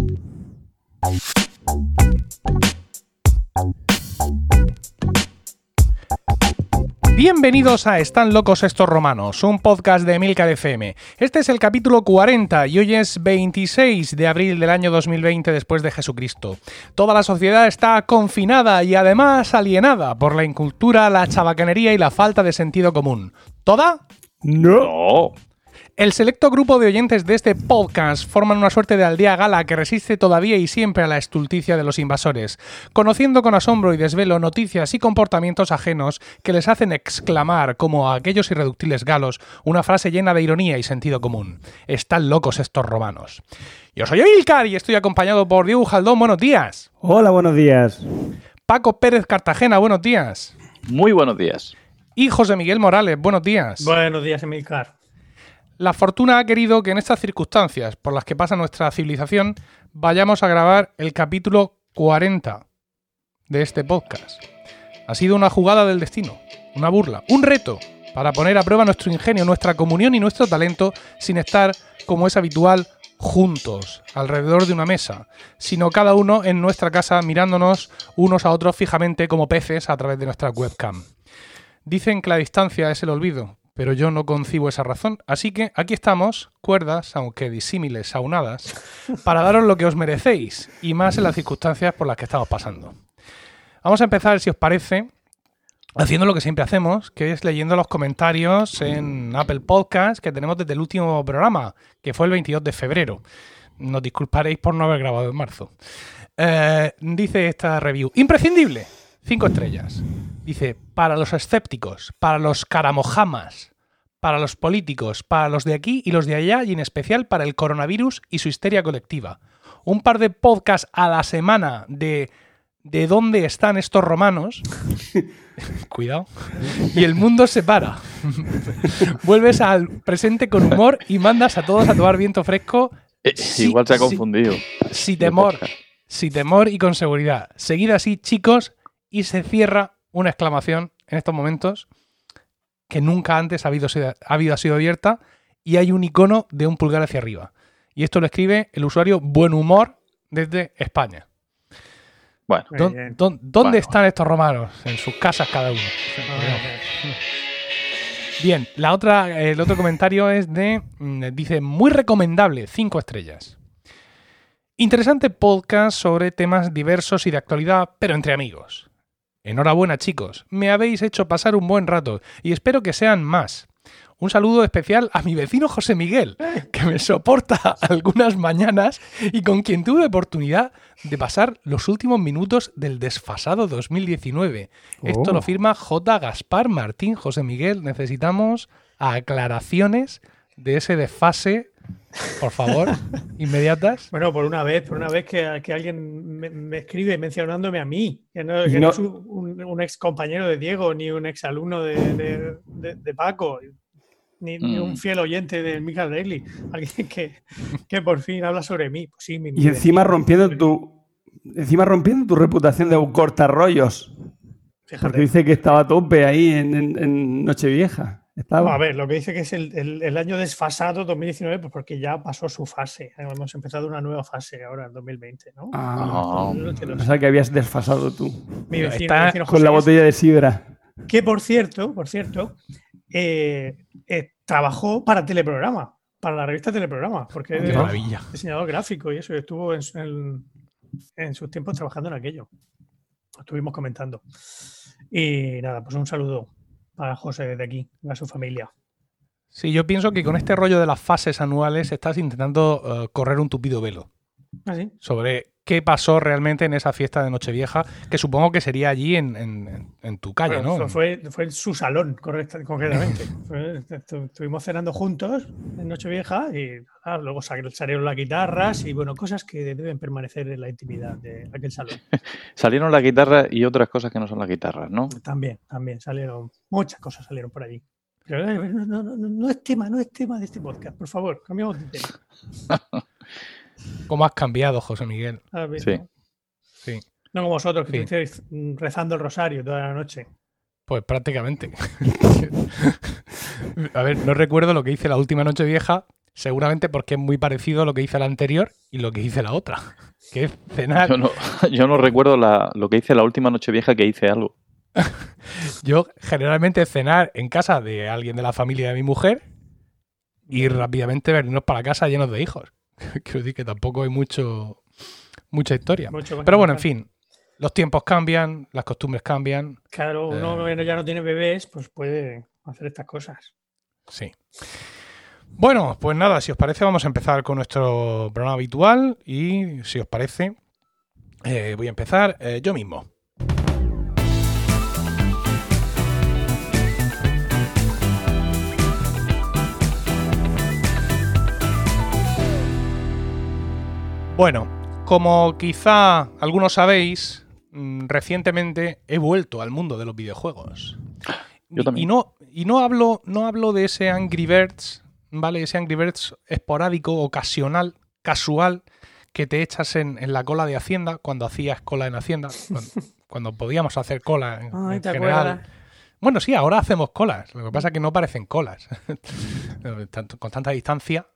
Bienvenidos a Están locos estos romanos, un podcast de Emilcar FM. Este es el capítulo 40 y hoy es 26 de abril del año 2020 después de Jesucristo. Toda la sociedad está confinada y además alienada por la incultura, la chabacanería y la falta de sentido común. ¿Toda? No. El selecto grupo de oyentes de este podcast forman una suerte de aldea gala que resiste todavía y siempre a la estulticia de los invasores, conociendo con asombro y desvelo noticias y comportamientos ajenos que les hacen exclamar, como a aquellos irreductibles galos, una frase llena de ironía y sentido común. Están locos estos romanos. Yo soy Emilcar y estoy acompañado por Diego Jaldón. Buenos días. Hola, buenos días. Paco Pérez Cartagena. Buenos días. Muy buenos días. Y José Miguel Morales. Buenos días. Buenos días, Emilcar. La fortuna ha querido que en estas circunstancias por las que pasa nuestra civilización vayamos a grabar el capítulo 40 de este podcast. Ha sido una jugada del destino, una burla, un reto para poner a prueba nuestro ingenio, nuestra comunión y nuestro talento sin estar, como es habitual, juntos, alrededor de una mesa, sino cada uno en nuestra casa mirándonos unos a otros fijamente como peces a través de nuestra webcam. Dicen que la distancia es el olvido, pero yo no concibo esa razón, así que aquí estamos, cuerdas, aunque disímiles, aunadas, para daros lo que os merecéis, y más en las circunstancias por las que estamos pasando. Vamos a empezar, si os parece, haciendo lo que siempre hacemos, que es leyendo los comentarios en Apple Podcast que tenemos desde el último programa, que fue el 22 de febrero. Nos disculparéis por no haber grabado en marzo. Dice esta review, imprescindible, 5 estrellas. Dice, para los escépticos, para los caramojamas, para los políticos, para los de aquí y los de allá y en especial para el coronavirus y su histeria colectiva. Un par de podcasts a la semana de dónde están estos romanos. Cuidado. Y el mundo se para. Vuelves al presente con humor y mandas a todos a tomar viento fresco. Igual se ha confundido. Sin temor y con seguridad. Seguid así, chicos, y se cierra una exclamación en estos momentos que nunca antes ha sido abierta y hay un icono de un pulgar hacia arriba. Y esto lo escribe el usuario Buen Humor desde España. Bueno. ¿Dónde están estos romanos? En sus casas cada uno. Bien, el otro comentario es dice, muy recomendable, 5 estrellas. Interesante podcast sobre temas diversos y de actualidad, pero entre amigos. Enhorabuena, chicos, me habéis hecho pasar un buen rato y espero que sean más. Un saludo especial a mi vecino José Miguel, que me soporta algunas mañanas y con quien tuve oportunidad de pasar los últimos minutos del desfasado 2019. Esto lo firma J. Gaspar Martín. José Miguel, necesitamos aclaraciones de ese desfase, por favor, inmediatas. Bueno, por una vez que alguien me escribe mencionándome a mí, que no es un ex compañero de Diego, ni un ex alumno de Paco, ni un fiel oyente de Michael Daly, alguien que por fin habla sobre mí. Pues sí, y encima rompiendo tu reputación de un cortarrollos. Fíjate. Porque dice que estaba a tope ahí en Nochevieja. No, a ver, lo que dice que es el año desfasado 2019, pues porque ya pasó su fase. Hemos empezado una nueva fase ahora en 2020, ¿no? O sea que habías desfasado tú. Mi vecino José, con la botella de sidra. Que por cierto, trabajó para Teleprograma, para la revista Teleprograma, porque es diseñador gráfico y eso, y estuvo en sus tiempos trabajando en aquello. Lo estuvimos comentando. Y nada, pues un saludo para José desde aquí, a su familia. Sí, yo pienso que con este rollo de las fases anuales estás intentando correr un tupido velo. ¿Ah, sí? Sobre qué pasó realmente en esa fiesta de Nochevieja, que supongo que sería allí en tu calle, bueno, ¿no? Fue en su salón, concretamente. Estuvimos cenando juntos en Nochevieja y luego salieron las guitarras y bueno, cosas que deben permanecer en la intimidad de aquel salón. Salieron las guitarras y otras cosas que no son las guitarras, ¿no? También salieron, muchas cosas salieron por allí. Pero no es tema de este podcast, por favor, cambiamos de tema. ¿Cómo has cambiado, José Miguel? Sí. Sí. No como vosotros, que estáis rezando el rosario toda la noche. Pues prácticamente. A ver, no recuerdo lo que hice la última Nochevieja, Seguramente porque es muy parecido a lo que hice la anterior y lo que hice la otra, que es cenar. Yo no recuerdo lo que hice la última Nochevieja, que hice algo. Yo generalmente cenar en casa de alguien de la familia de mi mujer y rápidamente venirnos para casa llenos de hijos. Quiero decir que tampoco hay mucha historia. Pero bueno, en fin, los tiempos cambian, las costumbres cambian. Claro, uno ya no tiene bebés, pues puede hacer estas cosas. Sí. Bueno, pues nada, si os parece vamos a empezar con nuestro programa habitual y si os parece voy a empezar yo mismo. Bueno, como quizá algunos sabéis, recientemente he vuelto al mundo de los videojuegos. Yo también. Y no hablo de ese Angry Birds, ¿vale? Ese Angry Birds esporádico, ocasional, casual, que te echas en la cola de Hacienda, cuando hacías cola en Hacienda, cuando podíamos hacer cola en general. Acuerdas? Bueno, sí, ahora hacemos colas. Lo que pasa es que no parecen colas. Con tanta distancia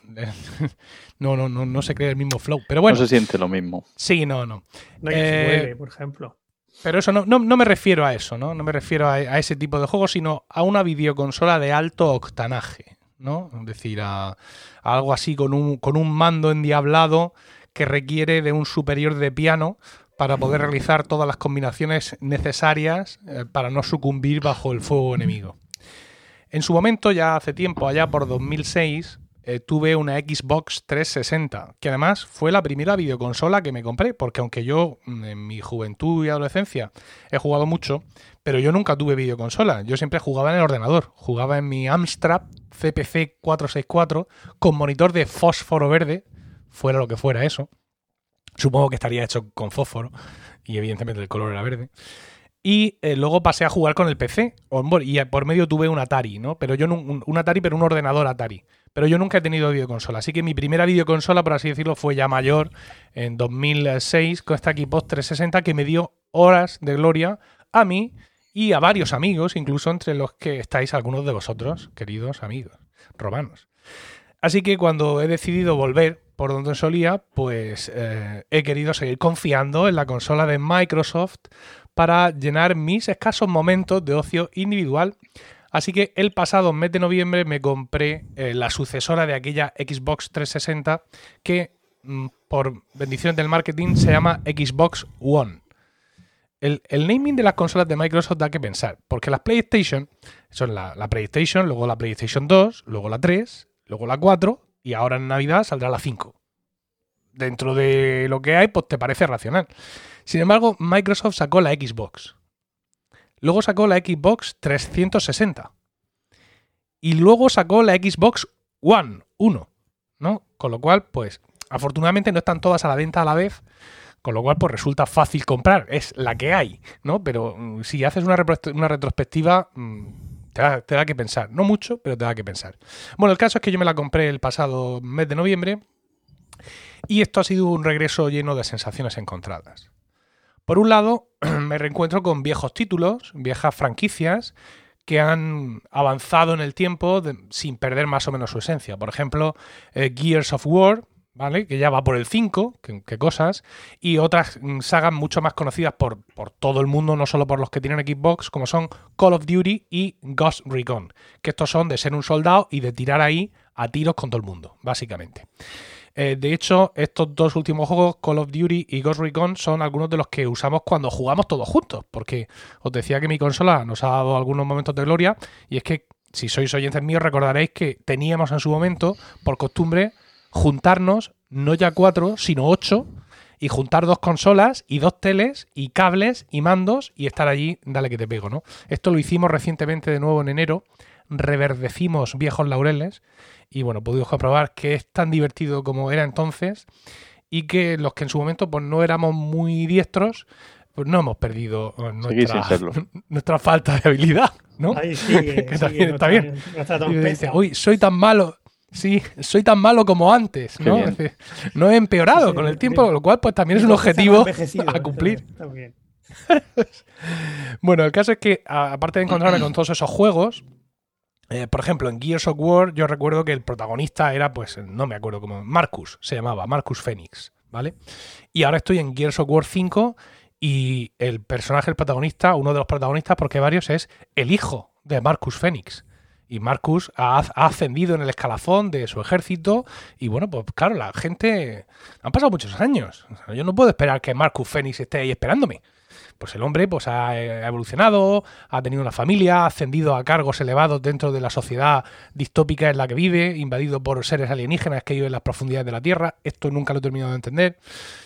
no se crea el mismo flow. Pero bueno. No se siente lo mismo. Sí, no. No hay que se huele, por ejemplo. Pero eso no me refiero a eso, ¿no? No me refiero a ese tipo de juegos, sino a una videoconsola de alto octanaje, ¿no? Es decir, a algo así con un mando endiablado que requiere de un superior de piano para poder realizar todas las combinaciones necesarias para no sucumbir bajo el fuego enemigo. En su momento, ya hace tiempo, allá por 2006, tuve una Xbox 360, que además fue la primera videoconsola que me compré, porque aunque yo en mi juventud y adolescencia he jugado mucho, pero yo nunca tuve videoconsola. Yo siempre jugaba en el ordenador, jugaba en mi Amstrad CPC 464 con monitor de fósforo verde, fuera lo que fuera eso. Supongo que estaría hecho con fósforo y evidentemente el color era verde. Y luego pasé a jugar con el PC y por medio tuve un Atari, ¿no? Pero yo un Atari, pero un ordenador Atari. Pero yo nunca he tenido videoconsola. Así que mi primera videoconsola, por así decirlo, fue ya mayor en 2006 con esta Xbox 360 que me dio horas de gloria a mí y a varios amigos, incluso entre los que estáis algunos de vosotros, queridos amigos romanos. Así que cuando he decidido volver por donde solía, pues he querido seguir confiando en la consola de Microsoft para llenar mis escasos momentos de ocio individual. Así que el pasado mes de noviembre me compré la sucesora de aquella Xbox 360 que, por bendiciones del marketing, se llama Xbox One. El naming de las consolas de Microsoft da que pensar, porque las PlayStation son la PlayStation, luego la PlayStation 2, luego la 3, luego la 4 y ahora en Navidad saldrá la 5. Dentro de lo que hay, pues te parece racional. Sin embargo, Microsoft sacó la Xbox. Luego sacó la Xbox 360. Y luego sacó la Xbox One 1, ¿no? Con lo cual, pues, afortunadamente no están todas a la venta a la vez, con lo cual, pues, resulta fácil comprar. Es la que hay, ¿no? Pero si haces una retrospectiva, te da que pensar. No mucho, pero te da que pensar. Bueno, el caso es que yo me la compré el pasado mes de noviembre y esto ha sido un regreso lleno de sensaciones encontradas. Por un lado, me reencuentro con viejos títulos, viejas franquicias que han avanzado en el tiempo sin perder más o menos su esencia. Por ejemplo, Gears of War, ¿vale? Que ya va por el 5, qué cosas, y otras sagas mucho más conocidas por todo el mundo, no solo por los que tienen Xbox, como son Call of Duty y Ghost Recon, que estos son de ser un soldado y de tirar ahí a tiros con todo el mundo, básicamente. De hecho, estos dos últimos juegos, Call of Duty y Ghost Recon, son algunos de los que usamos cuando jugamos todos juntos, porque os decía que mi consola nos ha dado algunos momentos de gloria, y es que, si sois oyentes míos, recordaréis que teníamos en su momento, por costumbre, juntarnos, no ya 4, sino 8, y juntar 2 consolas y 2 teles y cables y mandos y estar allí, dale que te pego, ¿no? Esto lo hicimos recientemente de nuevo en enero, reverdecimos viejos laureles y bueno, pudimos comprobar que es tan divertido como era entonces y que los que en su momento pues no éramos muy diestros, pues no hemos perdido nuestra falta de habilidad, ¿no? Ahí sigue, que también está bien. Y dice, uy, soy tan malo. Sí, soy tan malo como antes, ¿no? Es decir, no he empeorado con el tiempo, lo cual pues también es un objetivo a cumplir. Está bien. Bueno, el caso es que, aparte de encontrarme con todos esos juegos, Por ejemplo, en Gears of War yo recuerdo que el protagonista era, pues, no me acuerdo cómo, Marcus, se llamaba, Marcus Phoenix, ¿vale? Y ahora estoy en Gears of War 5 y el personaje, el protagonista, uno de los protagonistas, porque hay varios, es el hijo de Marcus Phoenix. Y Marcus ha ascendido en el escalafón de su ejército y bueno, pues claro, la gente... Han pasado muchos años. O sea, yo no puedo esperar que Marcus Phoenix esté ahí esperándome. Pues el hombre pues ha evolucionado, ha tenido una familia, ha ascendido a cargos elevados dentro de la sociedad distópica en la que vive, invadido por seres alienígenas que viven en las profundidades de la Tierra. Esto nunca lo he terminado de entender.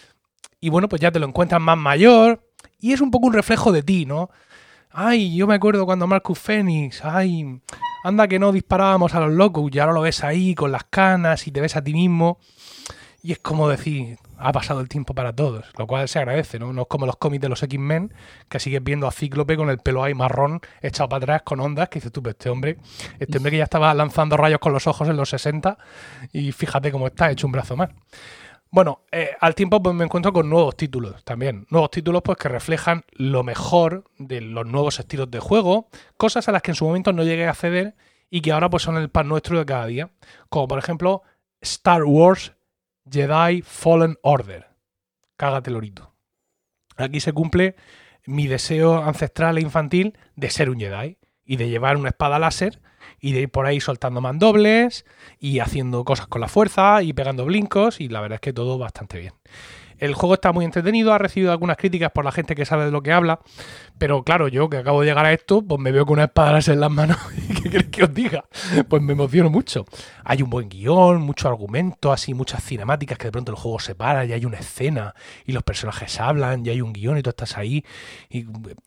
Y bueno, pues ya te lo encuentras más mayor y es un poco un reflejo de ti, ¿no? Ay, yo me acuerdo cuando Marcus Phoenix, ay, anda que no disparábamos a los locos y ahora lo ves ahí con las canas y te ves a ti mismo. Y es como decir, ha pasado el tiempo para todos, lo cual se agradece, ¿no? No es como los cómics de los X-Men, que sigues viendo a Cíclope con el pelo ahí marrón echado para atrás con ondas, que dices tú, pues este hombre que ya estaba lanzando rayos con los ojos en los 60 y fíjate cómo está, hecho un brazo más. Bueno, al tiempo pues me encuentro con nuevos títulos también. Nuevos títulos pues que reflejan lo mejor de los nuevos estilos de juego, cosas a las que en su momento no llegué a acceder y que ahora pues son el pan nuestro de cada día. Como por ejemplo Star Wars Jedi Fallen Order. Cágate lorito. Aquí se cumple mi deseo ancestral e infantil de ser un Jedi y de llevar una espada láser y de ir por ahí soltando mandobles y haciendo cosas con la fuerza y pegando blincos y la verdad es que todo bastante bien. El juego está muy entretenido, ha recibido algunas críticas por la gente que sabe de lo que habla, pero claro, yo que acabo de llegar a esto, pues me veo con una espada láser en las manos y ¿qué queréis que os diga? Pues me emociono mucho. Hay un buen guión, mucho argumento, así muchas cinemáticas que de pronto el juego se para y hay una escena y los personajes hablan y hay un guión y tú estás ahí. Y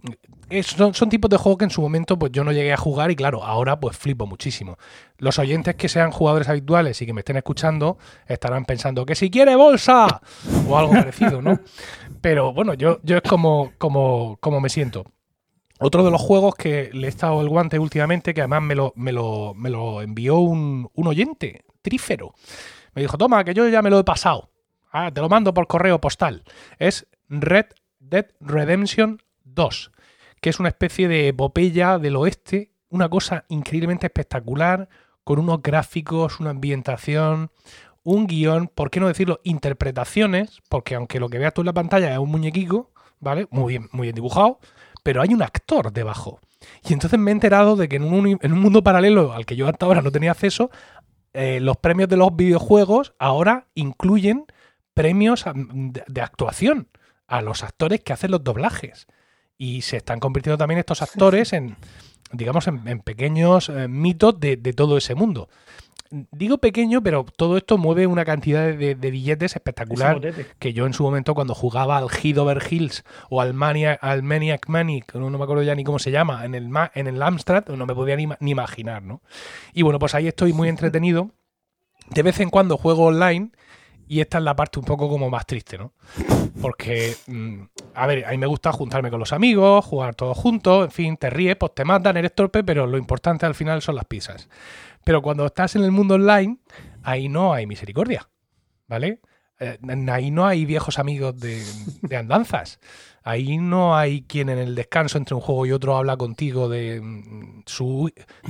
son tipos de juegos que en su momento pues yo no llegué a jugar y claro, ahora pues flipo muchísimo. Los oyentes que sean jugadores habituales y que me estén escuchando estarán pensando que si quiere bolsa o algo parecido, ¿no? Pero bueno, yo es como me siento. Otro de los juegos que le he estado el guante últimamente, que además me lo envió un oyente, Trífero. Me dijo, toma, que yo ya me lo he pasado. Te lo mando por correo postal. Es Red Dead Redemption 2, que es una especie de epopeya del oeste, una cosa increíblemente espectacular, con unos gráficos, una ambientación, un guión, ¿por qué no decirlo? Interpretaciones, porque aunque lo que veas tú en la pantalla es un muñequico, ¿vale? Muy bien dibujado, pero hay un actor debajo. Y entonces me he enterado de que en un mundo paralelo al que yo hasta ahora no tenía acceso, los premios de los videojuegos ahora incluyen premios de actuación a los actores que hacen los doblajes. Y se están convirtiendo también estos actores en, digamos, en pequeños mitos de todo ese mundo. Digo pequeño, pero todo esto mueve una cantidad de billetes espectacular que yo en su momento cuando jugaba al Head Over Heels o al Maniac Manic, no me acuerdo ya ni cómo se llama, en el Amstrad, no me podía ni imaginar, ¿no? Y bueno, pues ahí estoy muy entretenido. De vez en cuando juego online y esta es la parte un poco como más triste, ¿no? Porque, a ver, a mí me gusta juntarme con los amigos, jugar todos juntos, en fin, te ríes, pues te matan, eres torpe, pero lo importante al final son las pizzas. Pero cuando estás en el mundo online, ahí no hay misericordia, ¿vale? Ahí no hay viejos amigos de andanzas. Ahí no hay quien en el descanso entre un juego y otro habla contigo de su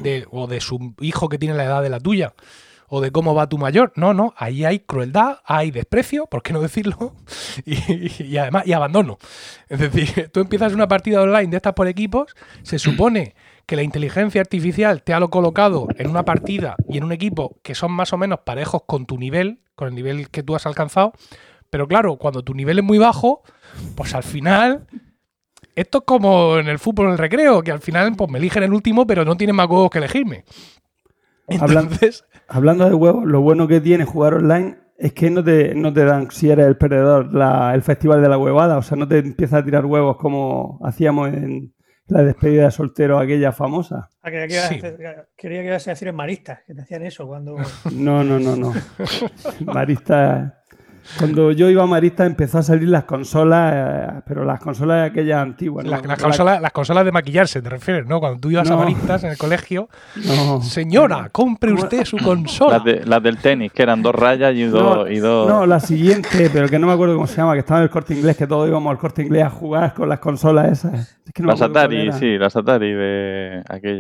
hijo que tiene la edad de la tuya o de cómo va tu mayor. No, ahí hay crueldad, hay desprecio, ¿por qué no decirlo? Y además, y abandono. Es decir, tú empiezas una partida online de estas por equipos, se supone que la inteligencia artificial te ha colocado en una partida y en un equipo que son más o menos parejos con tu nivel, con el nivel que tú has alcanzado, pero claro, cuando tu nivel es muy bajo, pues al final, esto es como en el fútbol en el recreo, que al final pues me eligen el último, pero no tienen más huevos que elegirme. Entonces, hablando de huevos, lo bueno que tiene jugar online es que no te dan, si eres el perdedor, el festival de la huevada, o sea, no te empieza a tirar huevos como hacíamos en la despedida de soltero aquella famosa. Quería que ibas a decir en Maristas, que te hacían eso cuando... No. Maristas... Cuando yo iba a Maristas empezó a salir las consolas, pero las consolas aquellas antiguas. ¿No? Las consolas de maquillarse, ¿te refieres? ¿No? Cuando tú ibas a Maristas en el colegio, señora, compre usted su consola. Las del tenis, que eran 2 rayas y dos... No, la siguiente, pero que no me acuerdo cómo se llama, que estaba en el Corte Inglés, que todos íbamos al Corte Inglés a jugar con las consolas esas. Es que no las Atari, sí, las Atari de aquella...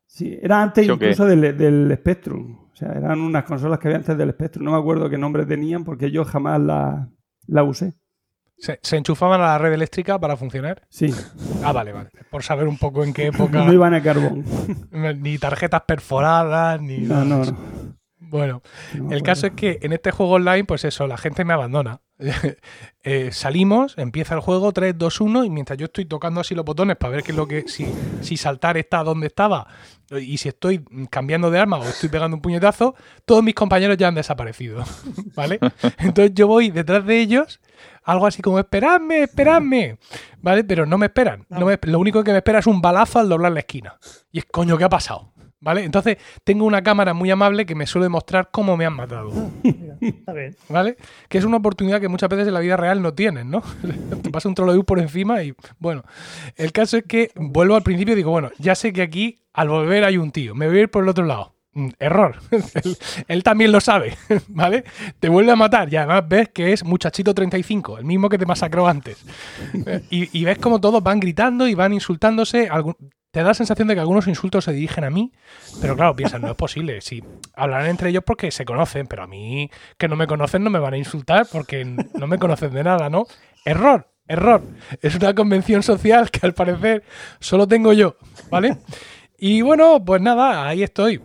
Sí, era antes ¿Sí o incluso del Spectrum. O sea, eran unas consolas que había antes del Spectrum. No me acuerdo qué nombre tenían porque yo jamás la usé. ¿Se enchufaban a la red eléctrica para funcionar? Sí. Ah, vale. Por saber un poco en qué época. No iban a carbón. Ni tarjetas perforadas, ni nada. No. Bueno, No el caso es que en este juego online, pues eso, la gente me abandona. Salimos, empieza el juego 3, 2, 1 y mientras yo estoy tocando así los botones para ver qué es lo que si saltar está donde estaba y si estoy cambiando de arma o estoy pegando un puñetazo, todos mis compañeros ya han desaparecido, ¿vale? Entonces yo voy detrás de ellos, algo así como esperadme, ¿vale? Pero no me esperan. Lo único que me espera es un balazo al doblar la esquina. Y es coño, ¿qué ha pasado? ¿Vale? Entonces tengo una cámara muy amable que me suele mostrar cómo me han matado. Mira, está bien. ¿Vale? Que es una oportunidad que muchas veces en la vida real no tienes, ¿no? Te pasa un trolo de luz por encima y bueno. El caso es que vuelvo al principio y digo, bueno, ya sé que aquí al volver hay un tío, me voy a ir por el otro lado. Error. Él también lo sabe, ¿vale? Te vuelve a matar y además ves que es Muchachito 35, el mismo que te masacró antes. Y ves como todos van gritando y van insultándose. Te da la sensación de que algunos insultos se dirigen a mí, pero claro, piensan, no es posible. Sí, hablarán entre ellos porque se conocen, pero a mí, que no me conocen, no me van a insultar porque no me conocen de nada, ¿no? Error. Es una convención social que al parecer solo tengo yo, ¿vale? Y bueno, pues nada, ahí estoy.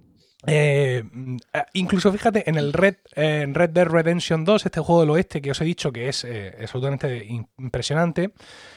Incluso fíjate, en Red Dead Redemption 2, este juego del oeste que os he dicho que es absolutamente impresionante,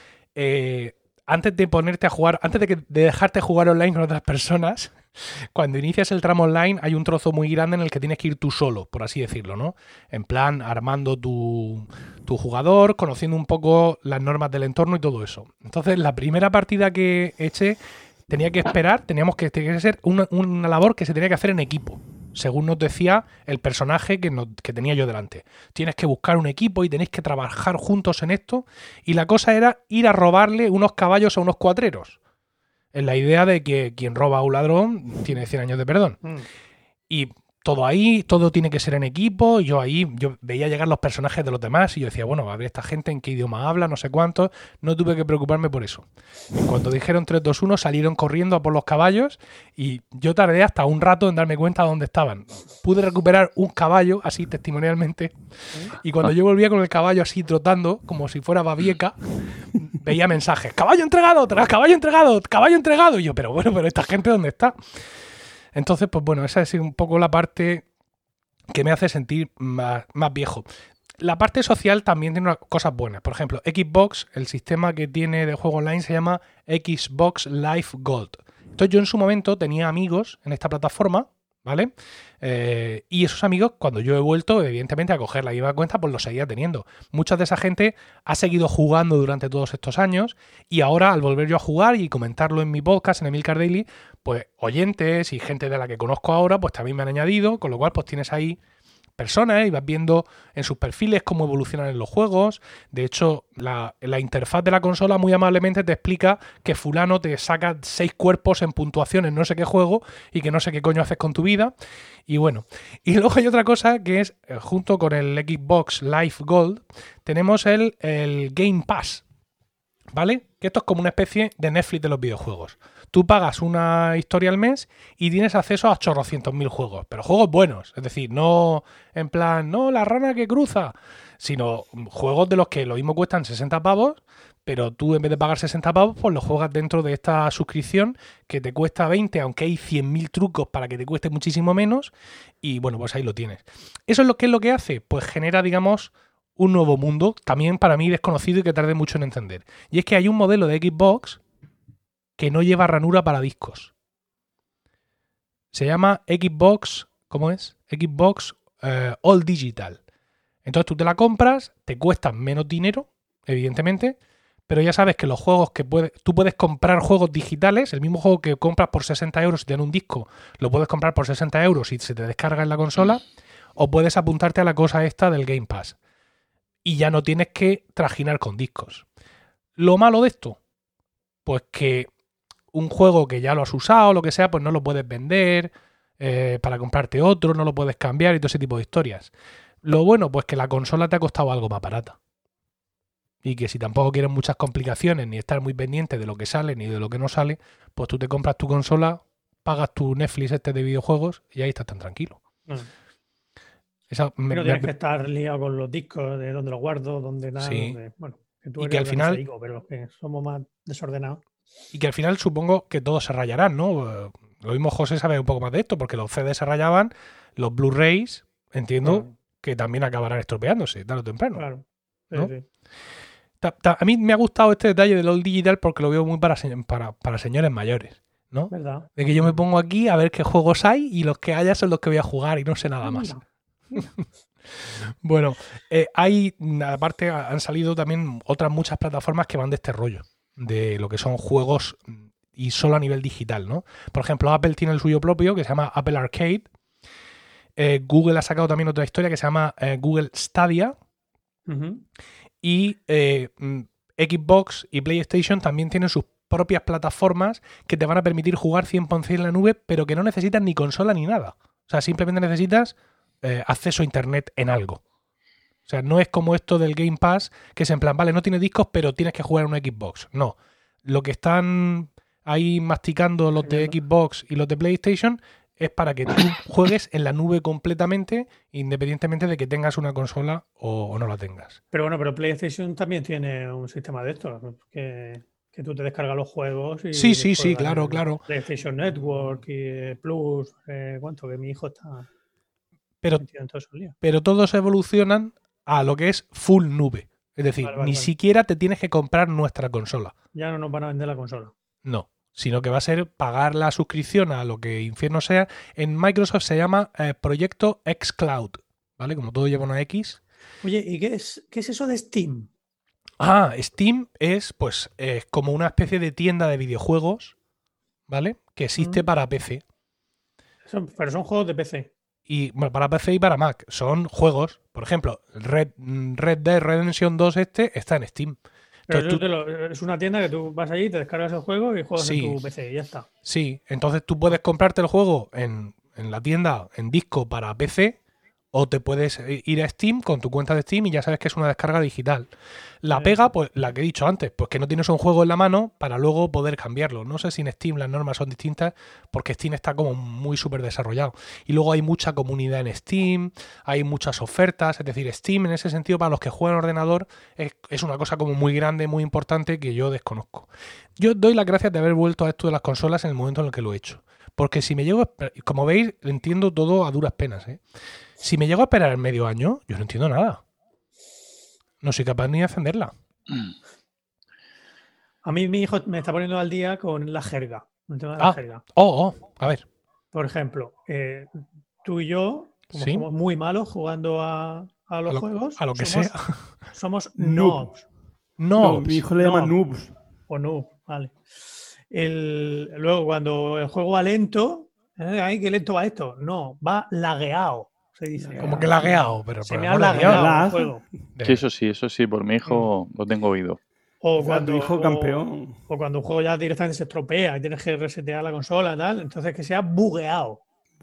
antes de ponerte a jugar, antes de dejarte jugar online con otras personas, cuando inicias el tramo online hay un trozo muy grande en el que tienes que ir tú solo, por así decirlo, ¿no? En plan, armando tu jugador, conociendo un poco las normas del entorno y todo eso. Entonces, la primera partida que eché tenía que esperar, tenía que ser una labor que se tenía que hacer en equipo, según nos decía el personaje que tenía yo delante. Tienes que buscar un equipo y tenéis que trabajar juntos en esto. Y la cosa era ir a robarle unos caballos a unos cuatreros. En la idea de que quien roba a un ladrón tiene 100 años de perdón. Y todo ahí, todo tiene que ser en equipo. Yo veía llegar los personajes de los demás y yo decía, bueno, a ver esta gente en qué idioma habla, no sé cuánto. No tuve que preocuparme por eso. En cuanto dijeron 3, 2, 1, salieron corriendo a por los caballos y yo tardé hasta un rato en darme cuenta de dónde estaban. Pude recuperar un caballo, así testimonialmente, y cuando yo volvía con el caballo así trotando, como si fuera babieca, veía mensajes, ¡caballo entregado! ¡Caballo entregado! ¡Caballo entregado! Y yo, pero ¿esta gente dónde está? Entonces, pues bueno, esa es un poco la parte que me hace sentir más viejo. La parte social también tiene cosas buenas. Por ejemplo, Xbox, el sistema que tiene de juego online se llama Xbox Live Gold. Entonces yo en su momento tenía amigos en esta plataforma, ¿vale? Y esos amigos, cuando yo he vuelto, evidentemente, a coger la misma cuenta, pues los seguía teniendo. Mucha de esa gente ha seguido jugando durante todos estos años y ahora, al volver yo a jugar y comentarlo en mi podcast, en Emilcar Daily, pues oyentes y gente de la que conozco ahora, pues también me han añadido, con lo cual pues tienes ahí personas y vas viendo en sus perfiles cómo evolucionan en los juegos. De hecho, la interfaz de la consola muy amablemente te explica que fulano te saca 6 cuerpos en puntuación en no sé qué juego y que no sé qué coño haces con tu vida. Y bueno, y luego hay otra cosa que es, junto con el Xbox Live Gold, tenemos el Game Pass, ¿vale? Que esto es como una especie de Netflix de los videojuegos. Tú pagas una historia al mes y tienes acceso a 800.000 juegos, pero juegos buenos, es decir, no en plan, no, la rana que cruza, sino juegos de los que lo mismo cuestan 60 pavos, pero tú en vez de pagar 60 pavos, pues los juegas dentro de esta suscripción que te cuesta 20, aunque hay 100.000 trucos para que te cueste muchísimo menos, y bueno, pues ahí lo tienes. ¿Eso es lo que hace? Pues genera, digamos, un nuevo mundo, también para mí desconocido y que tardé mucho en entender. Y es que hay un modelo de Xbox que no lleva ranura para discos. Se llama Xbox, ¿cómo es? Xbox All Digital. Entonces tú te la compras, te cuesta menos dinero, evidentemente, pero ya sabes que los juegos que tú puedes comprar juegos digitales, el mismo juego que compras por 60 euros y te dan un disco, lo puedes comprar por 60 euros y se te descarga en la consola, o puedes apuntarte a la cosa esta del Game Pass. Y ya no tienes que trajinar con discos. Lo malo de esto, pues que un juego que ya lo has usado, lo que sea, pues no lo puedes vender para comprarte otro, no lo puedes cambiar y todo ese tipo de historias. Lo bueno, pues que la consola te ha costado algo más barata. Y que si tampoco quieres muchas complicaciones ni estar muy pendiente de lo que sale ni de lo que no sale, pues tú te compras tu consola pagas tu Netflix de videojuegos y ahí estás tan tranquilo. No. Esa, No tienes que estar liado con los discos, de dónde los guardo, dónde nada. Sí. Bueno, que tú Y eres que al final, organizadico, pero los que somos más desordenados. y que al final supongo que todos se rayarán, ¿no? Lo mismo José sabe un poco más de esto, porque los CDs se rayaban, los Blu-rays, entiendo Claro. que también acabarán estropeándose, tarde o temprano. Claro. Sí, ¿no? sí. A mí me ha gustado este detalle del All Digital porque lo veo muy para señores mayores, ¿no? ¿Verdad? De que yo me pongo aquí a ver qué juegos hay y los que haya son los que voy a jugar y no sé nada más. Mira. Bueno, aparte han salido también otras muchas plataformas que van de este rollo, de lo que son juegos y solo a nivel digital, ¿no? Por ejemplo, Apple tiene el suyo propio que se llama Apple Arcade. Google ha sacado también otra historia que se llama Google Stadia. Uh-huh. Y Xbox y PlayStation también tienen sus propias plataformas que te van a permitir jugar 100% en la nube, pero que no necesitas ni consola ni nada. O sea, simplemente necesitas acceso a internet en algo. O sea, no es como esto del Game Pass, que es en plan, vale, no tiene discos, pero tienes que jugar en una Xbox. No. Lo que están ahí masticando los de Xbox y los de PlayStation es para que tú juegues en la nube completamente, independientemente de que tengas una consola o no la tengas. Pero bueno, pero PlayStation también tiene un sistema de estos, que tú te descargas los juegos y Sí, claro. PlayStation Network y Plus, ¿cuánto? Que mi hijo está metido en todo esos líos. Pero todos evolucionan a lo que es full nube. Es decir, ni siquiera te tienes que comprar nuestra consola. Ya no nos van a vender la consola. No, sino que va a ser pagar la suscripción a lo que infierno sea. En Microsoft se llama Proyecto xCloud, ¿vale? Como todo lleva una X. Oye, ¿y qué es eso de Steam? Steam es pues como una especie de tienda de videojuegos, ¿vale? Que existe para PC. Pero son juegos de PC. Y bueno, para PC y para Mac. Son juegos, por ejemplo, Red Dead Redemption 2 está en Steam. Pero es una tienda que tú vas allí, te descargas el juego y juegas en tu PC y ya está. Sí, entonces tú puedes comprarte el juego en la tienda en disco para PC o te puedes ir a Steam con tu cuenta de Steam y ya sabes que es una descarga digital. La pega, pues la que he dicho antes, pues que no tienes un juego en la mano para luego poder cambiarlo. No sé si en Steam las normas son distintas porque Steam está como muy súper desarrollado. Y luego hay mucha comunidad en Steam, hay muchas ofertas, es decir, Steam en ese sentido para los que juegan ordenador es una cosa como muy grande, muy importante que yo desconozco. Yo doy las gracias de haber vuelto a esto de las consolas en el momento en el que lo he hecho. Porque si me llego, como veis, entiendo todo a duras penas, ¿eh? Si me llego a esperar medio año, yo no entiendo nada. No soy capaz ni de encenderla. A mí mi hijo me está poniendo al día con la jerga. El tema de la jerga. A ver. Por ejemplo, tú y yo, como somos muy malos jugando a los juegos, a lo que sea. Somos noobs. No, mi hijo le llama noobs. O noob, vale. Luego, cuando el juego va lento, ¡ay, qué lento va esto! No, va lagueado. Se dice. Como que lagueado, pero se me ha lagueado el juego. Sí, eso sí, por mi hijo lo tengo oído. O cuando, hijo campeón. O cuando un juego ya directamente se estropea y tienes que resetear la consola y tal, entonces que sea bugueado.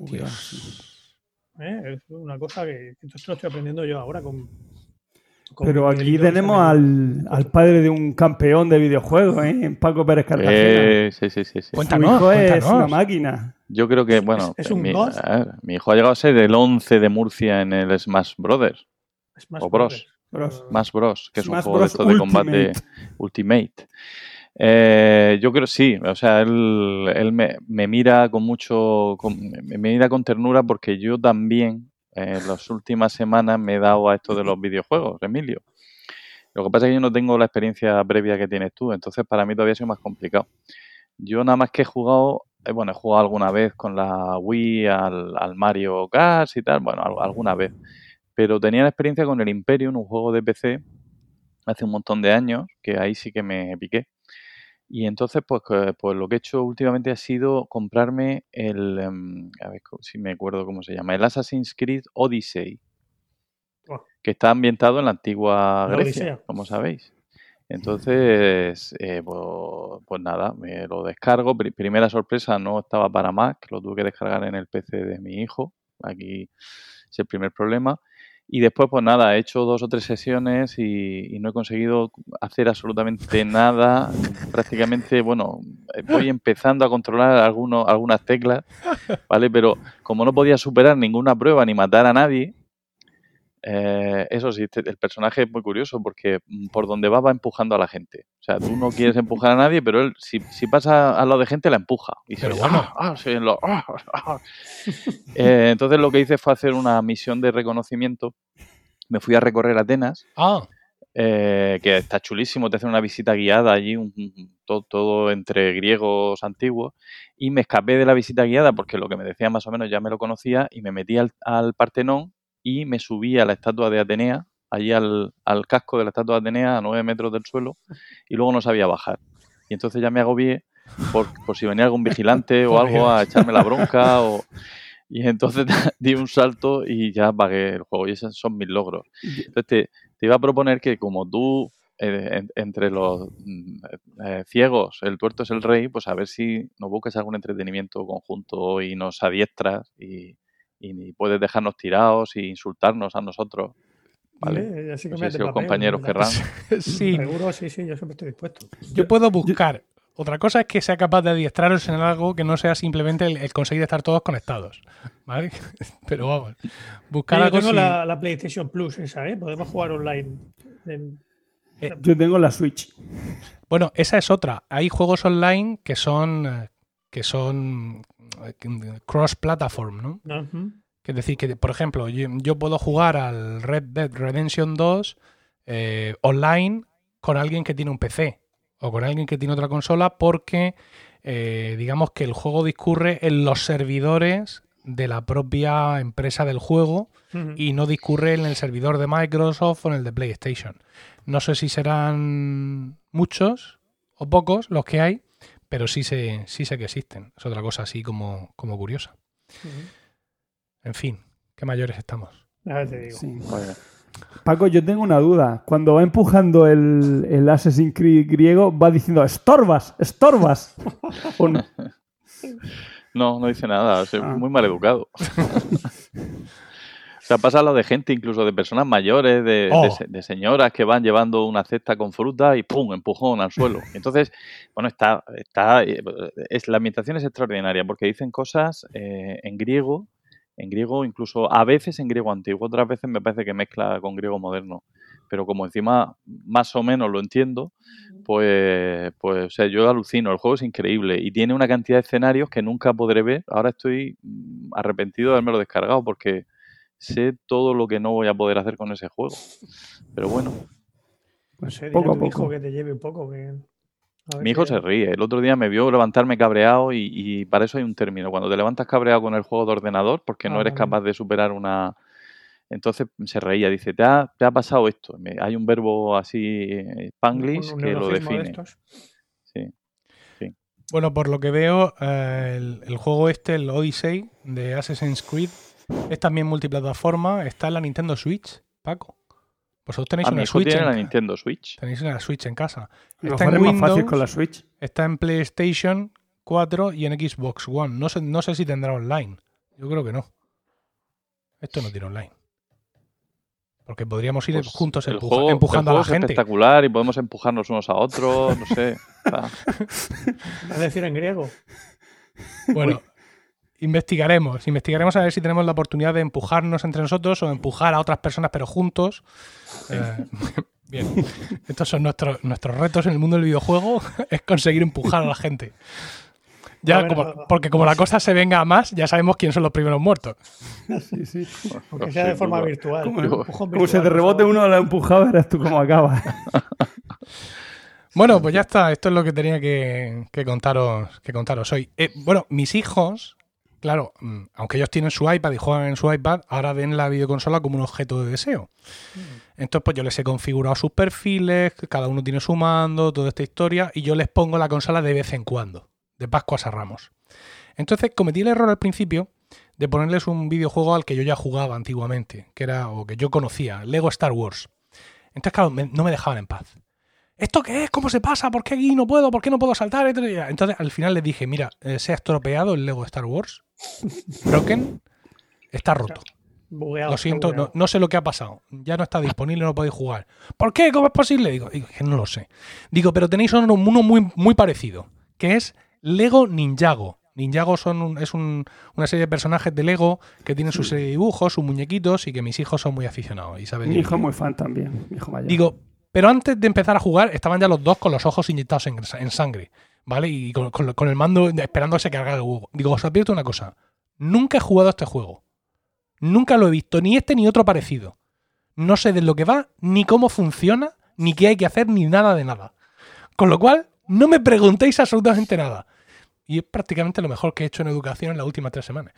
Es una cosa que esto lo estoy aprendiendo yo ahora con pero aquí tenemos al padre de un campeón de videojuegos, en Paco Pérez Cartagena. Sí. Cuéntanos, Su hijo es una máquina. Yo creo que, bueno, ¿Es un boss? Mi hijo ha llegado a ser el 11 de Murcia en el Smash Brothers. O Bros. Smash Bros, que es un juego de estos de combate Ultimate. Yo creo sí, o sea, él me mira con me mira con ternura porque yo también en las últimas semanas me he dado a esto de los videojuegos, Emilio. Lo que pasa es que yo no tengo la experiencia previa que tienes tú, entonces para mí todavía ha sido más complicado. Yo nada más que he jugado, he jugado alguna vez con la Wii al Mario Kart y tal, alguna vez. Pero tenía la experiencia con el Imperium, un juego de PC, hace un montón de años, que ahí sí que me piqué. Y entonces, pues lo que he hecho últimamente ha sido comprarme a ver si me acuerdo cómo se llama, el Assassin's Creed Odyssey, que está ambientado en la antigua Grecia, como sabéis. Entonces, pues nada, me lo descargo. Primera sorpresa, no estaba para Mac, lo tuve que descargar en el PC de mi hijo. Aquí es el primer problema. Y después, pues nada, he hecho 2 o 3 sesiones y no he conseguido hacer absolutamente nada. Prácticamente, bueno, voy empezando a controlar algunas teclas, ¿vale? Pero como no podía superar ninguna prueba ni matar a nadie, eso sí, el personaje es muy curioso porque por donde va empujando a la gente. O sea, tú no quieres empujar a nadie, pero él, si pasa al lado de gente, la empuja. Y pero bueno. Entonces lo que hice fue hacer una misión de reconocimiento. Me fui a recorrer Atenas, que está chulísimo, te hacen una visita guiada allí, todo entre griegos antiguos, y me escapé de la visita guiada porque lo que me decía más o menos ya me lo conocía, y me metí al Partenón y me subí a la estatua de Atenea, allí al casco de la estatua de Atenea, a 9 metros del suelo, y luego no sabía bajar. Y entonces ya me agobié por si venía algún vigilante o algo a echarme la bronca y entonces di un salto y ya pagué el juego. Y esos son mis logros. Entonces te iba a proponer que como tú, entre los ciegos, el tuerto es el rey, pues a ver si nos buscas algún entretenimiento conjunto y nos adiestras y puedes dejarnos tirados e insultarnos a nosotros. ¿Vale? Así que no sé si los compañeros querrán. Sí. Seguro, sí, yo siempre estoy dispuesto. Yo puedo buscar. Otra cosa es que sea capaz de adiestraros en algo que no sea simplemente el conseguir estar todos conectados, ¿vale? Pero vamos, buscar algo. Yo tengo la PlayStation Plus esa, ¿eh? Podemos jugar online. Yo tengo la Switch. Bueno, esa es otra. Hay juegos online que son cross-platform, ¿no? Uh-huh. Es decir, que por ejemplo, yo puedo jugar al Red Dead Redemption 2 online con alguien que tiene un PC. O con alguien que tiene otra consola porque digamos que el juego discurre en los servidores de la propia empresa del juego y no discurre en el servidor de Microsoft o en el de PlayStation. No sé si serán muchos o pocos los que hay, pero sí sé que existen. Es otra cosa así como curiosa. En fin, qué mayores estamos. A ver, te digo. Sí. Paco, yo tengo una duda. Cuando va empujando el Assassin's Creed griego, va diciendo ¡estorbas! ¡estorbas! ¿O no? No dice nada. Es muy mal educado. O sea, pasa lo de gente, incluso de personas mayores, de señoras que van llevando una cesta con fruta y ¡pum! Empujón al suelo. Entonces, bueno, la ambientación es extraordinaria porque dicen cosas en griego, incluso a veces en griego antiguo, otras veces me parece que mezcla con griego moderno. Pero como encima más o menos lo entiendo, pues o sea, yo alucino. El juego es increíble y tiene una cantidad de escenarios que nunca podré ver. Ahora estoy arrepentido de haberme lo porque sé todo lo que no voy a poder hacer con ese juego. Pero bueno. Pues poco a poco. Hijo que te lleve un poco. Mi hijo se ríe. El otro día me vio levantarme cabreado y para eso hay un término. Cuando te levantas cabreado con el juego de ordenador porque no eres capaz de superar una... Entonces se reía. Dice, ¿te ha pasado esto? Hay un verbo así spanglish que lo define. Sí. Bueno, por lo que veo, el juego el Odyssey de Assassin's Creed, es también multiplataforma. Está en la Nintendo Switch, Paco. Vosotros tenéis una Switch. Tiene la Nintendo Switch. Tenéis una Switch en casa. Está en Windows, más fácil con la Switch. Está en PlayStation 4 y en Xbox One. No sé si tendrá online. Yo creo que no. Esto no tiene online. Porque podríamos ir juntos empujando a la gente. Es espectacular y podemos empujarnos unos a otros, no sé. ¿Vas a decir en griego? Bueno, investigaremos a ver si tenemos la oportunidad de empujarnos entre nosotros o empujar a otras personas, pero juntos. Bien, estos son nuestros retos en el mundo del videojuego, es conseguir empujar a la gente. Ya, porque como la cosa se venga a más, ya sabemos quién son los primeros muertos. Sí. Aunque sea de forma virtual. Como se te rebote uno de la empujada, verás tú cómo acaba. Bueno, pues ya está. Esto es lo que tenía que contaros hoy. Bueno, mis hijos, claro, aunque ellos tienen su iPad y juegan en su iPad, ahora ven la videoconsola como un objeto de deseo. Entonces, pues yo les he configurado sus perfiles, cada uno tiene su mando, toda esta historia, y yo les pongo la consola de vez en cuando, de Pascuas a Ramos. Entonces, cometí el error al principio de ponerles un videojuego al que yo ya jugaba antiguamente, o que yo conocía, Lego Star Wars. Entonces, claro, no me dejaban en paz. ¿Esto qué es? ¿Cómo se pasa? ¿Por qué aquí no puedo? ¿Por qué no puedo saltar? Entonces, al final les dije, mira, se ha estropeado el Lego Star Wars. Broken. Está roto. bugueado. Lo siento, no sé lo que ha pasado. Ya no está disponible, no podéis jugar. ¿Por qué? ¿Cómo es posible? Digo, que no lo sé. Digo, pero tenéis uno muy parecido, que es Lego Ninjago. Ninjago es una serie de personajes de Lego que tienen su serie de dibujos, sus muñequitos, y que mis hijos son muy aficionados. Y saben mi hijo es muy fan también, mi hijo mayor. Digo, pero antes de empezar a jugar, estaban ya los dos con los ojos inyectados en sangre, ¿vale? Y con el mando esperando a que se cargara el juego. Digo, os advierto una cosa. Nunca he jugado a este juego. Nunca lo he visto, ni este ni otro parecido. No sé de lo que va, ni cómo funciona, ni qué hay que hacer, ni nada de nada. Con lo cual, no me preguntéis absolutamente nada. Y es prácticamente lo mejor que he hecho en educación en las últimas 3 semanas.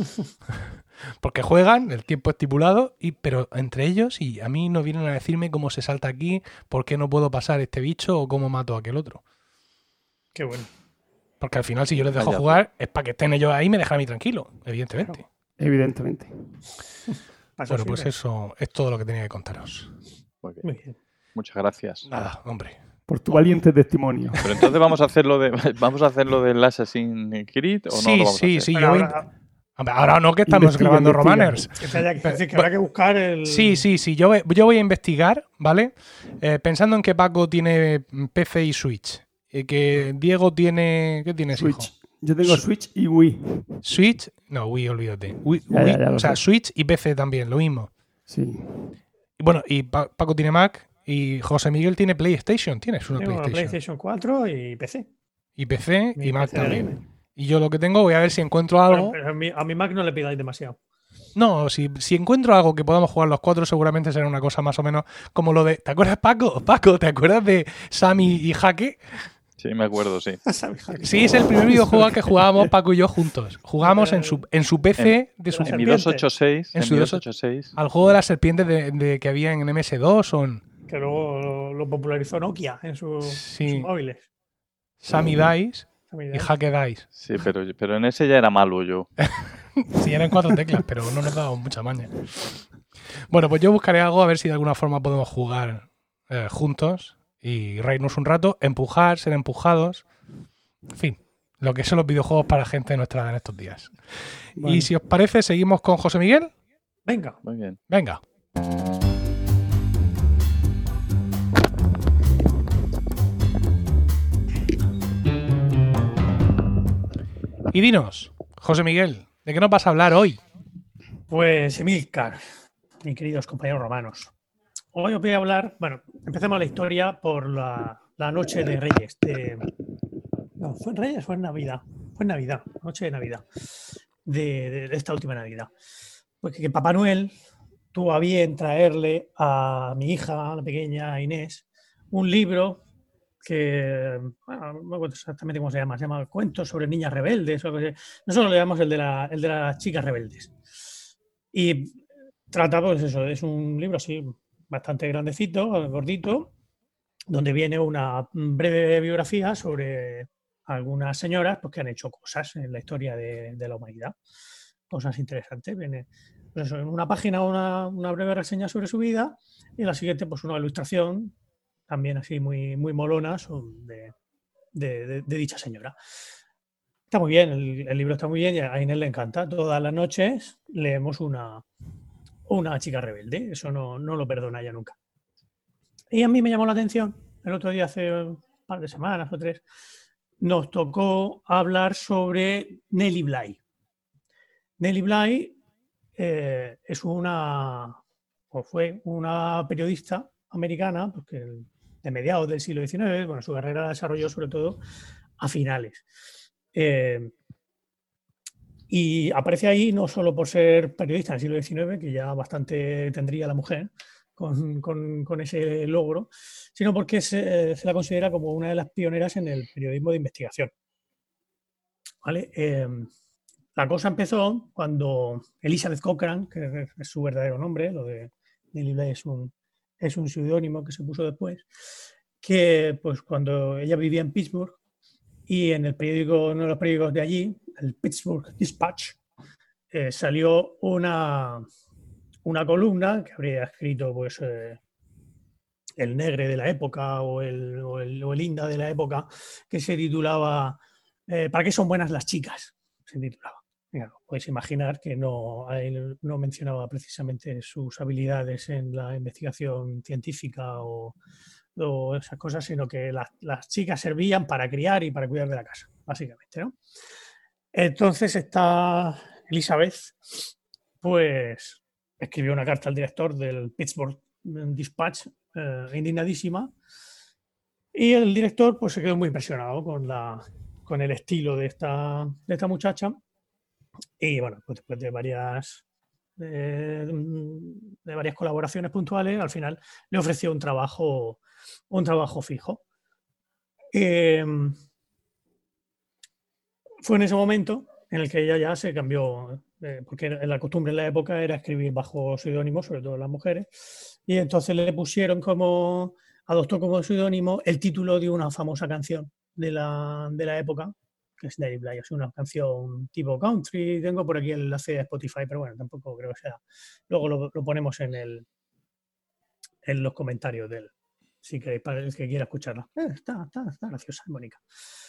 Porque juegan el tiempo estipulado, pero entre ellos, y a mí no vienen a decirme cómo se salta aquí, por qué no puedo pasar este bicho o cómo mato a aquel otro. Qué bueno. Porque al final, si yo les dejo jugar, es para que estén ellos ahí y me dejan a mí tranquilo, evidentemente. Claro, evidentemente. Bueno, pues eso es todo lo que tenía que contaros. Muy bien. Muchas gracias. Nada, hombre. Por tu valiente testimonio. Pero entonces vamos a hacer lo del Assassin's Creed o no lo vamos a hacer. Sí. Ahora no, que estamos grabando Romaners. Que habrá que buscar el... Sí. Yo voy a investigar, ¿vale? Pensando en que Paco tiene PC y Switch. Que Diego tiene... ¿Qué tienes, Switch. hijo? Yo tengo Switch y Wii. Switch... No, Wii, olvídate. Ya o sea, Switch y PC también, lo mismo. Sí. Y bueno, y Paco tiene Mac y José Miguel tiene PlayStation. ¿Tienes una PlayStation? PlayStation 4 y PC. Y PC y Mac PC también. Y yo lo que tengo, voy a ver si encuentro algo... Pero a mi Mac no le pidáis demasiado. No, si encuentro algo que podamos jugar los 4, seguramente será una cosa más o menos como lo de... ¿Te acuerdas, Paco? Paco, ¿te acuerdas de Sammy y Jaque? Sí, me acuerdo, sí. Sí, es el primer videojuego al que jugábamos Paco y yo juntos. Jugábamos en su PC de su... En mi 286. En mi 286. Al juego de las serpientes que había en MS2 o en... Que luego lo popularizó Nokia en sus móviles. Sammy Dice y Jaque Dice. Sí, pero en ese ya era malo yo. Sí, eran 4 teclas, pero no nos dábamos mucha maña. Bueno, pues yo buscaré algo a ver si de alguna forma podemos jugar juntos y reírnos un rato, empujar, ser empujados. En fin, lo que son los videojuegos para gente de nuestra edad en estos días. Bueno. Y si os parece, seguimos con José Miguel. Venga. Muy bien. Venga. Y dinos, José Miguel, ¿de qué nos vas a hablar hoy? Pues Emilcar, mis queridos compañeros romanos. Hoy os voy a hablar, bueno, empecemos la historia por la noche de Reyes. No, ¿fue en Reyes o fue en Navidad? Fue en Navidad, noche de Navidad, de esta última Navidad. Porque que Papá Noel tuvo a bien traerle a mi hija, la pequeña Inés, un libro que, bueno, no me acuerdo exactamente cómo se llama Cuentos sobre niñas rebeldes. O algo así. Nosotros le llamamos el de las chicas rebeldes. Y trata, pues eso, es un libro así bastante grandecito, gordito, donde viene una breve biografía sobre algunas señoras pues, que han hecho cosas en la historia de la humanidad. Cosas interesantes. Viene pues eso, en una página una breve reseña sobre su vida y en la siguiente pues una ilustración también así muy, muy molona de dicha señora. Está muy bien, el libro está muy bien y a Inés le encanta. Todas las noches leemos una chica rebelde, eso no lo perdona ella nunca. Y a mí me llamó la atención, el otro día hace un par de semanas o 3, nos tocó hablar sobre Nellie Bly. Nellie Bly fue una periodista americana porque de mediados del siglo XIX, bueno, su carrera la desarrolló sobre todo a finales. Y aparece ahí no solo por ser periodista en el siglo XIX, que ya bastante tendría la mujer con ese logro, sino porque se la considera como una de las pioneras en el periodismo de investigación. ¿Vale? La cosa empezó cuando Elizabeth Cochrane, que es su verdadero nombre, lo de Nellie Bly es un seudónimo que se puso después, que pues cuando ella vivía en Pittsburgh y en uno de los periódicos de allí, el Pittsburgh Dispatch, salió una columna que habría escrito pues el negre de la época o el inda de la época, que se titulaba ¿Para qué son buenas las chicas? Se titulaba. Claro, podéis imaginar que no mencionaba precisamente sus habilidades en la investigación científica o esas cosas, sino que las chicas servían para criar y para cuidar de la casa, básicamente, ¿no? Entonces esta Elizabeth, pues escribió una carta al director del Pittsburgh Dispatch, indignadísima, y el director pues se quedó muy impresionado con el estilo de esta muchacha. Y bueno, pues después de varias colaboraciones puntuales, al final le ofreció un trabajo fijo. Fue en ese momento en el que ella ya se cambió, porque la costumbre en la época era escribir bajo seudónimo, sobre todo las mujeres, y entonces le pusieron adoptó como seudónimo el título de una famosa canción de la época, que es Dave Bly, es una canción tipo country. Tengo por aquí el enlace de Spotify, pero bueno, tampoco creo que sea. Luego lo ponemos en los comentarios de él, si queréis, para el que quiera escucharla. Está graciosa, bonita.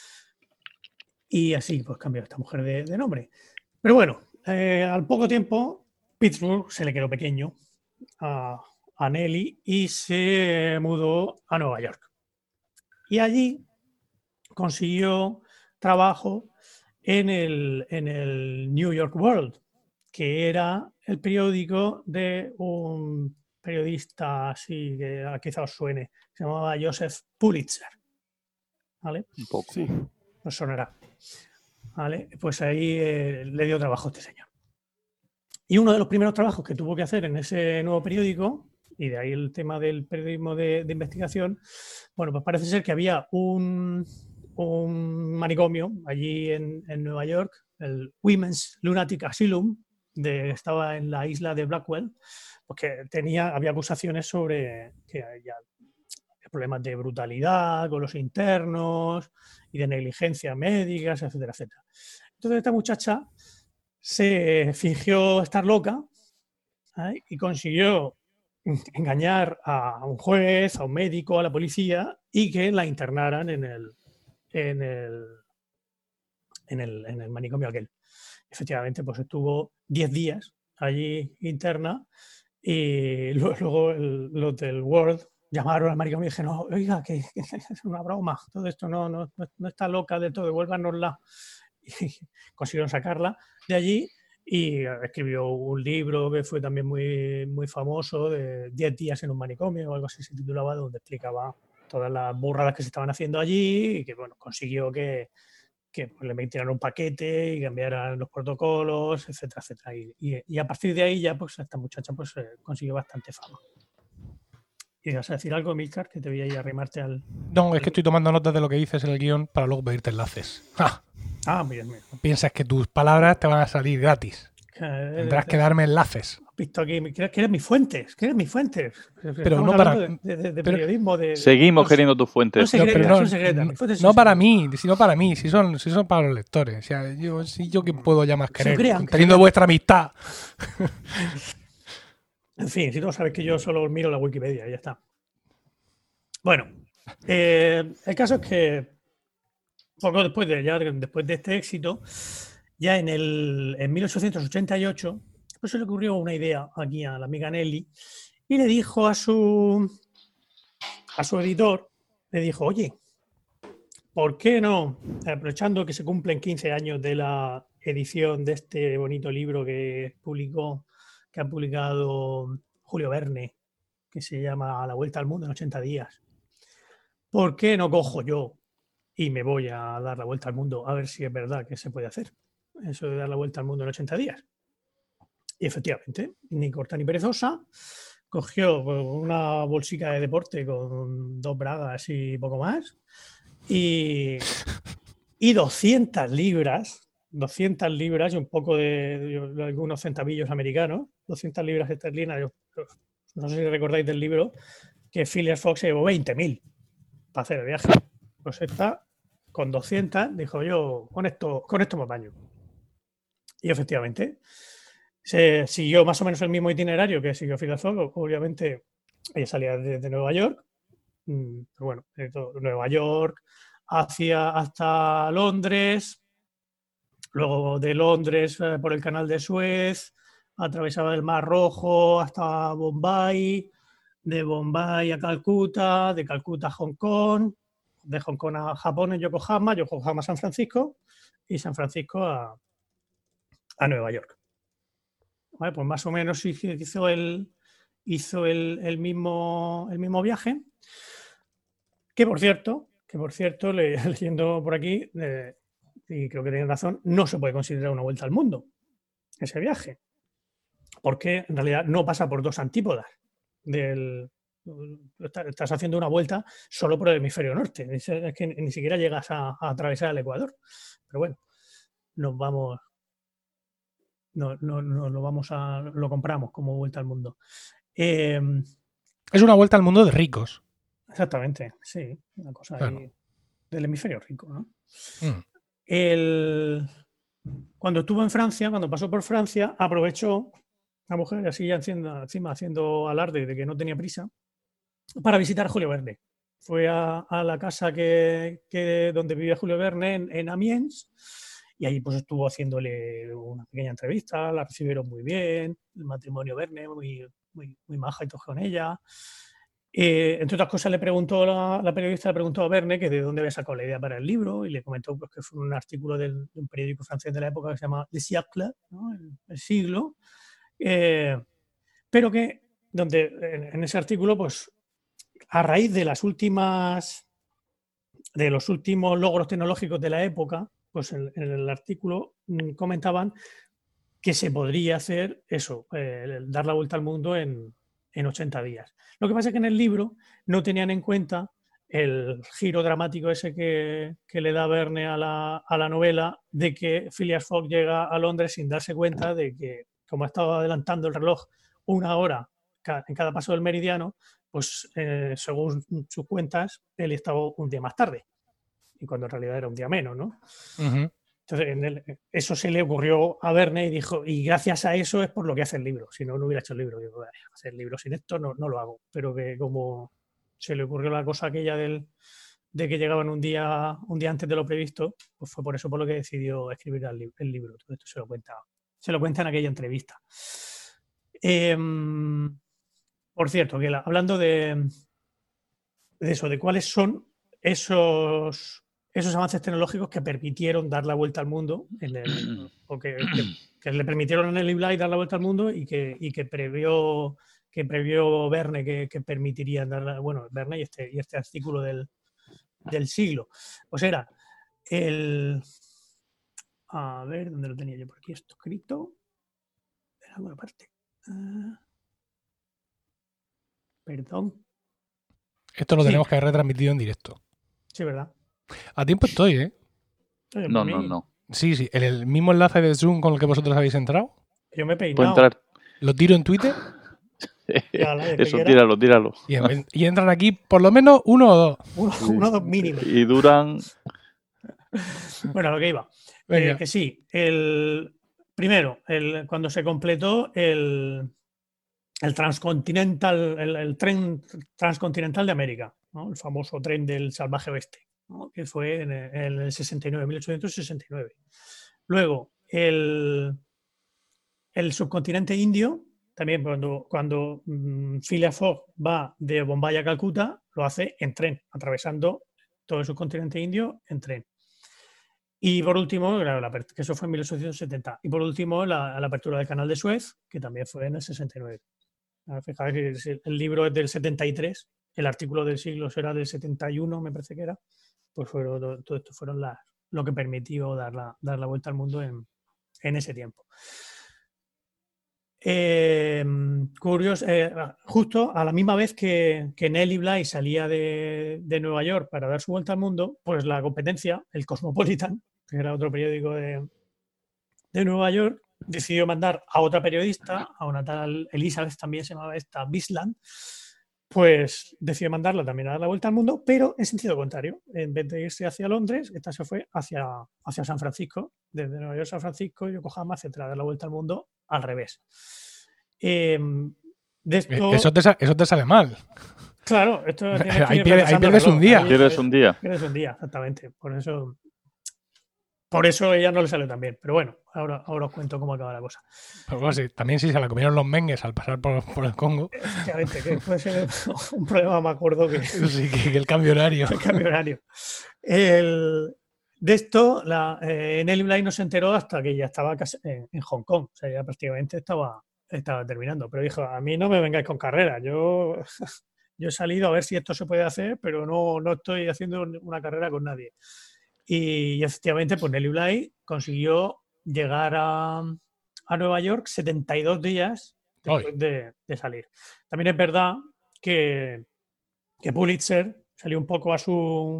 Y así pues cambió esta mujer de nombre. Pero bueno, al poco tiempo Pittsburgh se le quedó pequeño a Nelly y se mudó a Nueva York. Y allí consiguió trabajo en el New York World, que era el periódico de un periodista así que quizá os suene, se llamaba Joseph Pulitzer. ¿Vale? Un poco. Sí. Os sonará. ¿Vale? Pues ahí le dio trabajo a este señor. Y uno de los primeros trabajos que tuvo que hacer en ese nuevo periódico, y de ahí el tema del periodismo de investigación, bueno, pues parece ser que había un manicomio allí en Nueva York, el Women's Lunatic Asylum, estaba en la isla de Blackwell, porque había acusaciones sobre que había problemas de brutalidad con los internos y de negligencia médica, etcétera, etcétera. Entonces esta muchacha se fingió estar loca, ¿eh? Y consiguió engañar a un juez, a un médico, a la policía y que la internaran en el manicomio aquel. Efectivamente, pues estuvo 10 días allí interna y luego los del World llamaron al manicomio y dijeron, no, oiga, que es una broma, todo esto no está loca de todo, devuélvanosla. Y consiguieron sacarla de allí y escribió un libro que fue también muy, muy famoso, de 10 días en un manicomio o algo así se titulaba, donde explicaba todas las burradas que se estaban haciendo allí y que bueno, consiguió que pues, le metieran un paquete y cambiaran los protocolos, etcétera, etcétera. Y a partir de ahí ya pues esta muchacha pues consiguió bastante fama. ¿Y vas a decir algo, Milcar, que te voy a ir a arrimarte al...? No, es que estoy tomando notas de lo que dices en el guión para luego pedirte enlaces. ¡Ja! Bien. Piensas que tus palabras te van a salir gratis. Tendrás que darme enlaces. Has visto aquí, que eres mi fuente, Pero no para... de periodismo, seguimos queriendo tus fuentes. Son secretas. No para mí, sino para mí, si son para los lectores. O sea, yo que puedo ya más querer, teniendo vuestra amistad. En fin, si no sabes que yo solo miro la Wikipedia y ya está. Bueno, el caso es que poco después de este éxito, ya en 1888, pues se le ocurrió una idea aquí a la amiga Nelly y le dijo a su editor, le dijo, oye, ¿por qué no, aprovechando que se cumplen 15 años de la edición de este bonito libro que ha publicado Julio Verne, que se llama La Vuelta al Mundo en 80 días, ¿por qué no cojo yo y me voy a dar la vuelta al mundo a ver si es verdad que se puede hacer eso de dar la vuelta al mundo en 80 días? Y efectivamente, ni corta ni perezosa, cogió una bolsica de deporte con 2 bragas y poco más y 200 libras y un poco de algunos centavillos americanos, 200 libras esterlinas. No sé si recordáis del libro que Phileas Fogg se llevó 20.000 para hacer el viaje. Pues esta, con 200, dijo yo, con esto me apaño. Y efectivamente, se siguió más o menos el mismo itinerario que siguió Phileas Fogg. Obviamente, ella salía desde Nueva York, pero bueno, de Nueva York hasta Londres, Luego de Londres por el canal de Suez, atravesaba el Mar Rojo hasta Bombay, de Bombay a Calcuta, de Calcuta a Hong Kong, de Hong Kong a Japón en Yokohama, Yokohama a San Francisco y San Francisco a Nueva York. Vale, pues más o menos hizo el mismo viaje, que por cierto, leyendo por aquí, y creo que tienen razón, no se puede considerar una vuelta al mundo ese viaje, porque en realidad no pasa por dos antípodas. Estás haciendo una vuelta solo por el hemisferio norte, es que ni siquiera llegas a atravesar el Ecuador. Pero bueno, lo compramos como vuelta al mundo. Es una vuelta al mundo de ricos. Exactamente, sí, una cosa ahí del hemisferio rico, ¿no? Cuando estuvo en Francia, cuando pasó por Francia, aprovechó la mujer, así ya encima haciendo alarde de que no tenía prisa, para visitar a Julio Verne. Fue a la casa donde vivía Julio Verne en Amiens, y ahí pues estuvo haciéndole una pequeña entrevista, la recibieron muy bien, el matrimonio Verne muy, muy, muy maja y todo con ella. Entre otras cosas, la periodista le preguntó a Verne que de dónde había sacado la idea para el libro, y le comentó pues, que fue un artículo de un periódico francés de la época que se llama Le Siècle, ¿no? el siglo, pero que en ese artículo, pues a raíz de los últimos logros tecnológicos de la época, pues en el artículo comentaban que se podría hacer eso, dar la vuelta al mundo en 80 días. Lo que pasa es que en el libro no tenían en cuenta el giro dramático ese que le da Verne a la novela, de que Phileas Fogg llega a Londres sin darse cuenta de que, como ha estado adelantando el reloj 1 hora en cada paso del meridiano, pues según sus cuentas, él estaba un día más tarde, y cuando en realidad era un día menos, ¿no? Uh-huh. Entonces, eso se le ocurrió a Verne y dijo, y gracias a eso es por lo que hace el libro. Si no hubiera hecho el libro, digo, hacer el libro sin esto no lo hago. Pero que como se le ocurrió la cosa aquella de que llegaban un día antes de lo previsto, pues fue por eso por lo que decidió escribir el libro. Todo esto se lo cuenta en aquella entrevista. Por cierto, que hablando de eso, de cuáles son esos avances tecnológicos que permitieron dar la vuelta al mundo, o que le permitieron en el Live dar la vuelta al mundo y que previó Verne que permitirían Verne y este artículo del siglo. Pues era a ver, ¿dónde lo tenía yo por aquí esto escrito? En alguna parte. Perdón. Esto lo tenemos que haber retransmitido en directo. Sí, ¿verdad? A tiempo estoy, ¿eh? No. Sí. El mismo enlace de Zoom con el que vosotros habéis entrado. Yo me he peinado. ¿Puedo entrar? Lo tiro en Twitter. Eso, tíralo. Y entran aquí por lo menos uno o dos. Uno o dos mínimo. Y duran... Bueno, a lo que iba. Que sí, primero, cuando se completó el transcontinental, el tren transcontinental de América, ¿no? El famoso tren del salvaje oeste, ¿no? Que fue en el 69, 1869. Luego, el subcontinente indio, también cuando Phileas Fogg va de Bombay a Calcuta, lo hace en tren, atravesando todo el subcontinente indio en tren. Y por último, que eso fue en 1870. Y por último, la apertura del canal de Suez, que también fue en el 69. Fijaos que el libro es del 73, el artículo del siglo será del 71, me parece que era. Pues todo esto fueron lo que permitió dar la vuelta al mundo en ese tiempo. Curioso, justo a la misma vez que Nellie Bly salía de Nueva York para dar su vuelta al mundo, pues la competencia, el Cosmopolitan, que era otro periódico de Nueva York, decidió mandar a otra periodista, a una tal Elizabeth, también se llamaba esta, Bisland, pues decidió mandarla también a dar la vuelta al mundo, pero en sentido contrario. En vez de irse hacia Londres, esta se fue hacia San Francisco, desde Nueva York a San Francisco, Yokohama, etcétera, a dar la vuelta al mundo al revés. Eso te sale mal. Claro, esto ahí pierdes un día. Pierdes un día, exactamente. Por eso por eso ella no le salió tan bien. Pero bueno, ahora os cuento cómo acaba la cosa. Pero bueno, sí, también sí se la comieron los mengues al pasar por el Congo. Efectivamente, que puede ser un problema más gordo que, sí, que el cambio horario. El cambio horario. De esto, Nelly Bly no se enteró hasta que ya estaba en Hong Kong. O sea, ya prácticamente estaba terminando. Pero dijo, a mí no me vengáis con carrera. Yo he salido a ver si esto se puede hacer, pero no estoy haciendo una carrera con nadie. Y efectivamente, pues Nelly Bly consiguió llegar a Nueva York 72 días después de salir. También es verdad que Pulitzer salió un poco en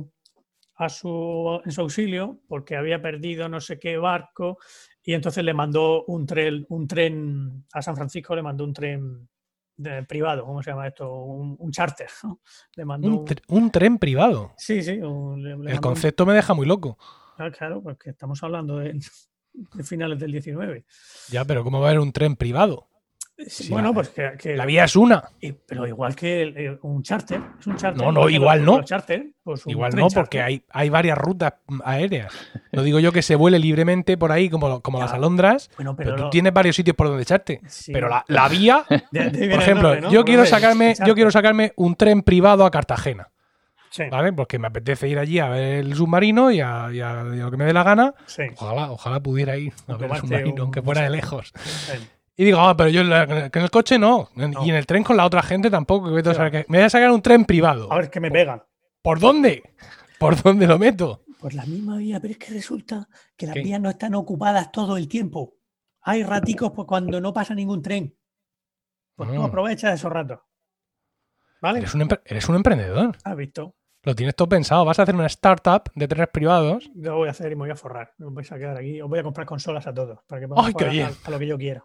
su auxilio porque había perdido no sé qué barco y entonces le mandó un tren a San Francisco, le mandó un tren privado, ¿cómo se llama esto? Un charter, ¿no? Le mandó ¿Un tren privado? Sí. El concepto me deja muy loco. Claro, porque estamos hablando de finales del 19. Ya, pero ¿cómo va a haber un tren privado? Sí, bueno, pues que la vía es una. Pero igual que un charter. Es un charter. No, igual no. Charter, pues igual no, porque hay varias rutas aéreas. No digo yo que se vuele libremente por ahí como las alondras, bueno, pero tú tienes varios sitios por donde echarte. Sí. Pero la vía, por ejemplo, nombre, ¿no? yo quiero sacarme un tren privado a Cartagena. Sí. ¿Vale? Porque me apetece ir allí a ver el submarino y a lo que me dé la gana. Sí. Ojalá pudiera ir a ver el submarino, aunque fuera de lejos. Sí. Y digo, pero yo en el coche no. Y en el tren con la otra gente tampoco. Me voy a sacar un tren privado. A ver, que me pegan. ¿Por dónde? ¿Por dónde lo meto? Por la misma vía, pero es que resulta que las vías no están ocupadas todo el tiempo. Hay raticos pues, cuando no pasa ningún tren. Pues tú aprovechas esos ratos. ¿Vale? Eres un emprendedor. ¿Has visto? Lo tienes todo pensado. Vas a hacer una startup de trenes privados. Lo voy a hacer y me voy a forrar. Me voy a quedar aquí. Os voy a comprar consolas a todos. Para que podamos jugar a lo que yo quiera.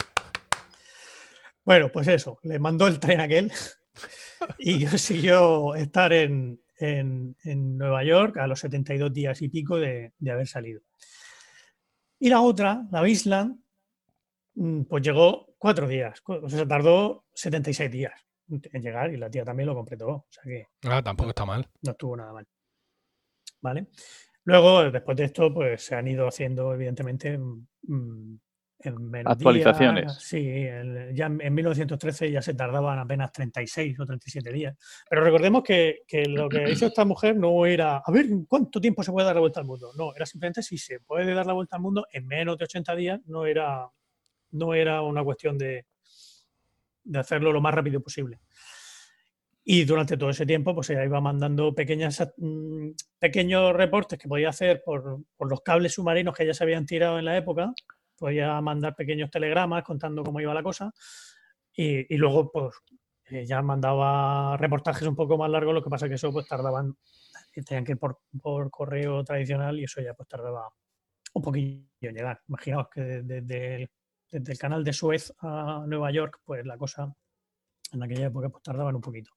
Bueno, pues eso. Le mandó el tren aquel y consiguió estar en Nueva York a los 72 días y pico de haber salido. Y la otra, la Bisland, pues llegó 4 días. O sea, tardó 76 días en llegar y la tía también lo completó. O sea que tampoco está mal. No estuvo nada mal. ¿Vale? Luego, después de esto, pues se han ido haciendo, evidentemente, en menos actualizaciones. Días. Sí, ya en 1913 ya se tardaban apenas 36 o 37 días. Pero recordemos que lo que hizo esta mujer no era a ver cuánto tiempo se puede dar la vuelta al mundo. No, era simplemente si se puede dar la vuelta al mundo en menos de 80 días. No era una cuestión de hacerlo lo más rápido posible. Y durante todo ese tiempo pues ella iba mandando pequeños reportes que podía hacer por los cables submarinos que ya se habían tirado en la época. Podía mandar pequeños telegramas contando cómo iba la cosa y luego pues ya mandaba reportajes un poco más largos, lo que pasa que eso pues tardaban, tenían que ir por correo tradicional y eso ya pues tardaba un poquillo en llegar. Imaginaos que desde el canal de Suez a Nueva York pues la cosa en aquella época pues tardaban un poquito.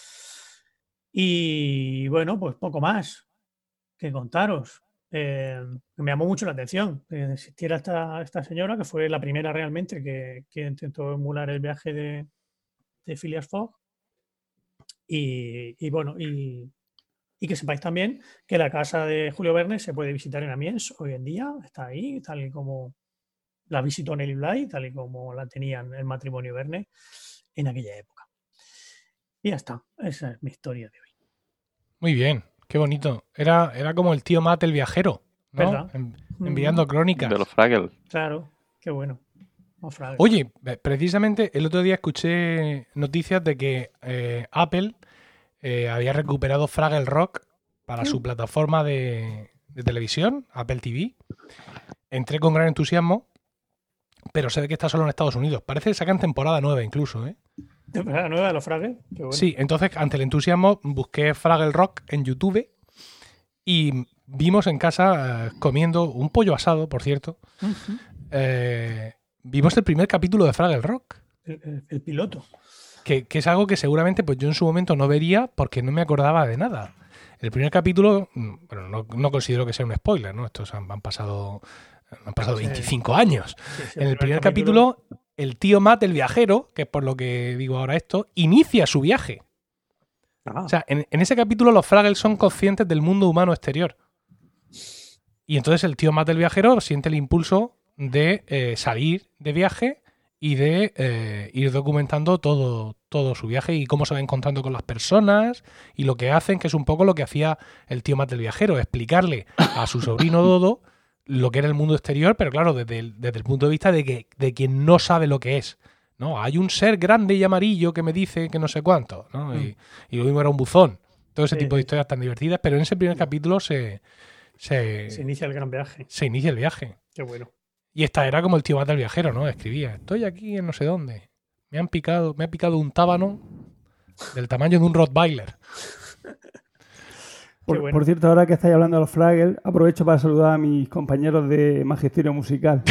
Y bueno, pues poco más que contaros. Me llamó mucho la atención que existiera esta señora, que fue la primera realmente que intentó emular el viaje de Phileas Fogg. Y bueno, y que sepáis también que la casa de Julio Verne se puede visitar en Amiens hoy en día, está ahí, tal y como la visitó Nelly Bly, tal y como la tenían el matrimonio Verne en aquella época. Y ya está, esa es mi historia de hoy. Muy bien. Qué bonito. Era como el tío Matt el viajero, ¿no? Enviando crónicas. De los Fraggles. Claro, qué bueno. Oye, precisamente el otro día escuché noticias de que Apple había recuperado Fraggle Rock para su plataforma de televisión, Apple TV. Entré con gran entusiasmo, pero sé que está solo en Estados Unidos. Parece que sacan temporada nueva incluso, ¿eh? ¿Temporada nueva de los Fraggles? Bueno. Sí, entonces ante el entusiasmo busqué Fraggle Rock en YouTube y vimos en casa comiendo un pollo asado, por cierto. Vimos el primer capítulo de Fraggle Rock. El piloto. Que es algo que seguramente pues yo en su momento no vería porque no me acordaba de nada. El primer capítulo, bueno, no considero que sea un spoiler, ¿no? Estos han pasado 25 años. En el primer capítulo, el tío Matt, el viajero, que es por lo que digo ahora esto, inicia su viaje. O sea, en ese capítulo los Fraggles son conscientes del mundo humano exterior. Y entonces el tío Matt del viajero siente el impulso de salir de viaje y de ir documentando todo su viaje y cómo se va encontrando con las personas y lo que hacen, que es un poco lo que hacía el tío Matt del viajero, explicarle a su sobrino Dodo lo que era el mundo exterior, pero claro, desde el punto de vista de quien no sabe lo que es, ¿no? Hay un ser grande y amarillo que me dice que no sé cuánto, ¿no? Y lo mismo era un buzón. Todo ese tipo de historias tan divertidas, pero en ese primer capítulo se inicia el gran viaje. Se inicia el viaje. Qué bueno. Y esta era como el tío Matt del viajero, ¿no? Escribía, estoy aquí en no sé dónde. Me ha picado un tábano del tamaño de un Rottweiler. Por cierto, ahora que estáis hablando de los Fraggles, aprovecho para saludar a mis compañeros de Magisterio Musical.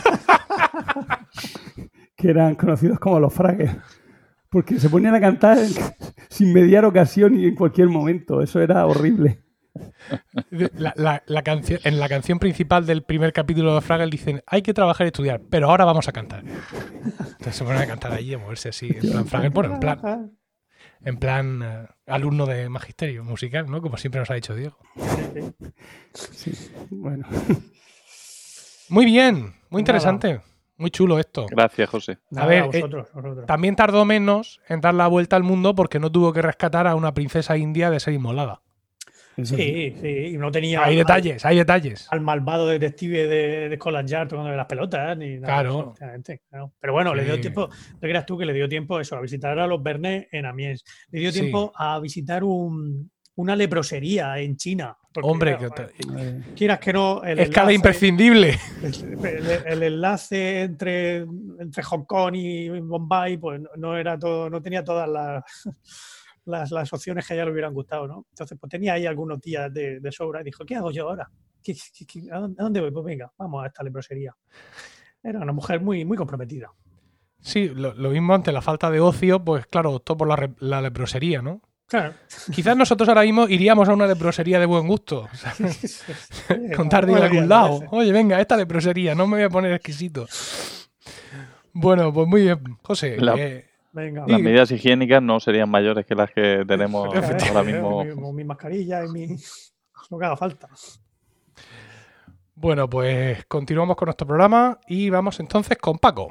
Que eran conocidos como los Fraggles. Porque se ponían a cantar sin mediar ocasión y en cualquier momento. Eso era horrible. En la canción principal del primer capítulo de Fraggles dicen hay que trabajar y estudiar, pero ahora vamos a cantar. Entonces se ponen a cantar allí, a moverse así, en plan Fraggles, bueno, en plan alumno de Magisterio Musical, ¿no? Como siempre nos ha dicho Diego. Sí, bueno. Muy bien, muy interesante. Muy chulo esto. Gracias, José. A ver, vosotros. También tardó menos en dar la vuelta al mundo porque no tuvo que rescatar a una princesa india de ser inmolada. Sí, y no tenía... Hay detalles. Al malvado detective de Scotland Yard tocando las pelotas ni nada. Claro. Claro. Pero bueno, le dio tiempo, no creas tú que le dio tiempo eso, a visitar a los Bernet en Amiens. Le dio tiempo a visitar una leprosería en China. Porque, hombre, quieras que no... Escala imprescindible. El enlace entre Hong Kong y Bombay pues no tenía todas las opciones que a ella le hubieran gustado, ¿no? Entonces, pues tenía ahí algunos días de sobra y dijo, ¿qué hago yo ahora? ¿A dónde voy? Pues venga, vamos a esta leprosería. Era una mujer muy, muy comprometida. Sí, lo mismo ante la falta de ocio, pues claro, optó por la leprosería, ¿no? Claro. Quizás nosotros ahora mismo iríamos a una leprosería de buen gusto. O sea, contar de ir a algún lado. Oye, venga, esta leprosería, no me voy a poner exquisito. Bueno, pues muy bien, José. Venga. Las medidas higiénicas no serían mayores que las que tenemos ahora mismo. Mi mascarilla y lo que haga falta. Bueno, pues continuamos con nuestro programa y vamos entonces con Paco.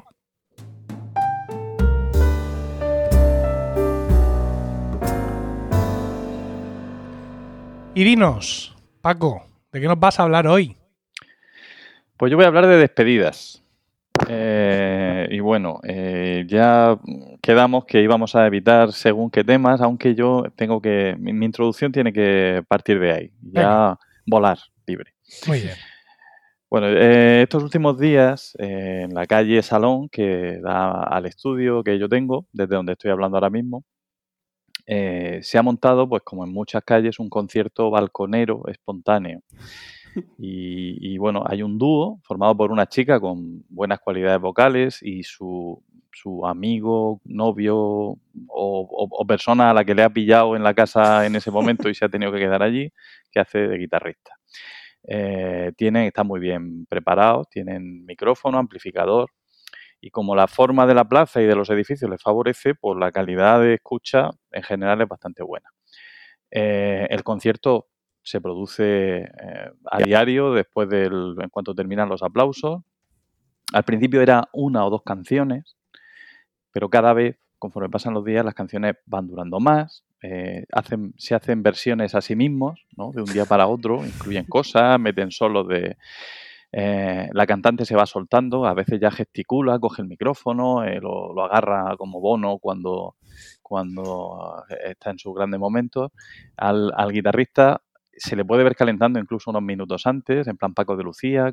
Y dinos, Paco, ¿de qué nos vas a hablar hoy? Pues yo voy a hablar de despedidas. Y bueno, ya quedamos que íbamos a evitar según qué temas, aunque yo tengo que... Mi introducción tiene que partir de ahí. Ya volar libre. Muy bien. Bueno, estos últimos días, en la calle Salón, que da al estudio que yo tengo, desde donde estoy hablando ahora mismo, se ha montado, pues como en muchas calles, un concierto balconero espontáneo. Y bueno, hay un dúo formado por una chica con buenas cualidades vocales y su amigo, novio o persona a la que le ha pillado en la casa en ese momento y se ha tenido que quedar allí, que hace de guitarrista. Están muy bien preparados, tienen micrófono, amplificador. Y como la forma de la plaza y de los edificios les favorece, pues la calidad de escucha en general es bastante buena. El concierto se produce a diario en cuanto terminan los aplausos. Al principio era 1 o 2 canciones, pero cada vez, conforme pasan los días, las canciones van durando más. Se hacen versiones a sí mismos, ¿no? De un día para otro, incluyen cosas, meten solos de... la cantante se va soltando, a veces ya gesticula, coge el micrófono, lo agarra como Bono cuando está en sus grandes momentos. Al guitarrista se le puede ver calentando incluso unos minutos antes, en plan Paco de Lucía,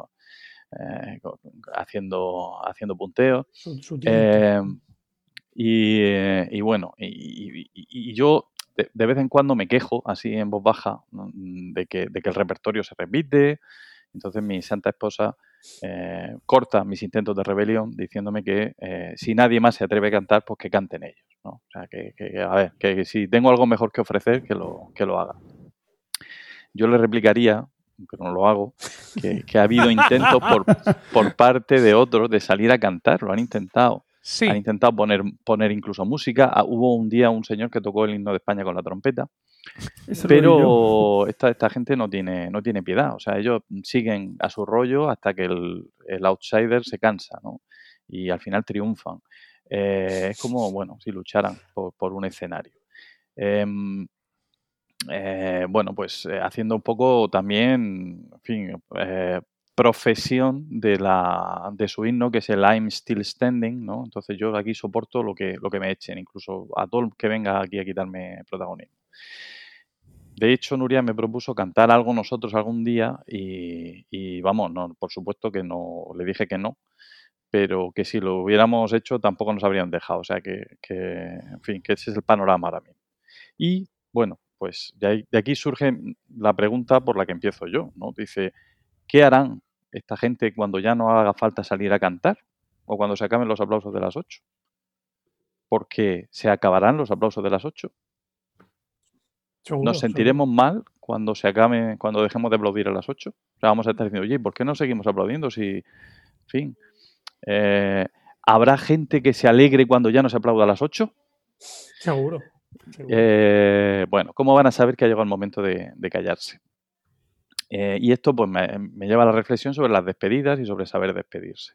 haciendo punteos. Y bueno, y yo de vez en cuando me quejo, así en voz baja, de que el repertorio se repite. Entonces mi santa esposa corta mis intentos de rebelión diciéndome que si nadie más se atreve a cantar, pues que canten ellos, ¿no? O sea, que si tengo algo mejor que ofrecer, que lo haga. Yo le replicaría, pero no lo hago, que ha habido intentos por parte de otros de salir a cantar, lo han intentado. Sí. Han intentado poner incluso música. Hubo un día un señor que tocó el himno de España con la trompeta. Pero esta gente no tiene piedad. O sea, ellos siguen a su rollo hasta que el outsider se cansa, ¿no? Y al final triunfan. Es como, bueno, si lucharan por un escenario. Bueno, pues haciendo un poco también, en fin, profesión de su himno, que es el I'm Still Standing, ¿no? Entonces yo aquí soporto lo que me echen, incluso a todo el que venga aquí a quitarme protagonismo. De hecho, Nuria me propuso cantar algo nosotros algún día y vamos, no, por supuesto que no, le dije que no, pero que si lo hubiéramos hecho tampoco nos habrían dejado. O sea que en fin, que ese es el panorama ahora mismo. Y bueno, pues de aquí surge la pregunta por la que empiezo yo, ¿no? Dice, ¿qué harán esta gente cuando ya no haga falta salir a cantar? O cuando se acaben los aplausos de las 8. Porque se acabarán los aplausos de las 8. ¿Nos sentiremos mal cuando cuando dejemos de aplaudir a las 8? O sea, vamos a estar diciendo, oye, ¿por qué no seguimos aplaudiendo si, en fin, ¿habrá gente que se alegre cuando ya no se aplauda a las 8? Seguro. Bueno, ¿cómo van a saber que ha llegado el momento de callarse? Y esto pues me lleva a la reflexión sobre las despedidas y sobre saber despedirse.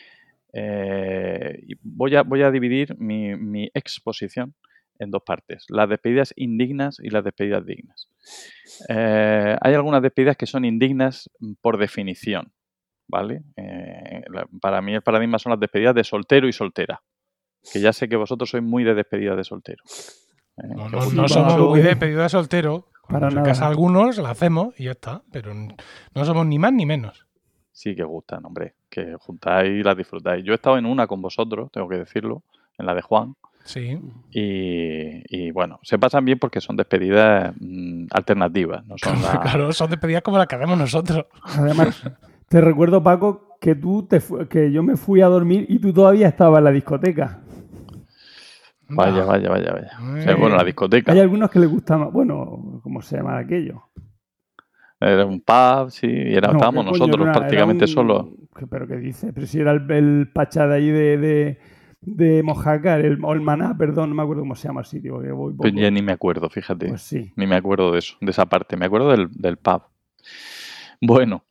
Voy a dividir mi exposición en dos partes, las despedidas indignas y las despedidas dignas. Hay algunas despedidas que son indignas por definición, ¿vale? Para mí el paradigma son las despedidas de soltero y soltera, que ya sé que vosotros sois muy de despedida de soltero. No somos muy de despedida de soltero. Cuando se casa algunos la hacemos y ya está, pero no somos ni más ni menos. Sí que gustan, hombre, que juntáis y las disfrutáis. Yo he estado en una con vosotros, tengo que decirlo, en la de Juan. Sí. Y bueno, se pasan bien porque son despedidas alternativas. No son Claro, son despedidas como las que hacemos nosotros. Además, te recuerdo, Paco, que que yo me fui a dormir y tú todavía estabas en la discoteca. Vaya. O sea, bueno, la discoteca. Hay algunos que les gusta más. Bueno, ¿cómo se llama aquello? Era un pub, sí, y estábamos nosotros prácticamente solos. ¿Pero qué dice? Pero si era el Pachá de ahí de Mojácar, el Maná, perdón, no me acuerdo cómo se llama el sitio. Pues ya ni me acuerdo, fíjate. Pues sí. Ni me acuerdo de eso, de esa parte. Me acuerdo del pub. Bueno.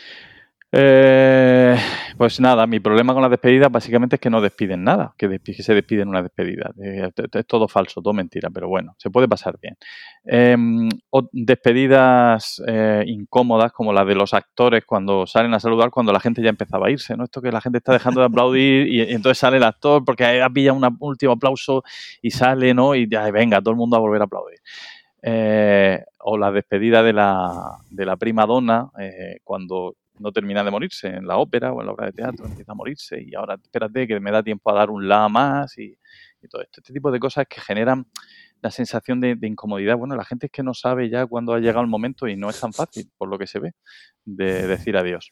Pues nada, mi problema con las despedidas básicamente es que no despiden nada, que se despiden una despedida. Es todo falso, todo mentira, pero bueno, se puede pasar bien. O despedidas incómodas como las de los actores cuando salen a saludar cuando la gente ya empezaba a irse, ¿no? Esto que la gente está dejando de aplaudir y entonces sale el actor porque ha pillado un último aplauso y sale, ¿no? Y ya, venga, todo el mundo a volver a aplaudir. O la despedida de la prima donna cuando no termina de morirse en la ópera o en la obra de teatro, empieza a morirse y ahora espérate que me da tiempo a dar un la más y todo esto. Este tipo de cosas que generan la sensación de incomodidad. Bueno, la gente es que no sabe ya cuándo ha llegado el momento y no es tan fácil, por lo que se ve, de decir adiós.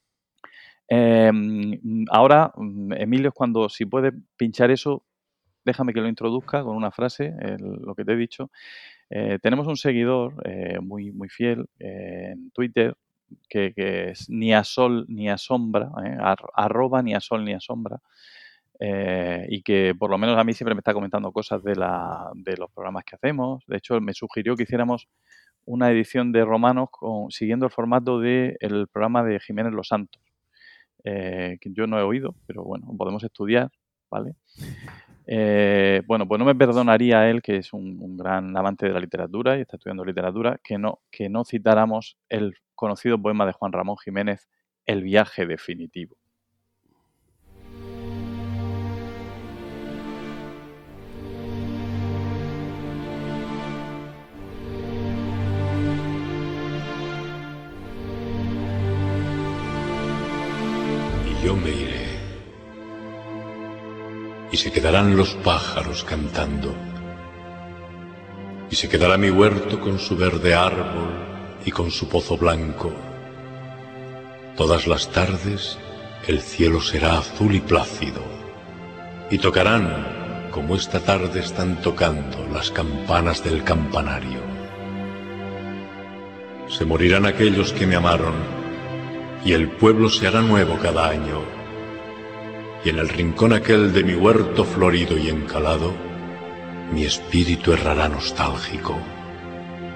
Ahora, Emilio, si puedes pinchar eso, déjame que lo introduzca con una frase, lo que te he dicho. Tenemos un seguidor muy, muy fiel en Twitter, que es ni a sol ni a sombra, @ ni a sol ni a sombra, y que por lo menos a mí siempre me está comentando cosas de los programas que hacemos. De hecho, me sugirió que hiciéramos una edición de Romanos siguiendo el formato del programa de Jiménez Los Santos, que yo no he oído, pero bueno, podemos estudiar, ¿vale? Bueno, pues no me perdonaría él, que es un gran amante de la literatura y está estudiando literatura, que no citáramos el conocido poema de Juan Ramón Jiménez, El viaje definitivo. Y yo me iré. Y se quedarán los pájaros cantando. Y se quedará mi huerto con su verde árbol y con su pozo blanco. Todas las tardes el cielo será azul y plácido. Y tocarán, como esta tarde están tocando, las campanas del campanario. Se morirán aquellos que me amaron, y el pueblo se hará nuevo cada año. Y en el rincón aquel de mi huerto florido y encalado, mi espíritu errará nostálgico.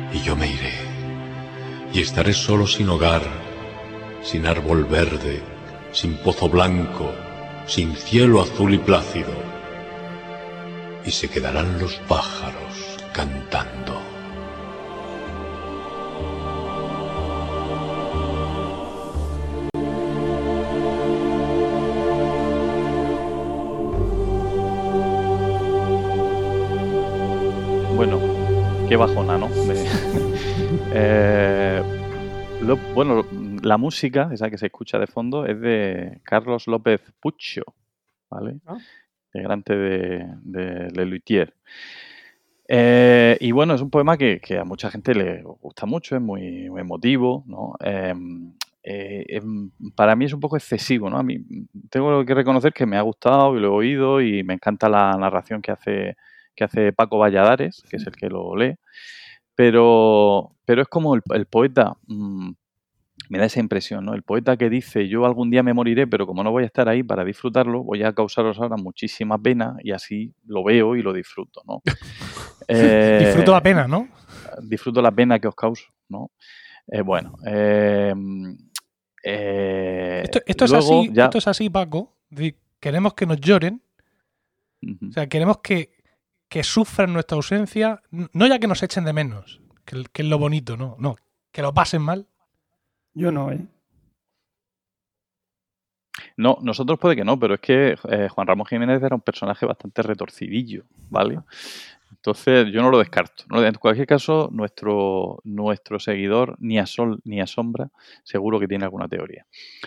y yo me iré. Y estaré solo sin hogar, sin árbol verde, sin pozo blanco, sin cielo azul y plácido. Y se quedarán los pájaros cantando. Bueno, qué bajona, ¿no? Bueno, la música, esa que se escucha de fondo, es de Carlos López Pucho, ¿vale? Integrante de Le Luthier. Y bueno, es un poema que a mucha gente le gusta mucho, es muy emotivo, ¿no? Para mí es un poco excesivo, ¿no? A mí tengo que reconocer que me ha gustado y lo he oído y me encanta la narración que hace Paco Valladares, que es el que lo lee, pero es como el poeta, me da esa impresión, ¿no? El poeta que dice, yo algún día me moriré, pero como no voy a estar ahí para disfrutarlo, voy a causaros ahora muchísima pena y así lo veo y lo disfruto, ¿no? Disfruto la pena, ¿no? Disfruto la pena que os causo, ¿no? Esto es luego, así, esto es así, Paco. Queremos que nos lloren. O sea, queremos que sufran nuestra ausencia, no ya que nos echen de menos, que es lo bonito, no, que lo pasen mal. Yo no, No, nosotros puede que no, pero es que Juan Ramón Jiménez era un personaje bastante retorcidillo, ¿vale? Entonces yo no lo descarto. En cualquier caso, nuestro seguidor, ni a sol ni a sombra, seguro que tiene alguna teoría.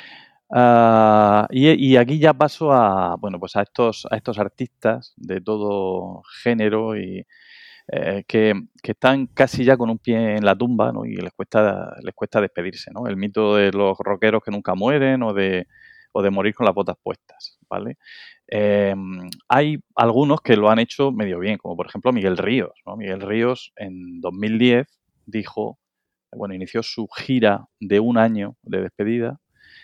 Y aquí ya paso a estos artistas de todo género y que están casi ya con un pie en la tumba, ¿no? Y les cuesta despedirse, ¿no? El mito de los rockeros que nunca mueren o de morir con las botas puestas, ¿vale? Hay algunos que lo han hecho medio bien, como por ejemplo Miguel Ríos, ¿no? Miguel Ríos en 2010 inició su gira de un año de despedida.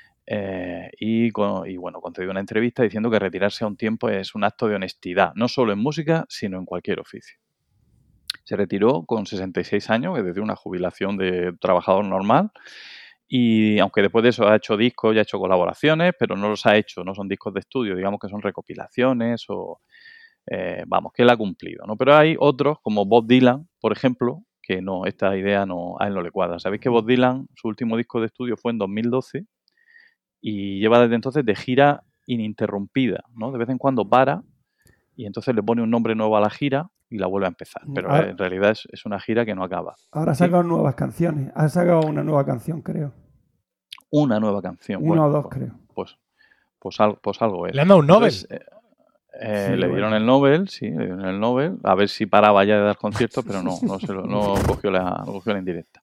Concedió una entrevista diciendo que retirarse a un tiempo es un acto de honestidad, no solo en música, sino en cualquier oficio. Se retiró con 66 años, es decir, una jubilación de trabajador normal, y aunque después de eso ha hecho discos y ha hecho colaboraciones, pero no los ha hecho, no son discos de estudio, digamos que son recopilaciones o, que él ha cumplido, ¿no? Pero hay otros, como Bob Dylan, por ejemplo, que no, esta idea a él no le cuadra. Sabéis que Bob Dylan, su último disco de estudio fue en 2012, y lleva desde entonces de gira ininterrumpida, ¿no? De vez en cuando para y entonces le pone un nombre nuevo a la gira y la vuelve a empezar. Pero en realidad es una gira que no acaba. Ahora ha sacado nuevas canciones. Ha sacado una nueva canción, creo. Una nueva canción. Una o dos, creo. Pues algo es. ¿Le han dado un Nobel? Le dieron el Nobel, sí, le dieron el Nobel. A ver si paraba ya de dar conciertos, pero no cogió la indirecta.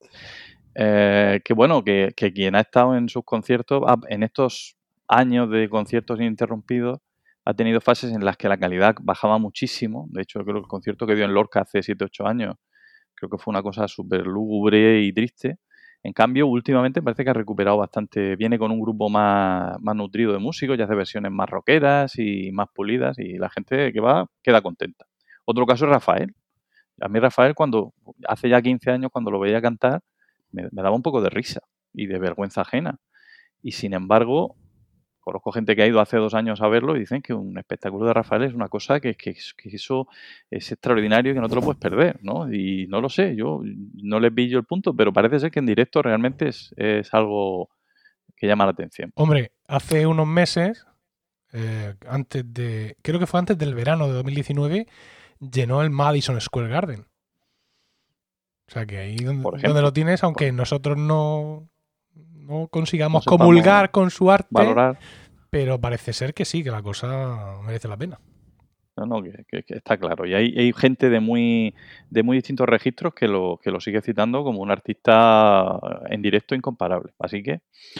Que quien ha estado en sus conciertos, en estos años de conciertos ininterrumpidos, ha tenido fases en las que la calidad bajaba muchísimo. De hecho, creo que el concierto que dio en Lorca hace 7-8 años, creo que fue una cosa súper lúgubre y triste. En cambio, últimamente parece que ha recuperado bastante. Viene con un grupo más nutrido de músicos y hace versiones más rockeras y más pulidas y la gente que va queda contenta. Otro caso es Rafael. A mí Rafael, cuando hace ya 15 años, cuando lo veía cantar, me daba un poco de risa y de vergüenza ajena. Y sin embargo, conozco gente que ha ido hace 2 años a verlo y dicen que un espectáculo de Rafael es una cosa que eso es extraordinario y que no te lo puedes perder, ¿no? Y no lo sé, yo no les pillo el punto, pero parece ser que en directo realmente es algo que llama la atención. Hombre, hace unos meses, creo que fue antes del verano de 2019, llenó el Madison Square Garden. O sea que ahí donde lo tienes, aunque nosotros no consigamos comulgar con su arte, valorar. Pero parece ser que sí, que la cosa merece la pena. No, que está claro. Y hay gente de muy distintos registros que lo sigue citando como un artista en directo incomparable. Así que,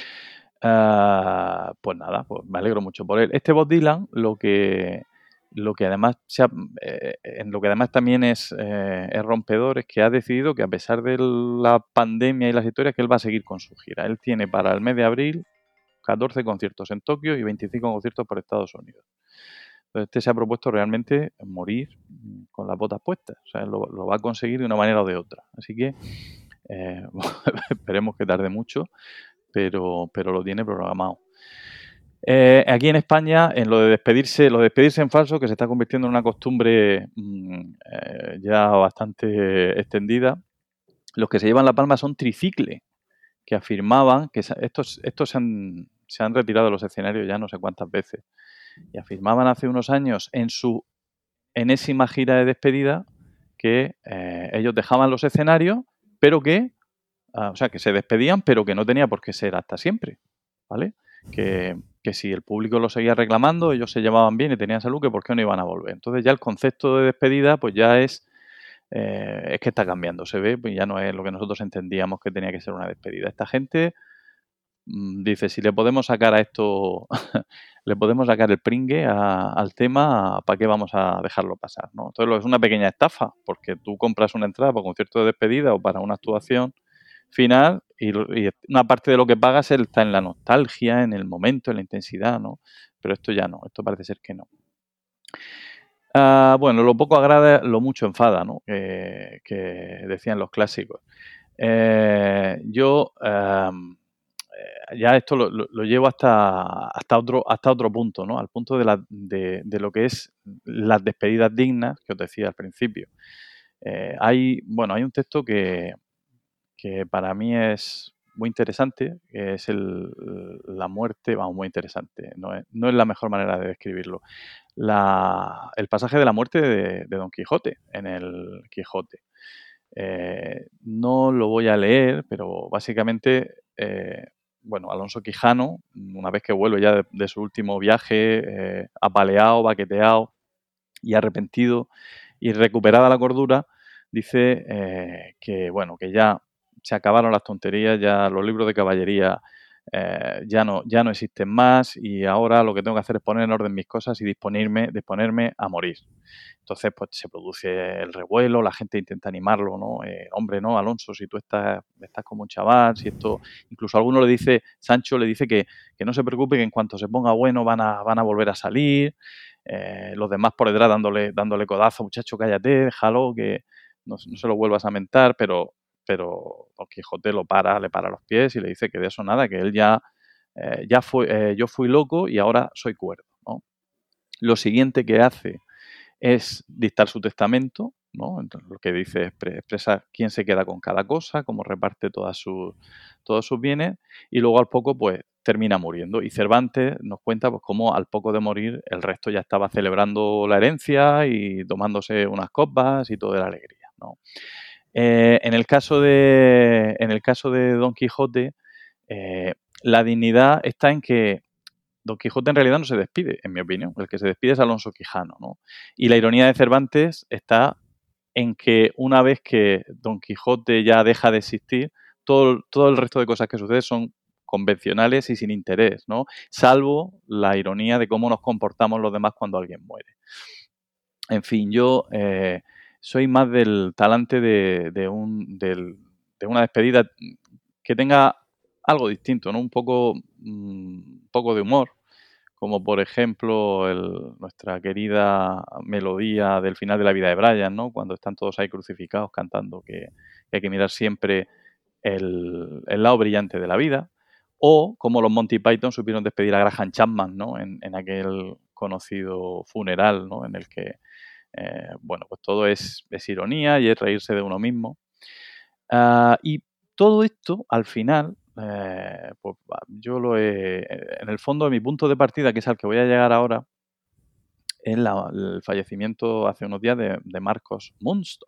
pues nada, pues me alegro mucho por él. Este Bob Dylan, lo que además también es rompedor, es que ha decidido que a pesar de la pandemia y las historias, que él va a seguir con su gira. Él tiene para el mes de abril 14 conciertos en Tokio y 25 conciertos por Estados Unidos. Este se ha propuesto realmente morir con las botas puestas. O sea, lo va a conseguir de una manera o de otra. Así que esperemos que tarde mucho, pero lo tiene programado. Aquí en España, en lo de despedirse en falso, que se está convirtiendo en una costumbre ya bastante extendida, los que se llevan la palma son Tricicle, que afirmaban que estos se han retirado de los escenarios ya no sé cuántas veces, y afirmaban hace unos años en su enésima gira de despedida que ellos dejaban los escenarios, pero que se despedían, pero que no tenía por qué ser hasta siempre, ¿vale? Que si el público lo seguía reclamando, ellos se llevaban bien y tenían salud, que por qué no iban a volver. Entonces ya el concepto de despedida pues ya es que está cambiando, se ve, pues ya no es lo que nosotros entendíamos que tenía que ser una despedida. Esta gente dice, si le podemos sacar a esto, le podemos sacar el pringue al tema, ¿para qué vamos a dejarlo pasar? ¿no? Entonces es una pequeña estafa, porque tú compras una entrada para un concierto de despedida o para una actuación final y una parte de lo que pagas está en la nostalgia, en el momento, en la intensidad, ¿no? Pero esto ya no, esto parece ser que no. Bueno, lo poco agrada, lo mucho enfada, ¿no? Que decían los clásicos. Yo ya esto lo llevo hasta otro punto, ¿no? Al punto de lo que es las despedidas dignas que os decía al principio. Hay un texto que para mí es muy interesante, que es la muerte, muy interesante, no es la mejor manera de describirlo. El pasaje de la muerte de Don Quijote, en el Quijote. No lo voy a leer, pero básicamente, Alonso Quijano, una vez que vuelve ya de su último viaje, apaleado, baqueteado y arrepentido y recuperada la cordura, dice que ya se acabaron las tonterías, ya los libros de caballería ya no existen más y ahora lo que tengo que hacer es poner en orden mis cosas y disponerme a morir. Entonces, pues se produce el revuelo, la gente intenta animarlo, ¿no? Hombre, no, Alonso, si tú estás como un chaval, si esto... Incluso alguno le dice, Sancho le dice que no se preocupe, que en cuanto se ponga bueno van a volver a salir. Los demás por detrás dándole codazo, muchacho, cállate, déjalo, que no se lo vuelvas a mentar, pero Don Quijote le para los pies y le dice que de eso nada, que él yo fui loco y ahora soy cuerdo, ¿no? Lo siguiente que hace es dictar su testamento, ¿no? Entonces, lo que dice expresa quién se queda con cada cosa, cómo reparte todos sus bienes, y luego al poco pues termina muriendo. Y Cervantes nos cuenta pues cómo al poco de morir el resto ya estaba celebrando la herencia y tomándose unas copas y toda la alegría, ¿no? En el caso de Don Quijote, la dignidad está en que Don Quijote en realidad no se despide, en mi opinión. El que se despide es Alonso Quijano, ¿no? Y la ironía de Cervantes está en que una vez que Don Quijote ya deja de existir, todo el resto de cosas que suceden son convencionales y sin interés, ¿no? Salvo la ironía de cómo nos comportamos los demás cuando alguien muere. En fin, yo soy más del talante de una despedida que tenga algo distinto, ¿no? Un poco de humor, como por ejemplo nuestra querida melodía del final de la vida de Brian, ¿no? Cuando están todos ahí crucificados cantando que hay que mirar siempre el lado brillante de la vida, o como los Monty Python supieron despedir a Graham Chapman, ¿no? En aquel conocido funeral, ¿no? En el que pues todo es ironía y es reírse de uno mismo. Y todo esto, al final, pues yo en el fondo, de mi punto de partida, que es al que voy a llegar ahora, es el fallecimiento hace unos días de Marcos Munstock,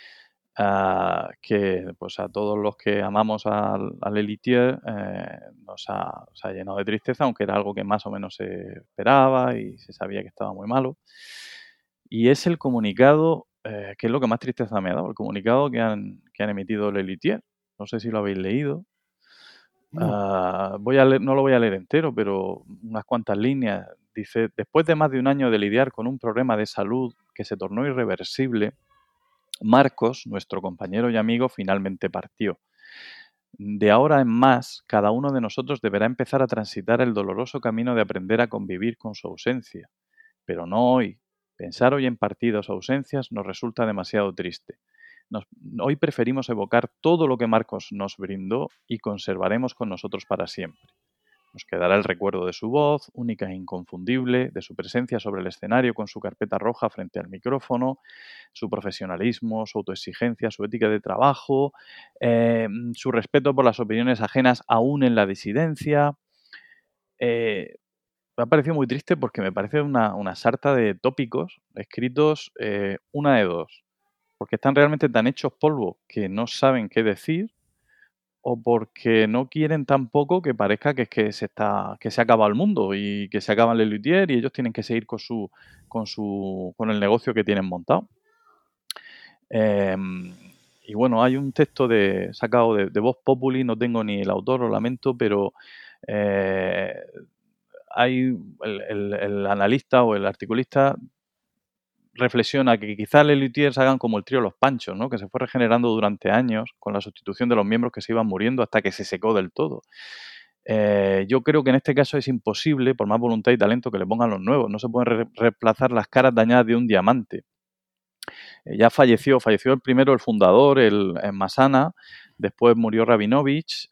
que pues a todos los que amamos al Elitier nos ha llenado de tristeza, aunque era algo que más o menos se esperaba y se sabía que estaba muy malo. Y es el comunicado, que es lo que más tristeza me ha dado, el comunicado que han emitido el Elitier. No sé si lo habéis leído. No. No lo voy a leer entero, pero unas cuantas líneas. Dice: después de más de un año de lidiar con un problema de salud que se tornó irreversible, Marcos, nuestro compañero y amigo, finalmente partió. De ahora en más, cada uno de nosotros deberá empezar a transitar el doloroso camino de aprender a convivir con su ausencia. pero no hoy. Pensar hoy en partidos o ausencias nos resulta demasiado triste. Hoy preferimos evocar todo lo que Marcos nos brindó y conservaremos con nosotros para siempre. Nos quedará el recuerdo de su voz, única e inconfundible, de su presencia sobre el escenario con su carpeta roja frente al micrófono, su profesionalismo, su autoexigencia, su ética de trabajo, su respeto por las opiniones ajenas aún en la disidencia. Me ha parecido muy triste porque me parece una sarta de tópicos escritos una de dos. Porque están realmente tan hechos polvo que no saben qué decir, o porque no quieren tampoco que parezca que se acaba el mundo y que se acaba el Lelutier y ellos tienen que seguir con el negocio que tienen montado. Y bueno, hay un texto sacado de Vox Populi, no tengo ni el autor, lo lamento, pero hay el analista o el articulista reflexiona que quizás los Lelutiers hagan como el trío Los Panchos, ¿no? Que se fue regenerando durante años con la sustitución de los miembros que se iban muriendo hasta que se secó del todo. Yo creo que en este caso es imposible, por más voluntad y talento que le pongan los nuevos. No se pueden reemplazar las caras dañadas de un diamante. Ya falleció el primero, el fundador, el Masana, después murió Rabinovich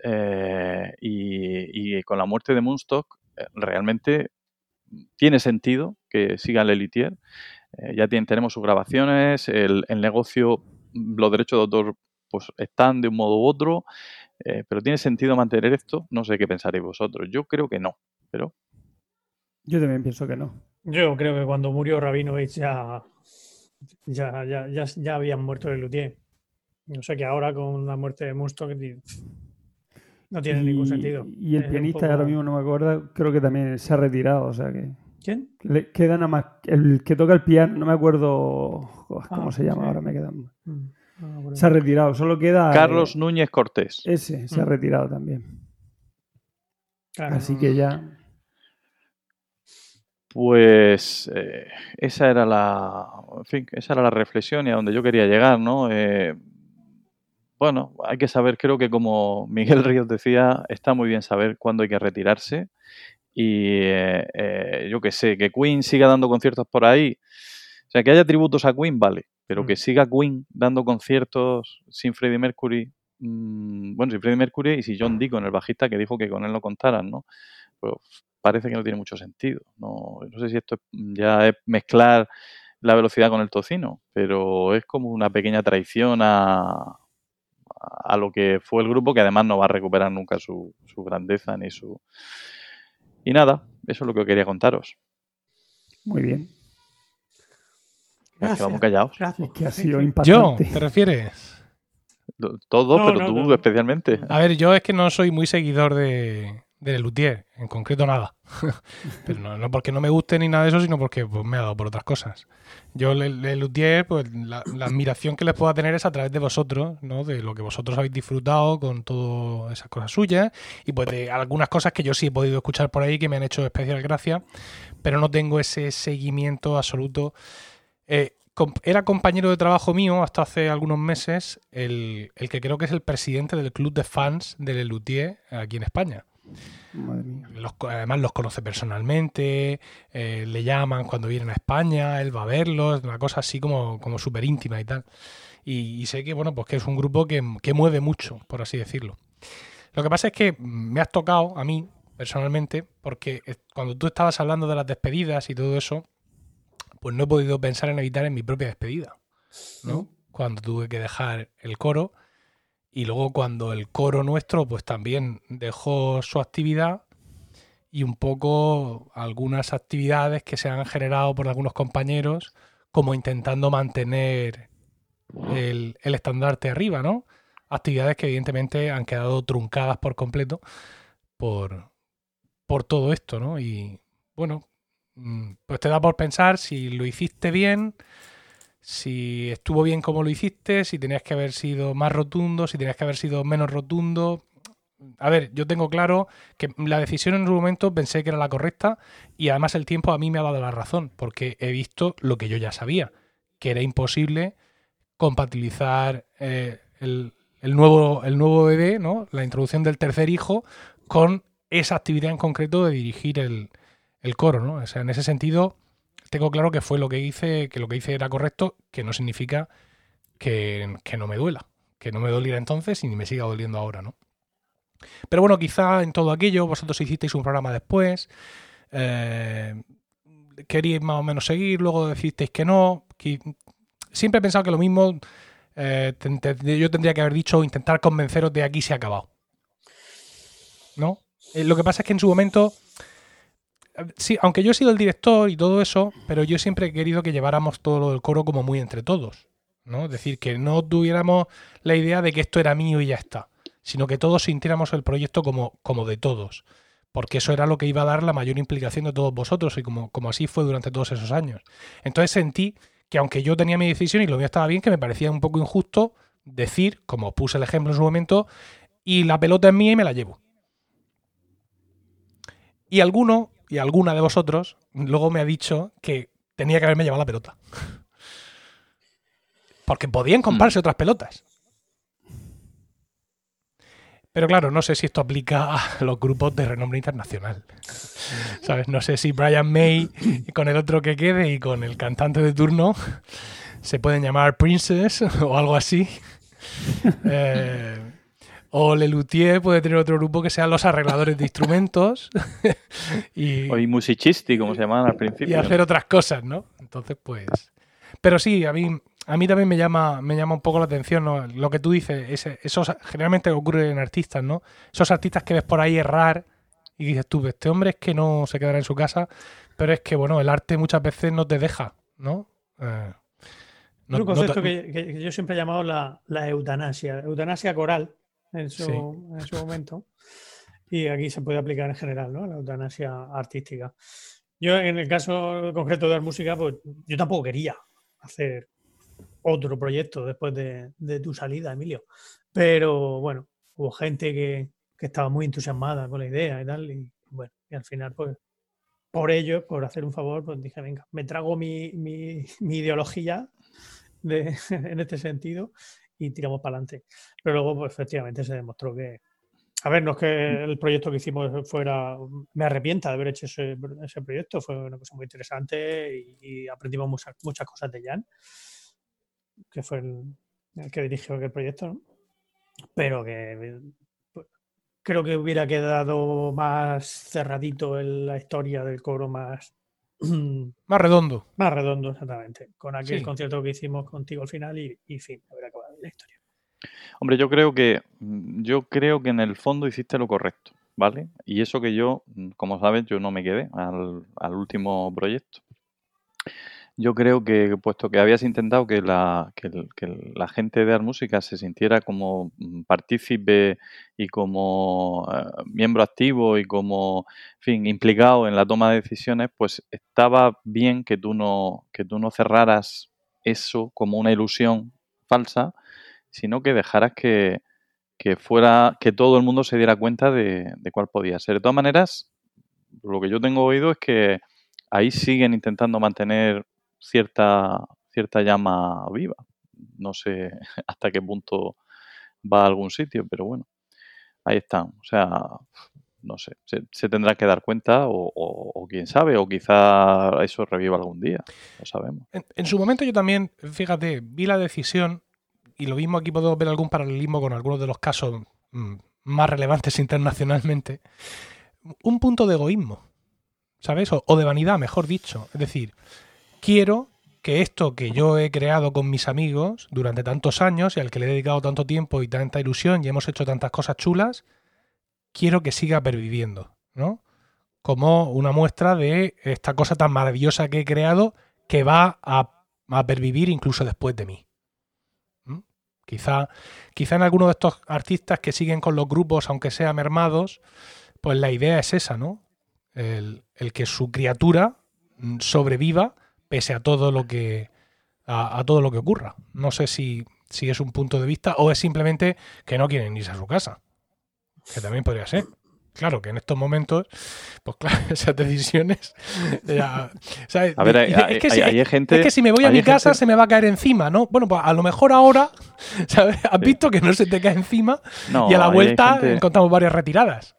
y con la muerte de Munstock realmente tiene sentido que siga Lelutier. Ya tenemos sus grabaciones, el negocio, los derechos de autor pues están de un modo u otro, pero ¿tiene sentido mantener esto? No sé qué pensaréis vosotros. Yo creo que no, pero... Yo también pienso que no. Yo creo que cuando murió Rabinovich ya habían muerto Lelutier. No sé, que ahora con la muerte de Munstock no tiene ningún sentido. Y el pianista, ahora mismo no me acuerdo, creo que también se ha retirado, o sea que... ¿Quién? Le queda nada más. El que toca el piano, no me acuerdo cómo se llama, sí. Ahora me quedan. Se ha retirado, solo queda. Carlos Núñez Cortés. Ese se ha retirado también. Claro. Así que ya. Pues esa era la reflexión y a donde yo quería llegar, ¿no? Bueno, hay que saber, creo que como Miguel Ríos decía, está muy bien saber cuándo hay que retirarse. Y yo qué sé, que Queen siga dando conciertos por ahí, o sea, que haya tributos a Queen, vale, pero que siga Queen dando conciertos sin Freddie Mercury, sin Freddie Mercury y si John Deacon, el bajista, que dijo que con él no contaran, ¿no? Pues parece que no tiene mucho sentido. No sé si esto ya es mezclar la velocidad con el tocino, pero es como una pequeña traición a lo que fue el grupo, que además no va a recuperar nunca su grandeza ni su... Y nada, eso es lo que quería contaros. Muy bien. Gracias. Es que vamos callados. Gracias. Es que ha sido impactante. ¿Yo? ¿Te refieres? Todos, no, pero tú especialmente. A ver, yo es que no soy muy seguidor de Lelutier, en concreto nada. Pero no porque no me guste ni nada de eso, sino porque pues, me ha dado por otras cosas. Yo, Lelutier, pues la admiración que les pueda tener es a través de vosotros, ¿no? De lo que vosotros habéis disfrutado con todas esas cosas suyas y pues de algunas cosas que yo sí he podido escuchar por ahí que me han hecho especial gracia, pero no tengo ese seguimiento absoluto. Era compañero de trabajo mío hasta hace algunos meses el que creo que es el presidente del club de fans de Lelutier aquí en España. Madre mía. Además los conoce personalmente, le llaman cuando vienen a España, él va a verlos, una cosa así como súper íntima y tal. Y sé que bueno, pues que es un grupo que mueve mucho, por así decirlo. Lo que pasa es que me has tocado a mí, personalmente, porque cuando tú estabas hablando de las despedidas y todo eso, pues no he podido pensar en evitar en mi propia despedida, ¿no? Cuando tuve que dejar el coro y luego cuando el coro nuestro pues también dejó su actividad y un poco algunas actividades que se han generado por algunos compañeros como intentando mantener el estandarte arriba, ¿no? Actividades que evidentemente han quedado truncadas por completo por todo esto, ¿no? Y bueno, pues te da por pensar si lo hiciste bien, si estuvo bien como lo hiciste, si tenías que haber sido más rotundo, si tenías que haber sido menos rotundo. A ver, yo tengo claro que la decisión en un momento pensé que era la correcta y además el tiempo a mí me ha dado la razón porque he visto lo que yo ya sabía, que era imposible compatibilizar el nuevo bebé, ¿no? La introducción del tercer hijo con esa actividad en concreto de dirigir el coro, ¿no? O sea, en ese sentido tengo claro que fue lo que hice era correcto, que no significa que no me duela, que no me doliera entonces y ni me siga doliendo ahora, ¿no? Pero bueno, quizá en todo aquello vosotros hicisteis un programa después, queríais más o menos seguir, luego decidisteis que no. Siempre he pensado que lo mismo yo tendría que haber dicho, intentar convenceros de aquí se ha acabado, ¿no? Lo que pasa es que en su momento, sí, aunque yo he sido el director y todo eso, pero yo siempre he querido que lleváramos todo lo del coro como muy entre todos, ¿no? Es decir, que no tuviéramos la idea de que esto era mío y ya está, sino que todos sintiéramos el proyecto como de todos, porque eso era lo que iba a dar la mayor implicación de todos vosotros y como así fue durante todos esos años. Entonces sentí que aunque yo tenía mi decisión y lo mío estaba bien, que me parecía un poco injusto decir, como puse el ejemplo en su momento, y la pelota es mía y me la llevo. Y alguno y alguna de vosotros luego me ha dicho que tenía que haberme llevado la pelota. Porque podían comprarse otras pelotas. Pero claro, no sé si esto aplica a los grupos de renombre internacional. ¿Sabes? No sé si Brian May, con el otro que quede y con el cantante de turno, se pueden llamar Princess o algo así. O Lelutier puede tener otro grupo que sean los arregladores de instrumentos. O i musicisti, como se llamaban al principio. Y hacer otras cosas, ¿no? Entonces, pues... Pero sí, a mí también me llama un poco la atención, ¿no? Lo que tú dices, eso generalmente ocurre en artistas, ¿no? Esos artistas que ves por ahí errar y dices tú, este hombre es que no se quedará en su casa, pero es que, bueno, el arte muchas veces no te deja, ¿no? Un concepto que yo siempre he llamado la eutanasia coral en su momento, y aquí se puede aplicar en general, ¿no? La eutanasia artística. Yo, en el caso concreto de la música, pues yo tampoco quería hacer otro proyecto después de tu salida, Emilio. Pero bueno, hubo gente que estaba muy entusiasmada con la idea y tal. Y bueno, y al final, pues, por ello, por hacer un favor, pues dije, venga, me trago mi ideología en este sentido y tiramos para adelante. Pero luego, pues, efectivamente, se demostró que... A ver, no es que el proyecto que hicimos fuera... Me arrepienta de haber hecho ese proyecto. Fue una cosa muy interesante y aprendimos muchas cosas de Jan, que fue el que dirigió aquel proyecto, ¿no? Pero que creo que hubiera quedado más cerradito en la historia del coro, más redondo. Más redondo, exactamente. Con aquel concierto que hicimos contigo al final y fin, hubiera acabado la historia. Hombre, yo creo que en el fondo hiciste lo correcto, ¿vale? Y eso que yo, como sabes, yo no me quedé al último proyecto. Yo creo que, puesto que habías intentado que la gente de Artmúsica se sintiera como partícipe y como miembro activo y como, en fin, implicado en la toma de decisiones, pues estaba bien que tú no cerraras eso como una ilusión falsa, sino que dejaras que todo el mundo se diera cuenta de cuál podía ser. De todas maneras, lo que yo tengo oído es que ahí siguen intentando mantener cierta llama viva. No sé hasta qué punto va a algún sitio, pero bueno, ahí están. O sea, no sé, se tendrá que dar cuenta o quién sabe, o quizá eso reviva algún día, no sabemos. En su momento yo también, fíjate, vi la decisión, y lo mismo aquí podemos ver algún paralelismo con algunos de los casos más relevantes internacionalmente, un punto de egoísmo, ¿sabes? O de vanidad, mejor dicho. Es decir, quiero que esto que yo he creado con mis amigos durante tantos años y al que le he dedicado tanto tiempo y tanta ilusión y hemos hecho tantas cosas chulas, quiero que siga perviviendo, ¿no? Como una muestra de esta cosa tan maravillosa que he creado que va a pervivir incluso después de mí. Quizá en algunos de estos artistas que siguen con los grupos, aunque sea mermados, pues la idea es esa, ¿no? El que su criatura sobreviva pese a todo lo que a todo lo que ocurra. No sé si es un punto de vista o es simplemente que no quieren irse a su casa, que también podría ser. Claro que en estos momentos, pues claro, esas decisiones... ¿sabes? A ver, hay gente... Es que si me voy a mi casa se me va a caer encima, ¿no? Bueno, pues a lo mejor ahora, ¿sabes? Has visto que no se te cae encima y a la vuelta encontramos varias retiradas.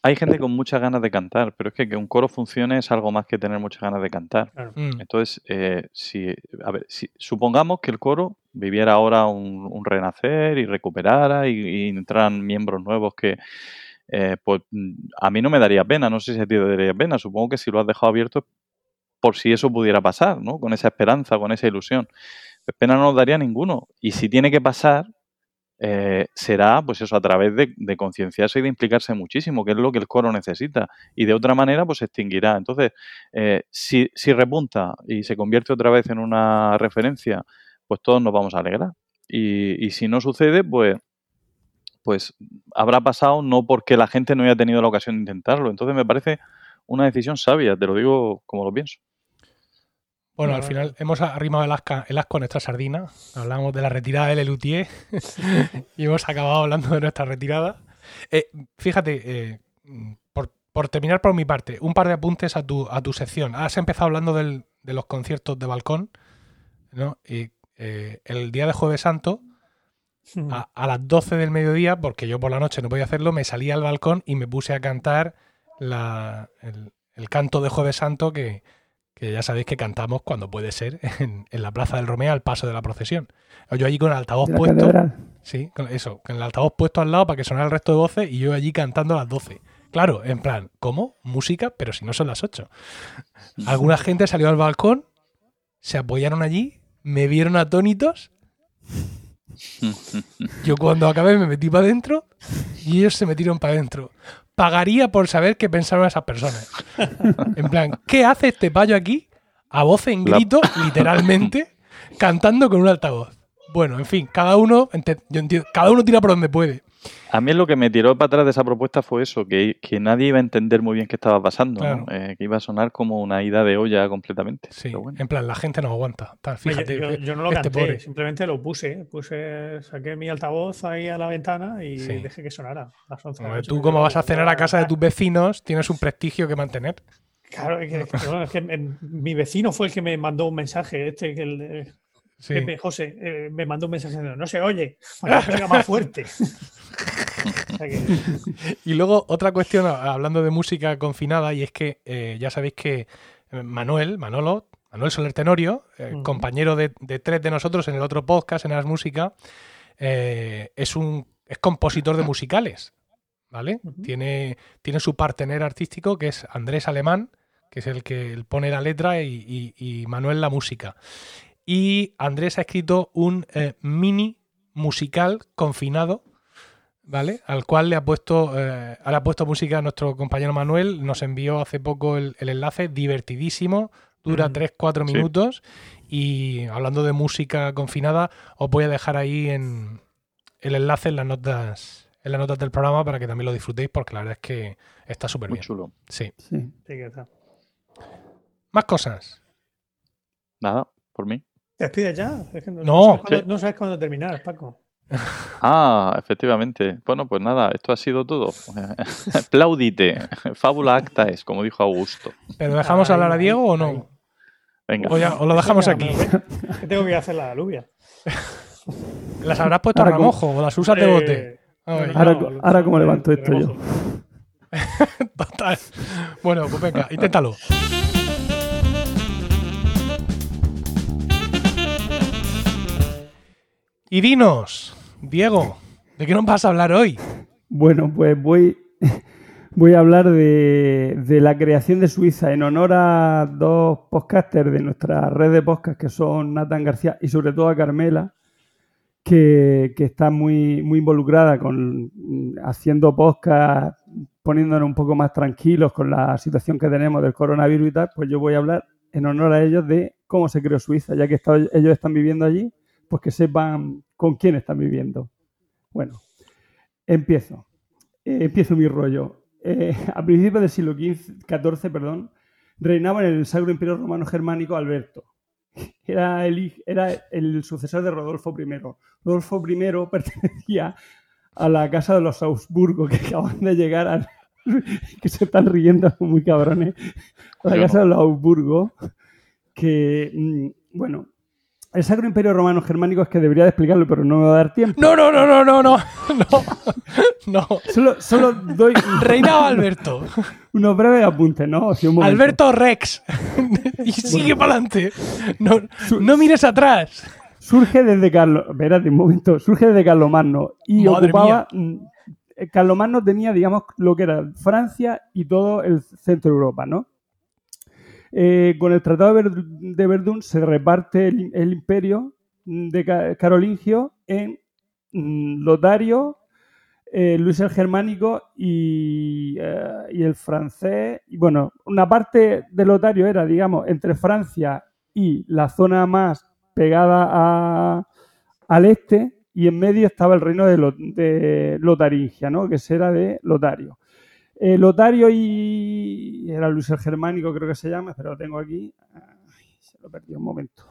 hay gente con muchas ganas de cantar, pero es que un coro funcione es algo más que tener muchas ganas de cantar. Claro. Entonces, si supongamos que el coro viviera ahora un renacer y recuperara y entraran miembros nuevos que, pues a mí no me daría pena, no sé si a ti te daría pena, supongo que si lo has dejado abierto por si eso pudiera pasar, ¿no? Con esa esperanza, con esa ilusión. Pues pena no nos daría ninguno. Y si tiene que pasar, será pues eso, a través de concienciarse y de implicarse muchísimo, que es lo que el coro necesita, y de otra manera pues se extinguirá. Entonces, si repunta y se convierte otra vez en una referencia, pues todos nos vamos a alegrar. Y si no sucede, pues habrá pasado no porque la gente no haya tenido la ocasión de intentarlo. Entonces me parece una decisión sabia, te lo digo como lo pienso. Bueno, al final hemos arrimado el asco a nuestra sardina. Hablamos de la retirada del Lelutier y hemos acabado hablando de nuestra retirada. Fíjate, por terminar por mi parte, un par de apuntes a tu sección. Has empezado hablando de los conciertos de balcón, ¿no? Y el día de Jueves Santo, a las 12 del mediodía, porque yo por la noche no podía hacerlo, me salí al balcón y me puse a cantar el canto de Jueves Santo que ya sabéis que cantamos cuando puede ser en la Plaza del Romea al paso de la procesión. Yo allí con el altavoz puesto. Sí, con el altavoz puesto al lado para que sonara el resto de voces y yo allí cantando a las 12. Claro, en plan, ¿cómo? Música, pero si no son las 8. Alguna gente salió al balcón, se apoyaron allí, me vieron atónitos. Yo cuando acabé me metí para adentro y ellos se metieron para adentro. Pagaría por saber qué pensaron esas personas. En plan, ¿qué hace este payo aquí? A voz en grito, literalmente, cantando con un altavoz. Bueno, en fin, cada uno tira por donde puede. A mí lo que me tiró para atrás de esa propuesta fue eso, que nadie iba a entender muy bien qué estaba pasando, claro. ¿No? Que iba a sonar como una ida de olla completamente. Sí, bueno. En plan, la gente no aguanta. Fíjate, yo no lo canté, pobre. Simplemente lo saqué mi altavoz ahí a la ventana y dejé que sonara. A las 11 de la noche. Tú como vas a cenar a casa de tus vecinos, tienes un prestigio que mantener. Claro, es que mi vecino fue el que me mandó un mensaje, Pepe, José, me mandó un mensaje de no se oye, para que pega más fuerte. Y luego otra cuestión, hablando de música confinada, y es que ya sabéis que Manuel Soler Tenorio, compañero de tres de nosotros en el otro podcast, en As Música, es compositor de musicales, ¿vale? Tiene su partener artístico, que es Andrés Alemán, que es el que pone la letra y Manuel la música. Y Andrés ha escrito un mini musical confinado, ¿vale? Al cual le ha puesto música a nuestro compañero Manuel. Nos envió hace poco el enlace, divertidísimo, dura 3-4 minutos. Y hablando de música confinada, os voy a dejar ahí el enlace en las notas del programa para que también lo disfrutéis, porque la verdad es que está súper bien. Muy chulo. Sí. Sí, que está. Más cosas. Nada, por mí. ¿Te despides ya? Es que no sabes cuándo terminar, Paco. Efectivamente. Bueno, pues nada, esto ha sido todo. Plaudite. Fábula acta es, como dijo Augusto. ¿Pero dejamos hablar a Diego o no? Venga. O lo dejamos aquí. Que tengo que ir a hacer la alubia. ¿Las habrás puesto a remojo o las usas de bote? Ahora como levanto esto yo. Total. Bueno, pues venga, inténtalo. Y dinos, Diego, ¿de qué nos vas a hablar hoy? Bueno, pues voy a hablar de la creación de Suiza en honor a dos podcasters de nuestra red de podcast, que son Nathan García y sobre todo a Carmela, que está muy, muy involucrada con haciendo podcast, poniéndonos un poco más tranquilos con la situación que tenemos del coronavirus y tal. Pues yo voy a hablar en honor a ellos de cómo se creó Suiza, ya que ellos están viviendo allí. Pues que sepan con quién están viviendo. Bueno, empiezo mi rollo. A principios del siglo XIV, reinaba en el Sacro Imperio Romano Germánico Alberto. Era el sucesor de Rodolfo I. Rodolfo I pertenecía a la casa de los Augsburgo, que acaban de llegar que se están riendo muy cabrones. A la casa de los Augsburgo, que, bueno... El Sacro Imperio Romano Germánico es que debería de explicarlo, pero no me va a dar tiempo. No. No. Solo doy... Reinado Alberto. Unos breves apuntes, ¿no? Sí, Alberto Rex. Y sigue para adelante. No mires atrás. Surge desde Espérate un momento. Surge desde Carlomagno. Y Madre ocupaba... Carlomagno tenía, digamos, lo que era Francia y todo el centro de Europa, ¿no? Con el Tratado de Verdún se reparte el imperio de carolingio en Lotario, Luis el Germánico y el francés. Y bueno, una parte de Lotario era, digamos, entre Francia y la zona más pegada al este, y en medio estaba el reino de Lotaringia, ¿no? Que era de Lotario. Lotario y... Era Luis el Germánico, creo que se llama, pero lo tengo aquí. Se lo perdí un momento.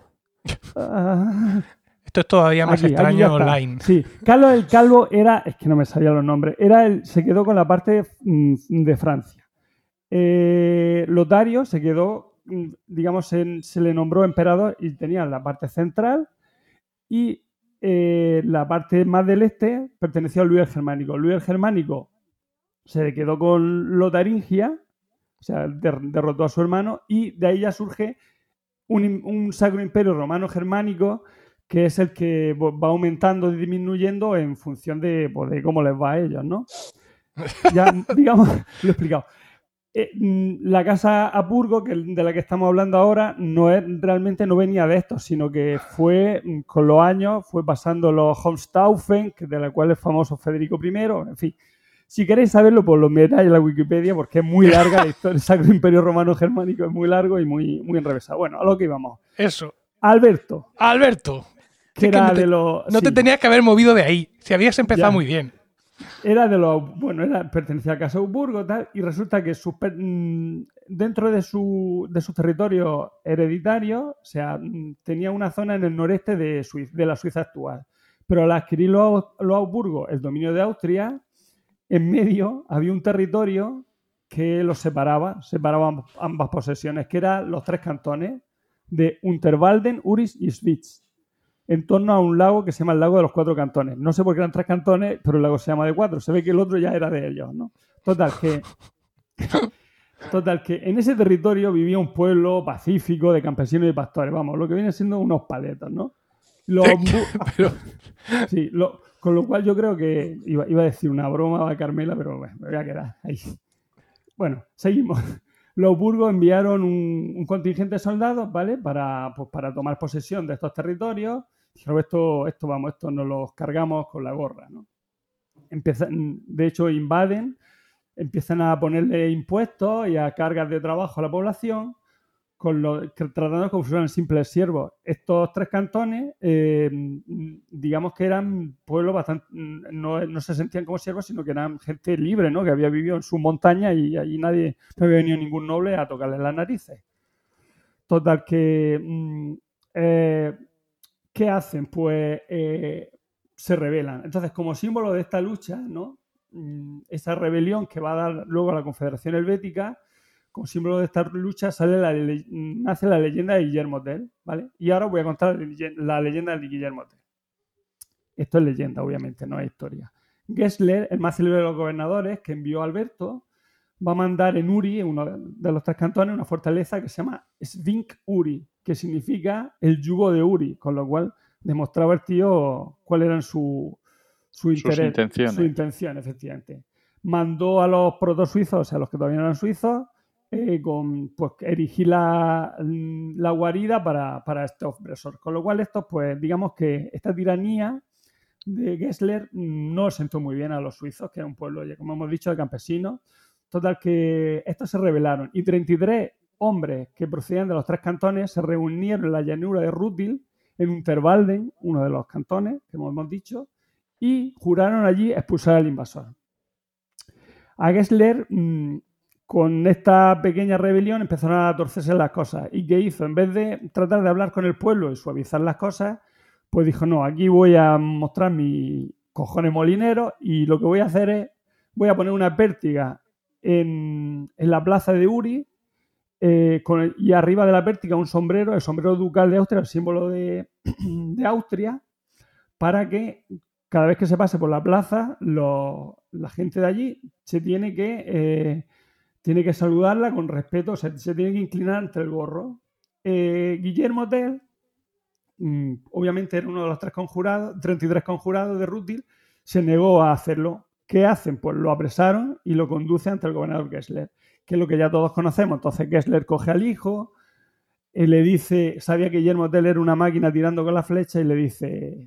Esto es todavía más extraño online. Sí, Carlos el Calvo era... Es que no me salían los nombres. Se quedó con la parte de Francia. Lotario se quedó, digamos, se le nombró emperador y tenía la parte central, y la parte más del este perteneció a Luis el Germánico. Luis el Germánico se quedó con Lotaringia, o sea, derrotó a su hermano, y de ahí ya surge un Sacro Imperio Romano Germánico, que es el que va aumentando y disminuyendo en función de cómo les va a ellos, ¿no? Ya, digamos, lo he explicado. La casa Habsburgo, de la que estamos hablando ahora, realmente no venía de esto, sino que fue, con los años, fue pasando los Hohenstaufen, de la cual es famoso Federico I, en fin. Si queréis saberlo, pues lo miráis en la Wikipedia, porque es muy larga la historia. El Sacro Imperio Romano Germánico es muy largo y muy, muy enrevesado. Bueno, a lo que íbamos. Eso. Alberto. Que era no te tenías que haber movido de ahí. Si habías empezado muy bien. Era pertenecía a Casa Habsburgo, tal, y resulta que dentro de su territorio hereditario, o sea, tenía una zona en el noreste de la Suiza actual. Pero al adquirir los Habsburgo el dominio de Austria, en medio había un territorio que los separaba ambas posesiones, que eran los 3 cantones de Unterwalden, Uris y Schwyz, en torno a un lago que se llama el lago de los 4 cantones. No sé por qué eran 3 cantones, pero el lago se llama de 4. Se ve que el otro ya era de ellos, ¿no? Total, que en ese territorio vivía un pueblo pacífico de campesinos y pastores. Vamos, lo que viene siendo unos paletos, ¿no? Sí, con lo cual yo creo que iba a decir una broma a Carmela, pero bueno, me voy a quedar ahí. Bueno, seguimos. Los Habsburgo enviaron un contingente de soldados, ¿vale? Para tomar posesión de estos territorios. Dijeron, esto nos los cargamos con la gorra, ¿no? De hecho, invaden, empiezan a ponerle impuestos y a cargas de trabajo a la población, tratando como si fueran simples siervos. Estos 3 cantones, digamos que eran pueblos bastante... No se sentían como siervos, sino que eran gente libre, ¿no? Que había vivido en sus montañas y allí no había venido ningún noble a tocarles las narices. Total, que... ¿qué hacen? Pues se rebelan. Entonces, como símbolo de esta lucha, ¿no? Esa rebelión que va a dar luego a la Confederación Helvética, como símbolo de esta lucha nace la leyenda de Guillermo Tell, ¿vale? Y ahora voy a contar la leyenda de Guillermo Tell. Esto es leyenda, obviamente, no es historia. Gessler, el más célebre de los gobernadores que envió Alberto, va a mandar en Uri, en uno de los 3 cantones, una fortaleza que se llama Svink Uri, que significa el yugo de Uri, con lo cual demostraba el tío cuál eran sus intenciones, efectivamente. Mandó a los proto-suizos, o sea, los que todavía no eran suizos, erigir la guarida para este opresor. Con lo cual, digamos que esta tiranía de Gessler no sentó muy bien a los suizos, que era un pueblo, ya como hemos dicho, de campesinos. Total, que estos se rebelaron y 33 hombres que procedían de los 3 cantones se reunieron en la llanura de Rudil, en Unterwalden, uno de los cantones, que hemos dicho, y juraron allí expulsar al invasor. A Gessler, con esta pequeña rebelión, empezaron a torcerse las cosas. ¿Y qué hizo? En vez de tratar de hablar con el pueblo y suavizar las cosas, pues dijo, no, aquí voy a mostrar mis cojones molineros y lo que voy a hacer es, voy a poner una pértiga en la plaza de Uri, y arriba de la pértiga un sombrero, el sombrero ducal de Austria, el símbolo de Austria, para que cada vez que se pase por la plaza, la gente de allí se tiene que saludarla con respeto, o sea, se tiene que inclinar ante el gorro. Guillermo Tell, obviamente era uno de los 33 conjurados de Rútil, se negó a hacerlo. ¿Qué hacen? Pues lo apresaron y lo conducen ante el gobernador Gessler, que es lo que ya todos conocemos. Entonces Gessler coge al hijo, le dice, sabía que Guillermo Tell era una máquina tirando con la flecha y le dice,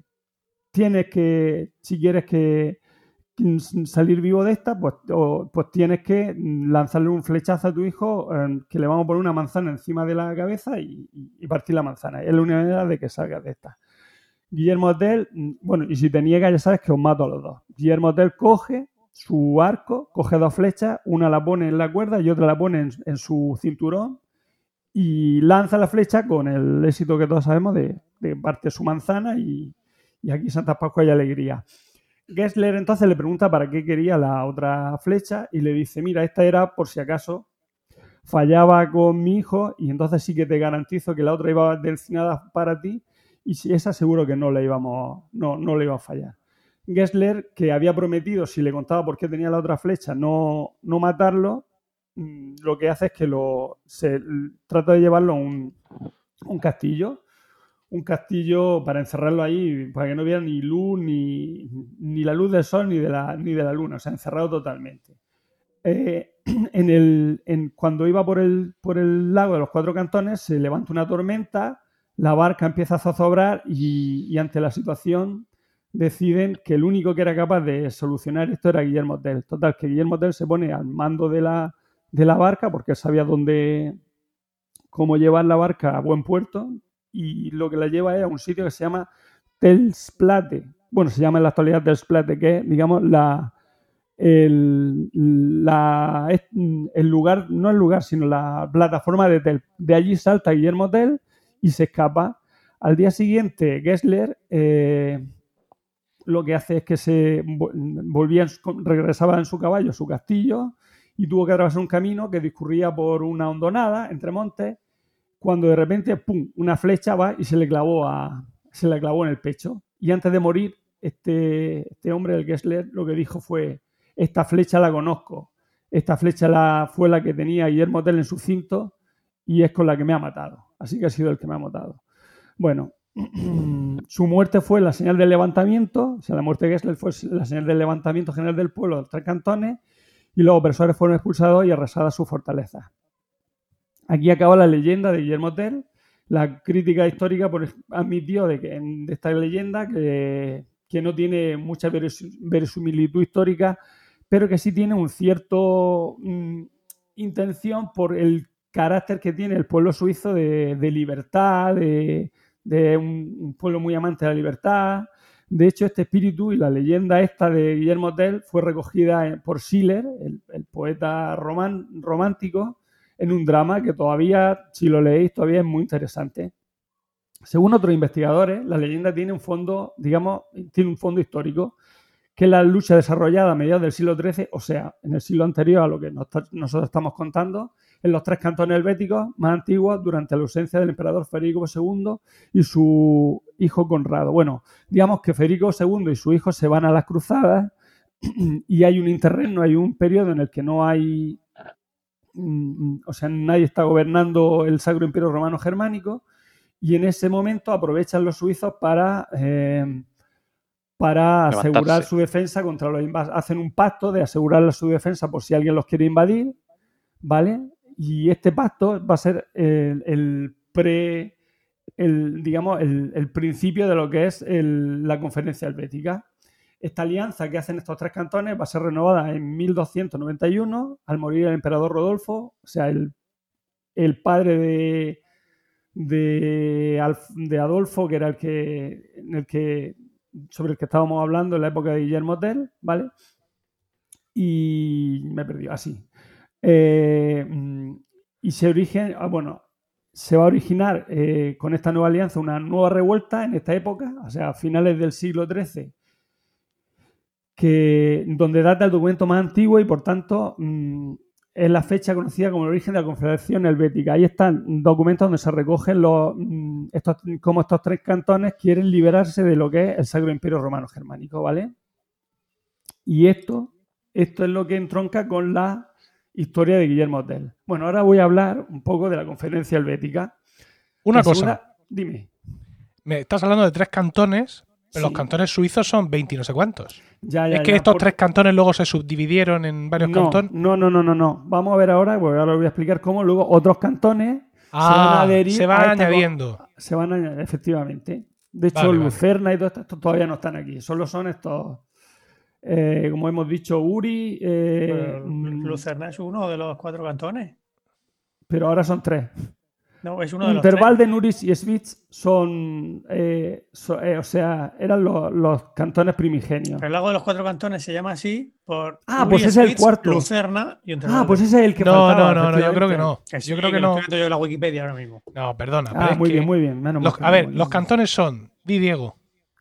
si quieres que salir vivo de esta, pues tienes que lanzarle un flechazo a tu hijo, que le vamos a poner una manzana encima de la cabeza y partir la manzana. Es la única manera de que salgas de esta. Guillermo Tell, bueno, y si te niegas ya sabes que os mato a los dos. Guillermo Tell coge su arco, coge 2 flechas, una la pone en la cuerda y otra la pone en su cinturón y lanza la flecha con el éxito que todos sabemos de parte su manzana y aquí Santa Pascua y alegría. Gessler entonces le pregunta para qué quería la otra flecha y le dice, mira, esta era por si acaso fallaba con mi hijo y entonces sí que te garantizo que la otra iba destinada para ti y si esa seguro que no le iba a fallar. Gessler, que había prometido, si le contaba por qué tenía la otra flecha, no matarlo, lo que hace es que se trata de llevarlo a un castillo para encerrarlo ahí, para que no viera ni luz, ni la luz del sol, ni de la luna, o sea, encerrado totalmente. Cuando iba por el lago de los 4 cantones, se levanta una tormenta, la barca empieza a zozobrar y ante la situación deciden que el único que era capaz de solucionar esto era Guillermo Tell. Total, que Guillermo Tell se pone al mando de la barca porque él sabía cómo llevar la barca a buen puerto y lo que la lleva es a un sitio que se llama Tells Plate. Bueno, se llama en la actualidad Tells Plate, que es, digamos, el lugar, no el lugar, sino la plataforma de Tell. De allí salta Guillermo Tell y se escapa. Al día siguiente, Gessler lo que hace es que regresaba en su caballo a su castillo y tuvo que atravesar un camino que discurría por una hondonada entre montes, cuando de repente, ¡pum!, una flecha va y se le clavó en el pecho. Y antes de morir, este hombre, el Gessler, lo que dijo fue, esta flecha la conozco, esta flecha fue la que tenía Guillermo Tell en su cinto y es con la que me ha matado. Así que ha sido el que me ha matado. Bueno, su muerte fue la señal del levantamiento, o sea, la muerte de Gessler fue la señal del levantamiento general del pueblo de los 3 cantones y los opresores fueron expulsados y arrasadas sus fortalezas. Aquí acaba la leyenda de Guillermo Tell. La crítica histórica admitió de esta leyenda que no tiene mucha verosimilitud histórica, pero que sí tiene un cierto intención por el carácter que tiene el pueblo suizo de libertad, de un pueblo muy amante de la libertad. De hecho, este espíritu y la leyenda esta de Guillermo Tell fue recogida por Schiller, el poeta romántico, en un drama que todavía, si lo leéis, todavía es muy interesante. Según otros investigadores, la leyenda tiene un fondo histórico, que es la lucha desarrollada a mediados del siglo XIII, o sea, en el siglo anterior a lo que nosotros estamos contando, en los 3 cantones helvéticos más antiguos durante la ausencia del emperador Federico II y su hijo Conrado. Bueno, digamos que Federico II y su hijo se van a las cruzadas y hay un interregno, hay un periodo en el que no hay... O sea, nadie está gobernando el Sacro Imperio Romano Germánico y en ese momento aprovechan los suizos para asegurar su defensa contra los invasores. Hacen un pacto de asegurar su defensa por si alguien los quiere invadir, ¿vale? Y este pacto va a ser el principio de lo que es la conferencia helvética. Esta alianza que hacen estos 3 cantones va a ser renovada en 1291 al morir el emperador Rodolfo, o sea, el padre de Adolfo, que era sobre el que estábamos hablando en la época de Guillermo Tell, ¿vale? Y me he perdido, así. Y se va a originar con esta nueva alianza una nueva revuelta en esta época, o sea, a finales del siglo XIII, donde data el documento más antiguo y por tanto es la fecha conocida como el origen de la Confederación Helvética. Ahí están documentos donde se recogen cómo estos 3 cantones quieren liberarse de lo que es el Sacro Imperio Romano Germánico, ¿vale? Y esto es lo que entronca con la historia de Guillermo Tell. Bueno, ahora voy a hablar un poco de la Conferencia Helvética. Una cosa. Dime. Me estás hablando de 3 cantones, pero sí. Los cantones suizos son 20 y no sé cuántos. ¿Es que estos 3 cantones luego se subdividieron en varios cantones? No. Vamos a ver ahora, porque ahora voy a explicar cómo luego otros cantones se van a adherir. Se van añadiendo. Se van añadiendo, efectivamente. De hecho, Lucerna y todo esto todavía no están aquí. Solo son estos, como hemos dicho, Uri. Lucerna es uno de los 4 cantones. Pero ahora son 3. No, es uno de los 3. Unterwalden, Uris y Schwyz eran los cantones primigenios. El lago de los 4 cantones se llama así por pues ese es el cuarto. Lucerna y Unterwalden. Pues ese es el que faltaba. No, yo creo que no. Yo creo que no. Estoy viendo yo la Wikipedia ahora mismo. No, perdona. Muy bien. Los cantones son, di Diego.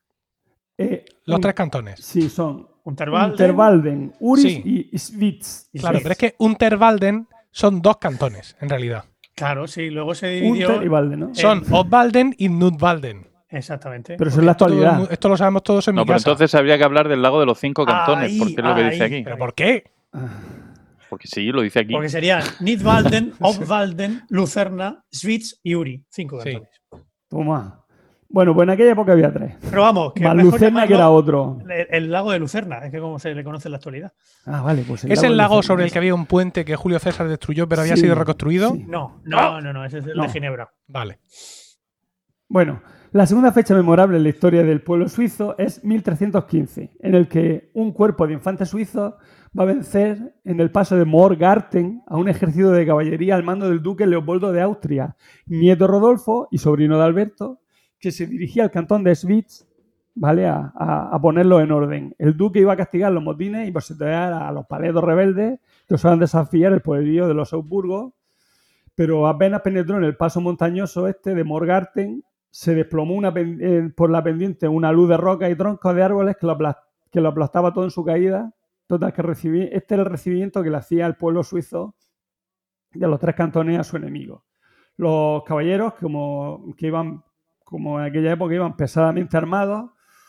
Los 3 cantones. Sí, son Unterwalden, Uris y Schwyz. Claro, pero es que Unterwalden son 2 cantones, en realidad. Claro, sí, luego se dividió. Unter y Walden, ¿no? Son Obwalden y Nudwalden. Exactamente. Pero eso es la actualidad. Esto lo sabemos todos en mi casa. Pero entonces habría que hablar del lago de los 5 cantones, porque es lo que dice aquí. ¿Pero por qué? Porque sí, lo dice aquí. Porque serían Nidwalden, Obwalden, Lucerna, Schwyz y Uri. 5 cantones. Toma. Bueno, pues en aquella época había 3. Pero vamos, que más Lucerna, que era otro. El lago de Lucerna, es que como se le conoce en la actualidad. Vale, pues ¿Es el lago sobre el que había un puente que Julio César destruyó pero había sido reconstruido? Sí. No, ese es el de Ginebra. Vale. Bueno, la segunda fecha memorable en la historia del pueblo suizo es 1315, en el que un cuerpo de infantes suizos va a vencer en el paso de Morgarten a un ejército de caballería al mando del duque Leopoldo de Austria, nieto Rodolfo y sobrino de Alberto, que se dirigía al cantón de Schwyz, ¿vale? A ponerlo en orden. El duque iba a castigar los motines y boicotear a los paletos rebeldes que osaban desafiar el poderío de los Augsburgos, pero apenas penetró en el paso montañoso de Morgarten, se desplomó por la pendiente una luz de roca y troncos de árboles que lo aplastaba todo en su caída. Total, que era el recibimiento que le hacía el pueblo suizo de los 3 cantones a su enemigo. Los caballeros, como en aquella época iban pesadamente armados,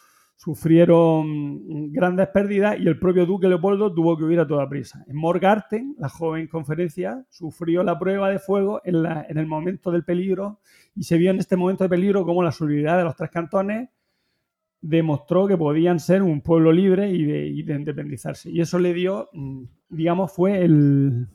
sufrieron grandes pérdidas y el propio duque Leopoldo tuvo que huir a toda prisa. En Morgarten, la joven conferencia sufrió la prueba de fuego en el momento del peligro y se vio en este momento de peligro cómo la solidaridad de los 3 cantones demostró que podían ser un pueblo libre y de independizarse. Y eso le dio, digamos, fue el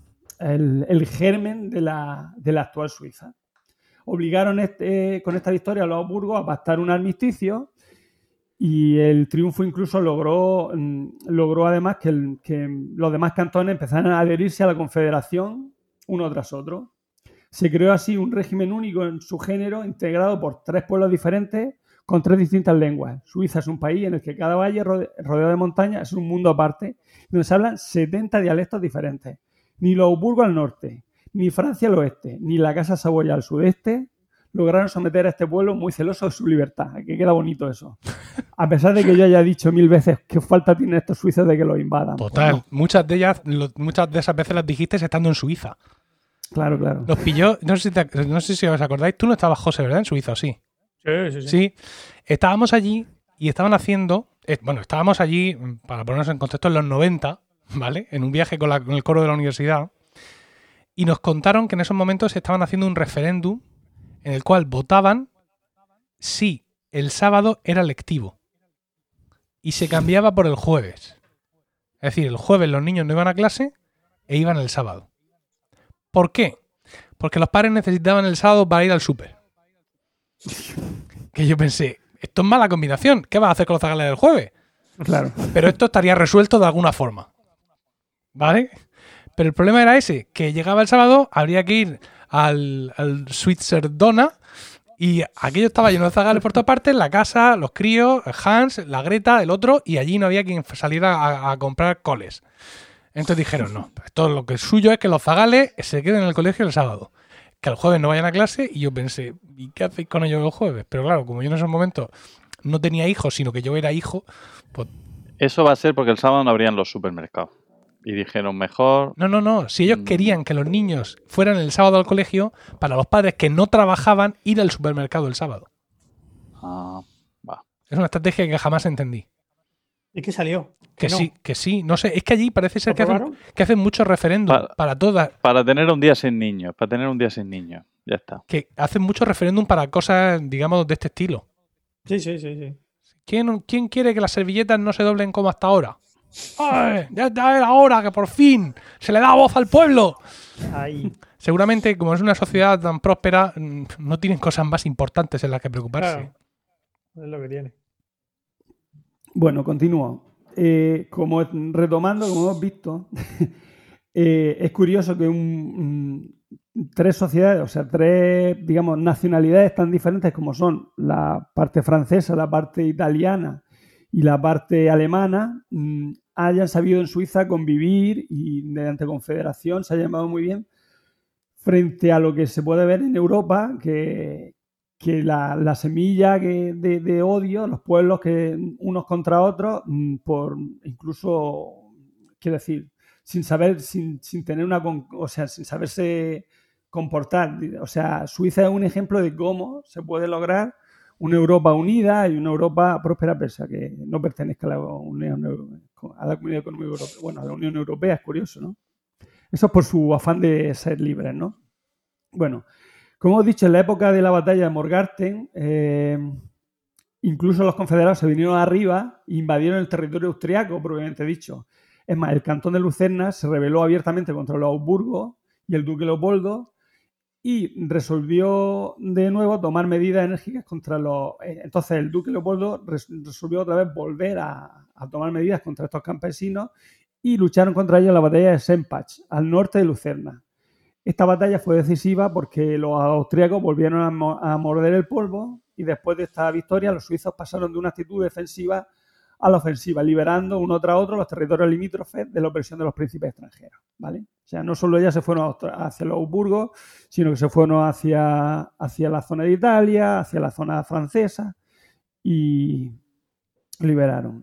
germen de la actual Suiza. Obligaron con esta victoria a los Augsburgos a pactar un armisticio y el triunfo incluso logró además que los demás cantones empezaran a adherirse a la confederación uno tras otro. Se creó así un régimen único en su género, integrado por 3 pueblos diferentes con 3 distintas lenguas. Suiza es un país en el que cada valle rodeado de montañas es un mundo aparte, donde se hablan 70 dialectos diferentes. Ni los Augsburgos al norte, ni Francia al oeste, ni la Casa Saboya al sudeste lograron someter a este pueblo muy celoso de su libertad. Que queda bonito eso. A pesar de que yo haya dicho 1000 veces qué falta tienen estos suizos de que los invadan. Total. Pues no. Muchas de esas veces las dijiste estando en Suiza. Claro. Los pilló, no sé si os acordáis, tú no estabas, José, ¿verdad? En Suiza, ¿o sí? Sí. Estábamos allí y estaban haciendo... estábamos allí, para ponernos en contexto, en los 90, ¿vale? En un viaje con el coro de la universidad. Y nos contaron que en esos momentos estaban haciendo un referéndum en el cual votaban si el sábado era lectivo y se cambiaba por el jueves. Es decir, el jueves los niños no iban a clase e iban el sábado. ¿Por qué? Porque los padres necesitaban el sábado para ir al súper. Que yo pensé, esto es mala combinación. ¿Qué vas a hacer con los zagales del jueves? Claro. Pero esto estaría resuelto de alguna forma. ¿Vale? Pero el problema era ese, que llegaba el sábado, habría que ir al Schweizerdona y aquello estaba lleno de zagales por todas partes, la casa, los críos, Hans, la Greta, el otro, y allí no había quien saliera a comprar coles. Entonces dijeron, no, esto lo que es suyo es que los zagales se queden en el colegio el sábado, que el jueves no vayan a clase, y yo pensé, ¿y qué hacéis con ellos el jueves? Pero claro, como yo en esos momentos no tenía hijos, sino que yo era hijo, pues... Eso va a ser porque el sábado no habrían los supermercados. Y dijeron mejor... No. Si ellos querían que los niños fueran el sábado al colegio, para los padres que no trabajaban, ir al supermercado el sábado. Va. Es una estrategia que jamás entendí. ¿Y qué salió? Que sí. No sé, es que allí parece ser que hacen muchos referéndum para todas. Para tener un día sin niños. Ya está. Que hacen muchos referéndum para cosas, digamos, de este estilo. Sí. ¿Quién quiere que las servilletas no se doblen como hasta ahora? ¡Ay, ya era hora que por fin se le da voz al pueblo! Ay. Seguramente, como es una sociedad tan próspera, no tienen cosas más importantes en las que preocuparse. Claro. Es lo que tiene. Bueno, continúo. Retomando, como hemos visto, es curioso que tres sociedades, o sea, tres, digamos, nacionalidades tan diferentes como son la parte francesa, la parte italiana y la parte alemana, hayan sabido en Suiza convivir y mediante confederación se ha llamado muy bien frente a lo que se puede ver en Europa, que la semilla de odio, los pueblos que unos contra otros, por incluso, quiero decir, sin tener sin saberse comportar. O sea, Suiza es un ejemplo de cómo se puede lograr una Europa unida y una Europa próspera, pese a que no pertenezca a la Unión Europea. Bueno, a la Unión Europea, es curioso, ¿no? Eso es por su afán de ser libres, ¿no? Bueno, como he dicho, en la época de la batalla de Morgarten, incluso los confederados se vinieron arriba e invadieron el territorio austriaco, propiamente dicho. Es más, el cantón de Lucerna se rebeló abiertamente contra los Augsburgos y el duque Leopoldo y resolvió de nuevo tomar medidas enérgicas contra los... Entonces el duque Leopoldo resolvió otra vez volver a tomar medidas contra estos campesinos y lucharon contra ellos en la batalla de Sempach, al norte de Lucerna. Esta batalla fue decisiva porque los austríacos volvieron a morder el polvo y después de esta victoria los suizos pasaron de una actitud defensiva a la ofensiva, liberando uno tras otro los territorios limítrofes de la opresión de los príncipes extranjeros, ¿vale? O sea, no solo ya se fueron hacia los Augsburgos, sino que se fueron hacia la zona de Italia, hacia la zona francesa y liberaron.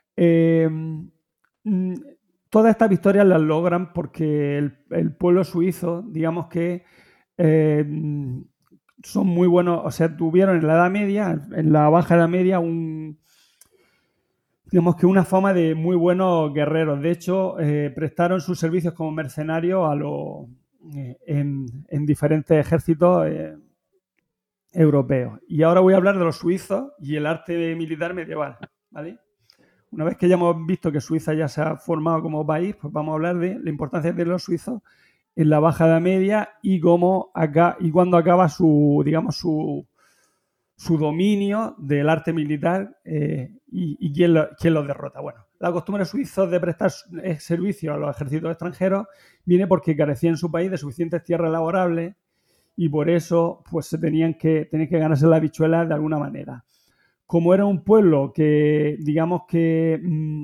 Todas estas victorias las logran porque el pueblo suizo, digamos que son muy buenos, o sea, tuvieron en la Edad Media, en la Baja Edad Media, digamos que una fama de muy buenos guerreros. De hecho, prestaron sus servicios como mercenarios en diferentes ejércitos europeos. Y ahora voy a hablar de los suizos y el arte militar medieval, ¿vale? Una vez que ya hemos visto que Suiza ya se ha formado como país, pues vamos a hablar de la importancia de los suizos en la Baja Edad Media y cuándo acaba su dominio del arte militar y quién los derrota. Bueno, la costumbre de suizos de prestar servicio a los ejércitos extranjeros viene porque carecían en su país de suficientes tierras laborables y por eso pues tenían que ganarse las habichuelas de alguna manera. Como era un pueblo que, digamos que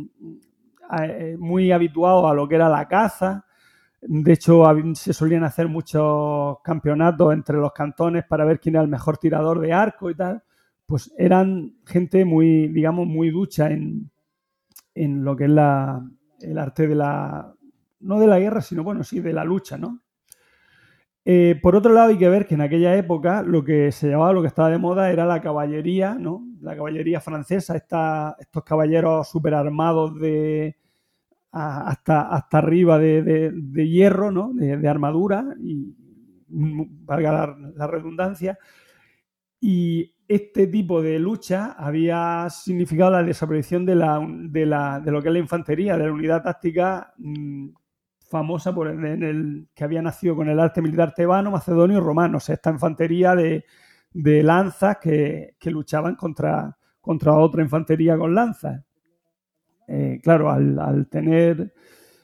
muy habituado a lo que era la caza, de hecho se solían hacer muchos campeonatos entre los cantones para ver quién era el mejor tirador de arco y tal, pues eran gente muy, digamos, muy ducha en lo que es el arte no de la guerra, sino, bueno, sí, de la lucha, ¿no? Por otro lado, hay que ver que en aquella época lo que estaba de moda era la caballería, ¿no? La caballería francesa, estos caballeros súper armados hasta arriba de hierro, ¿no? De armadura, y valga la redundancia. Y este tipo de lucha había significado la desaparición de lo que es la infantería, de la unidad táctica famosa que había nacido con el arte militar tebano, macedonio y romano. O sea, esta infantería de lanzas que luchaban contra otra infantería con lanzas. Claro, al tener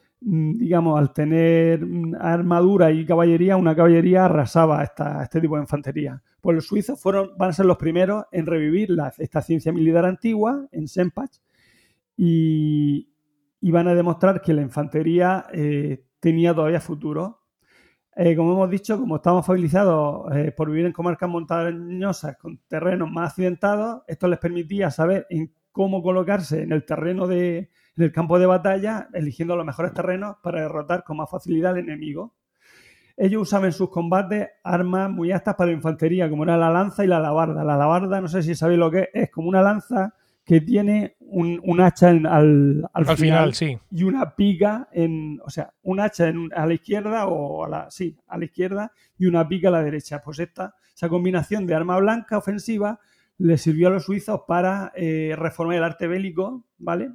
armadura y caballería, una caballería arrasaba este tipo de infantería. Pues los suizos van a ser los primeros en revivir esta ciencia militar antigua en Sempach y van a demostrar que la infantería tenía todavía futuro. Como hemos dicho, como estamos familiarizados por vivir en comarcas montañosas con terrenos más accidentados, esto les permitía saber en cómo colocarse en el terreno en el campo de batalla, eligiendo los mejores terrenos para derrotar con más facilidad al enemigo. Ellos usaban en sus combates armas muy aptas para la infantería, como era la lanza y la alabarda. La alabarda, no sé si sabéis lo que es como una lanza que tiene un hacha al final, sí. Y una pica un hacha a la izquierda a la izquierda y una pica a la derecha. Pues esa combinación de arma blanca ofensiva le sirvió a los suizos para reformar el arte bélico, ¿vale?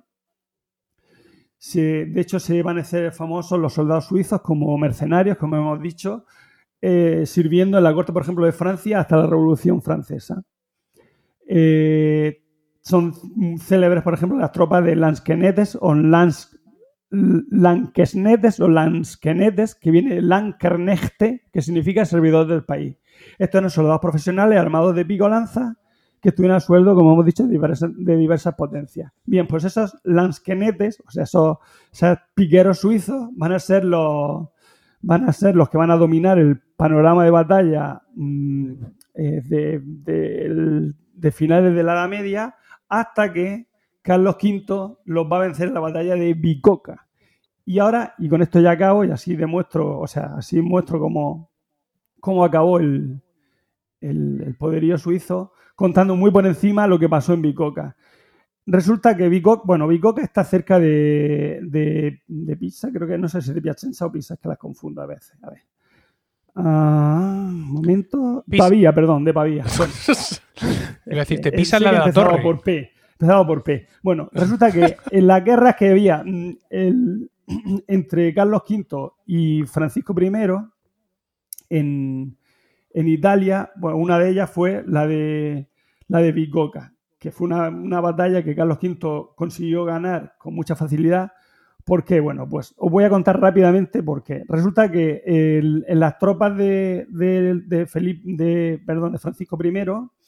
De hecho, se van a hacer famosos los soldados suizos como mercenarios, como hemos dicho, sirviendo en la corte, por ejemplo, de Francia hasta la Revolución Francesa. Son célebres, por ejemplo, las tropas de Lansquenetes o Lansquenetes, que viene Landsknechte, que significa servidor del país. Estos eran soldados profesionales armados de pico lanza que estuvieran a sueldo, como hemos dicho, de diversas potencias. Bien, pues esos Lansquenetes, o sea, esos piqueros suizos, van a ser los que van a dominar el panorama de batalla de finales de la Edad Media, hasta que Carlos V los va a vencer en la batalla de Bicoca. Y ahora, y con esto ya acabo, y así muestro cómo acabó el poderío suizo, contando muy por encima lo que pasó en Bicoca. Resulta que Bicoca está cerca de Pisa, creo que no sé si es de Piacenza o Pisa, es que las confundo a veces. A ver. Momento. Pavía, perdón, de Pavía. Bueno, iba a decirte, Pisa es la de la torre. Empezaba por P. Bueno, resulta que en las guerras que había entre Carlos V y Francisco I en Italia, bueno, una de ellas fue la de Bicoca, que fue una batalla que Carlos V consiguió ganar con mucha facilidad. ¿Por qué? Bueno, pues os voy a contar rápidamente por qué. Resulta que en las tropas de Francisco I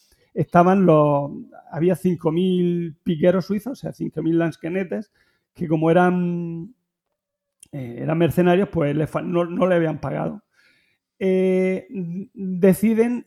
había 5.000 piqueros suizos, o sea, 5.000 Lansquenetes, que como eran mercenarios, pues no le habían pagado. Deciden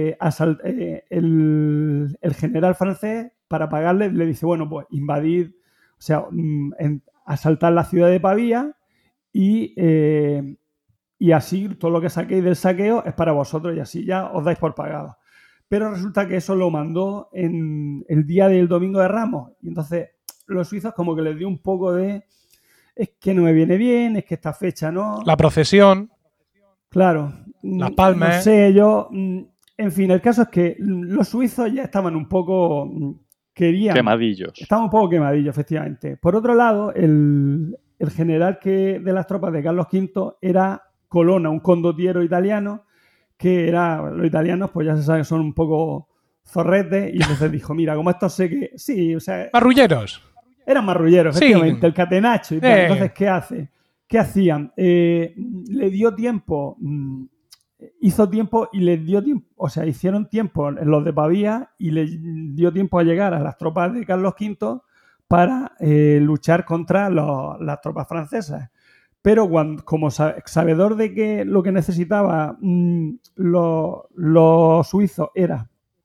el general francés, para pagarle, le dice, bueno, pues invadir, o sea, asaltar la ciudad de Pavía y así todo lo que saquéis del saqueo es para vosotros y así ya os dais por pagado. Pero resulta que eso lo mandó en el día del Domingo de Ramos, y entonces los suizos como que les dio un poco de es que no me viene bien, es que esta fecha no. La procesión. Claro. Las palmas. No sé, en fin, el caso es que los suizos ya estaban un poco quemadillos. Estaban un poco quemadillos, efectivamente. Por otro lado, el general de las tropas de Carlos V era Colonna, un condottiero italiano, los italianos, pues ya se sabe, son un poco zorretes, y entonces dijo, mira, como estos sé que... Sí, o sea... Marrulleros. Eran marrulleros, efectivamente, sí. El catenacho y tal. Entonces, ¿qué hacían? Le dio tiempo... Hizo tiempo y les dio tiempo, o sea, hicieron tiempo en los de Pavía y les dio tiempo a llegar a las tropas de Carlos V para luchar contra las tropas francesas. Pero como sabedor de que lo que necesitaba los suizos era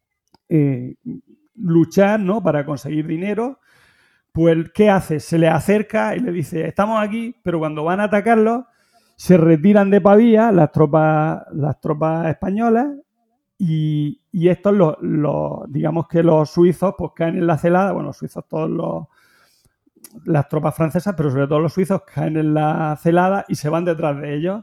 luchar, ¿no?, para conseguir dinero, pues ¿qué hace? Se le acerca y le dice, estamos aquí, pero cuando van a atacarlos se retiran de Pavía las tropas españolas y estos, digamos que los suizos, pues caen en la celada. Bueno, los suizos, las tropas francesas, pero sobre todo los suizos caen en la celada y se van detrás de ellos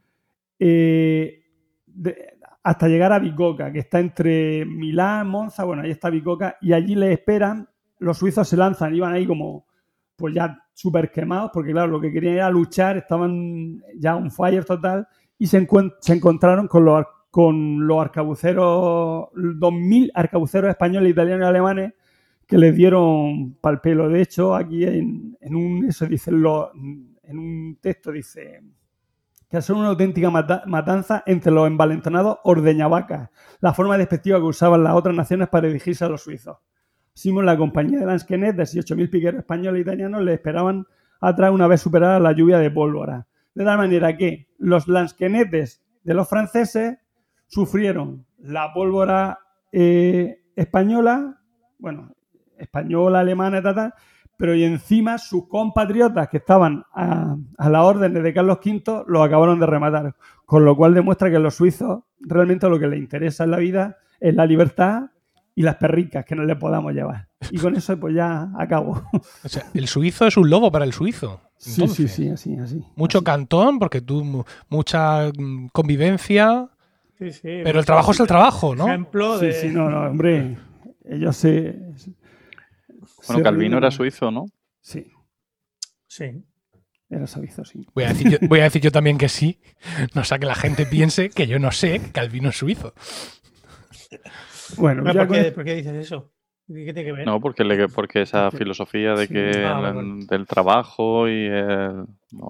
hasta llegar a Bicoca, que está entre Milán, Monza. Bueno, ahí está Bicoca y allí les esperan. Los suizos se lanzan, iban ahí como pues ya súper quemados, porque claro, lo que querían era luchar, estaban ya on fire total, y se encontraron con los arcabuceros, 2.000 arcabuceros españoles, italianos y alemanes, que les dieron pal pelo. De hecho, aquí en un texto dice que son una auténtica matanza entre los envalentonados ordeñavacas, la forma despectiva que usaban las otras naciones para dirigirse a los suizos. Simón, la compañía de Lansquenetes y 8.000 piqueros españoles e italianos le esperaban atrás una vez superada la lluvia de pólvora. De tal manera que los Lansquenetes de los franceses sufrieron la pólvora española, alemana, pero y encima sus compatriotas que estaban a las órdenes de Carlos V los acabaron de rematar, con lo cual demuestra que a los suizos realmente lo que les interesa en la vida es la libertad y las perricas que no le podamos llevar. Y con eso pues ya acabo. O sea, el suizo es un lobo para el suizo. Entonces, sí, así. Mucho así. Cantón, porque tú mucha convivencia, Sí, sí, pero el trabajo es el trabajo, ¿no? Ejemplo de... Sí, no, hombre, ellos se... Bueno, Calvino era suizo, ¿no? Sí. Sí. Era suizo, sí. Voy a decir yo también que sí. No sea que la gente piense que yo no sé que Calvino es suizo. Bueno, ¿Por qué dices eso? ¿Qué tiene que ver? No, porque esa filosofía de que del trabajo y el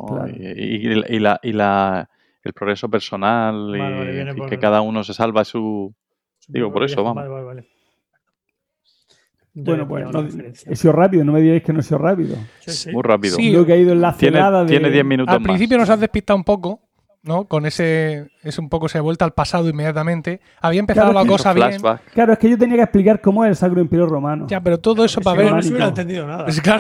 progreso personal y que cada uno se salva su... Digo, por eso, vamos. Vale. Bueno, pues he sido rápido, no me digáis que no he sido rápido. Sí. Muy rápido. Sí, lo que ha ido en la celada tiene 10 minutos al más. principio nos has despistado un poco, ¿no? Con ese un poco se vuelta al pasado inmediatamente. Había empezado la cosa bien. Claro, es que yo tenía que explicar cómo es el Sacro Imperio Romano. Ya, pero todo eso para ver... No se hubiera entendido nada. Claro,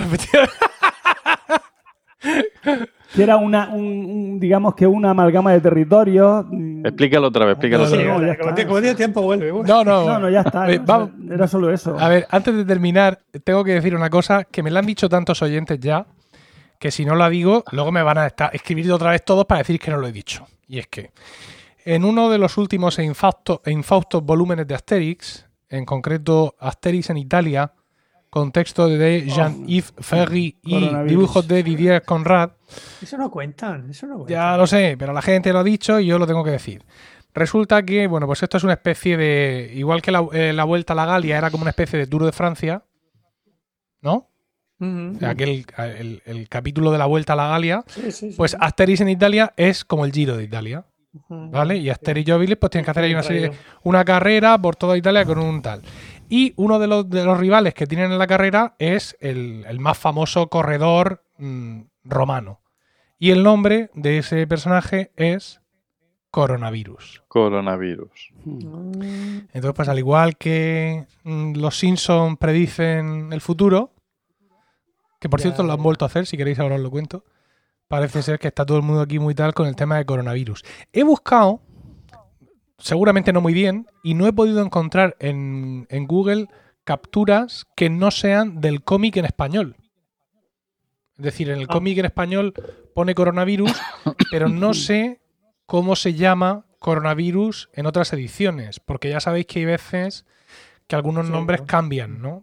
que era digamos que una amalgama de territorios. Explícalo otra vez, Como tiene tiempo vuelve. No, ya está. Era solo eso. A ver, antes de terminar, tengo que decir una cosa que me la han dicho tantos oyentes ya, que si no la digo, luego me van a escribir otra vez todos para decir que no lo he dicho. Y es que en uno de los últimos e infaustos volúmenes de Asterix, en concreto Asterix en Italia, con texto de Jean-Yves Ferry y dibujos de Didier Conrad. Eso no cuentan. Ya lo sé, pero la gente lo ha dicho y yo lo tengo que decir. Resulta que, bueno, pues esto es una especie de... Igual que la Vuelta a la Galia era como una especie de Tour de Francia, ¿no? Uh-huh. O sea, el capítulo de la Vuelta a la Galia, pues Asterix en Italia es como el Giro de Italia, ¿vale? Y Asterix y Obelix pues tienen que hacer ahí una carrera por toda Italia con un tal. Y uno de los rivales que tienen en la carrera es el más famoso corredor romano. Y el nombre de ese personaje es Coronavirus. Entonces, pues al igual que los Simpsons predicen el futuro, que por cierto lo han vuelto a hacer, si queréis ahora os lo cuento, parece ser que está todo el mundo aquí muy tal con el tema de coronavirus. He buscado, seguramente no muy bien, y no he podido encontrar en Google capturas que no sean del cómic en español. Es decir, en el cómic en español pone coronavirus, pero no sé cómo se llama coronavirus en otras ediciones, porque ya sabéis que hay veces que algunos nombres cambian, ¿no?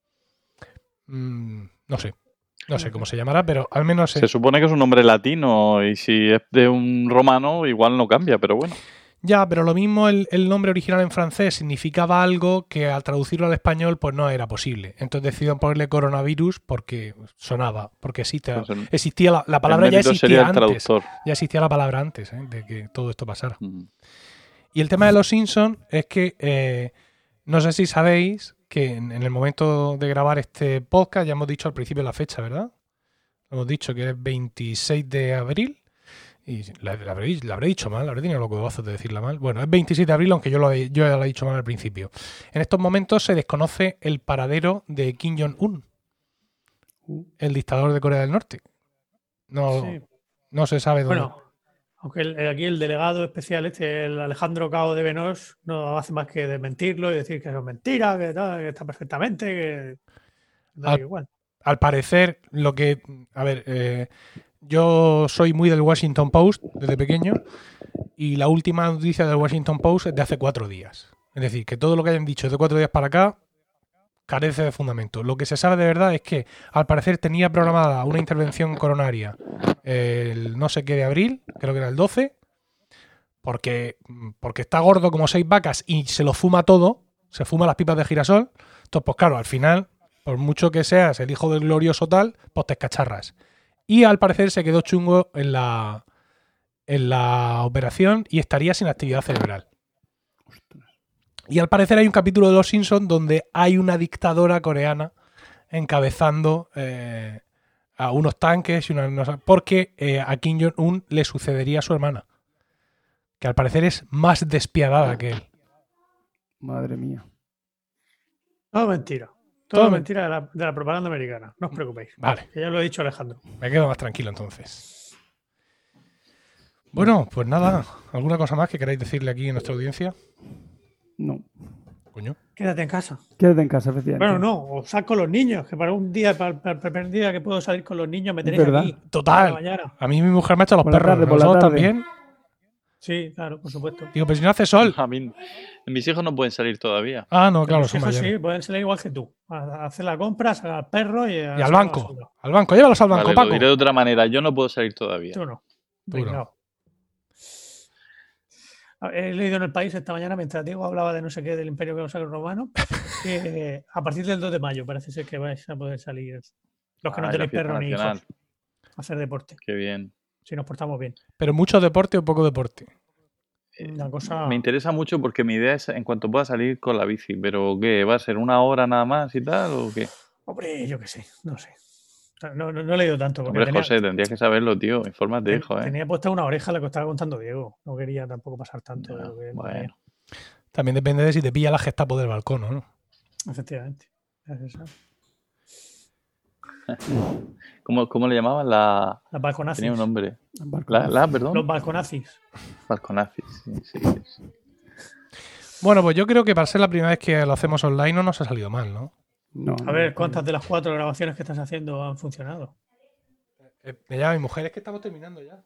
No sé cómo se llamará, pero al menos... Se supone que es un nombre latino y si es de un romano igual no cambia, pero bueno. Ya, pero lo mismo el nombre original en francés significaba algo que al traducirlo al español pues no era posible. Entonces decidieron ponerle coronavirus porque sonaba, porque existía la palabra ya existía antes. Ya existía la palabra antes de que todo esto pasara. Y el tema de los Simpsons es que no sé si sabéis que en el momento de grabar este podcast ya hemos dicho al principio la fecha, ¿verdad? Hemos dicho que es 26 de abril. Y la habré dicho mal, habré tenido los huevazos de decirla mal. Bueno, es 26 de abril, aunque yo ya lo he dicho mal al principio. En estos momentos se desconoce el paradero de Kim Jong-un, el dictador de Corea del Norte. No se sabe dónde. Bueno, aunque aquí el delegado especial el Alejandro Cao de Benós, no hace más que desmentirlo y decir que eso es mentira, que está perfectamente, que da igual. Al parecer, yo soy muy del Washington Post desde pequeño y la última noticia del Washington Post es de hace 4 días. Es decir, que todo lo que hayan dicho de 4 días para acá carece de fundamento. Lo que se sabe de verdad es que al parecer tenía programada una intervención coronaria el no sé qué de abril, creo que era el 12, porque está gordo como 6 vacas y se lo fuma todo, se fuma las pipas de girasol. Entonces, pues claro, al final, por mucho que seas el hijo del glorioso tal, pues te escacharras. Y al parecer se quedó chungo en la operación y estaría sin actividad cerebral. Y al parecer hay un capítulo de Los Simpsons donde hay una dictadora coreana encabezando a unos tanques porque a Kim Jong-un le sucedería a su hermana, que al parecer es más despiadada que él. Madre mía. No, mentira. Todo mentira de la propaganda americana. No os preocupéis. Vale. Que ya lo he dicho Alejandro. Me quedo más tranquilo entonces. Bueno, pues nada. ¿Alguna cosa más que queráis decirle aquí a nuestra audiencia? No. Coño. Quédate en casa. Quédate en casa, efectivamente. Bueno, no. O saco con los niños. Que para un día, para el primer día que puedo salir con los niños, me tenéis aquí. Total. A mí mi mujer me ha hecho los por perros. ¿Vosotros también? Sí, claro, por supuesto. Digo, pero si no hace sol. A mí, mis hijos no pueden salir todavía. Ah, no, claro, son mayores. Sí, pueden salir igual que tú. A hacer la compra, sacar al perro y al banco. Al banco, llévalos al banco, vale, Paco. Lo diré de otra manera. Yo no puedo salir todavía. Tú no. He leído en El País esta mañana, mientras Diego hablaba de no sé qué del Imperio Romano, que a partir del 2 de mayo parece ser que vais a poder salir los que no tenéis perro ni hijos a hacer deporte. Qué bien. Si nos portamos bien. ¿Pero mucho deporte o poco deporte? Una cosa... Me interesa mucho porque mi idea es en cuanto pueda salir con la bici. ¿Pero qué? ¿Va a ser una hora nada más y tal o qué? Hombre, yo qué sé, no sé. No he leído tanto. Porque hombre, José, tendrías que saberlo, tío. Infórmate, hijo. Tenía puesta una oreja lo que estaba contando Diego. No quería tampoco pasar tanto. No, de bueno. También depende de si te pilla la Gestapo del balcón o no. Efectivamente. ¿Cómo le llamaban? La balconazis. Tenía un nombre. Perdón. Los balconazis. Balconazis, sí. Bueno, pues yo creo que para ser la primera vez que lo hacemos online no nos ha salido mal, ¿no? No, a ver, ¿cuántas de las 4 grabaciones que estás haciendo han funcionado? Me llama mi mujer, es que estamos terminando ya.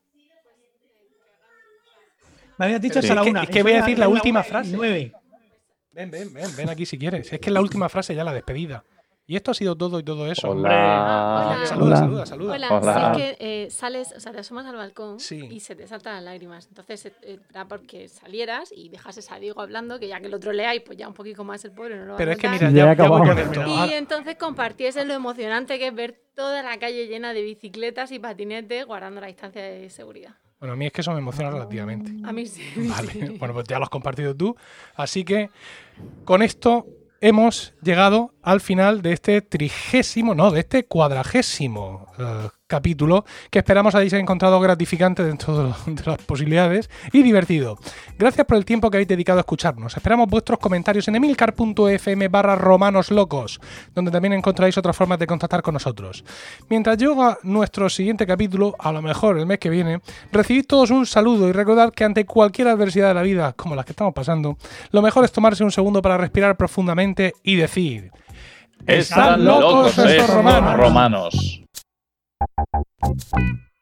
Me habías dicho hasta la 1. Es que voy a decir la última frase. 9. Ven aquí si quieres. Es que es la última frase ya, la despedida. Y esto ha sido todo y todo eso. Hola. Saluda. Hola. Sí, que sales, o sea, te asomas al balcón sí. Y se te saltan las lágrimas. Entonces era porque salieras y dejases a Diego hablando, que ya que el otro lea y pues ya un poquito más el pobre no lo va pero a es que notar. mira, ya voy con esto. Y entonces compartiese lo emocionante que es ver toda la calle llena de bicicletas y patinetes guardando la distancia de seguridad. Bueno, a mí es que eso me emociona relativamente. A mí sí. Vale, bueno, pues ya lo has compartido tú. Así que con esto hemos llegado al final de este 40º capítulo, que esperamos hayáis encontrado gratificante dentro de las posibilidades y divertido. Gracias por el tiempo que habéis dedicado a escucharnos. Esperamos vuestros comentarios en emilcar.fm/romanoslocos, donde también encontraréis otras formas de contactar con nosotros. Mientras llega nuestro siguiente capítulo, a lo mejor el mes que viene, recibid todos un saludo y recordad que ante cualquier adversidad de la vida, como las que estamos pasando, lo mejor es tomarse un segundo para respirar profundamente y decir: ¡Están locos estos romanos!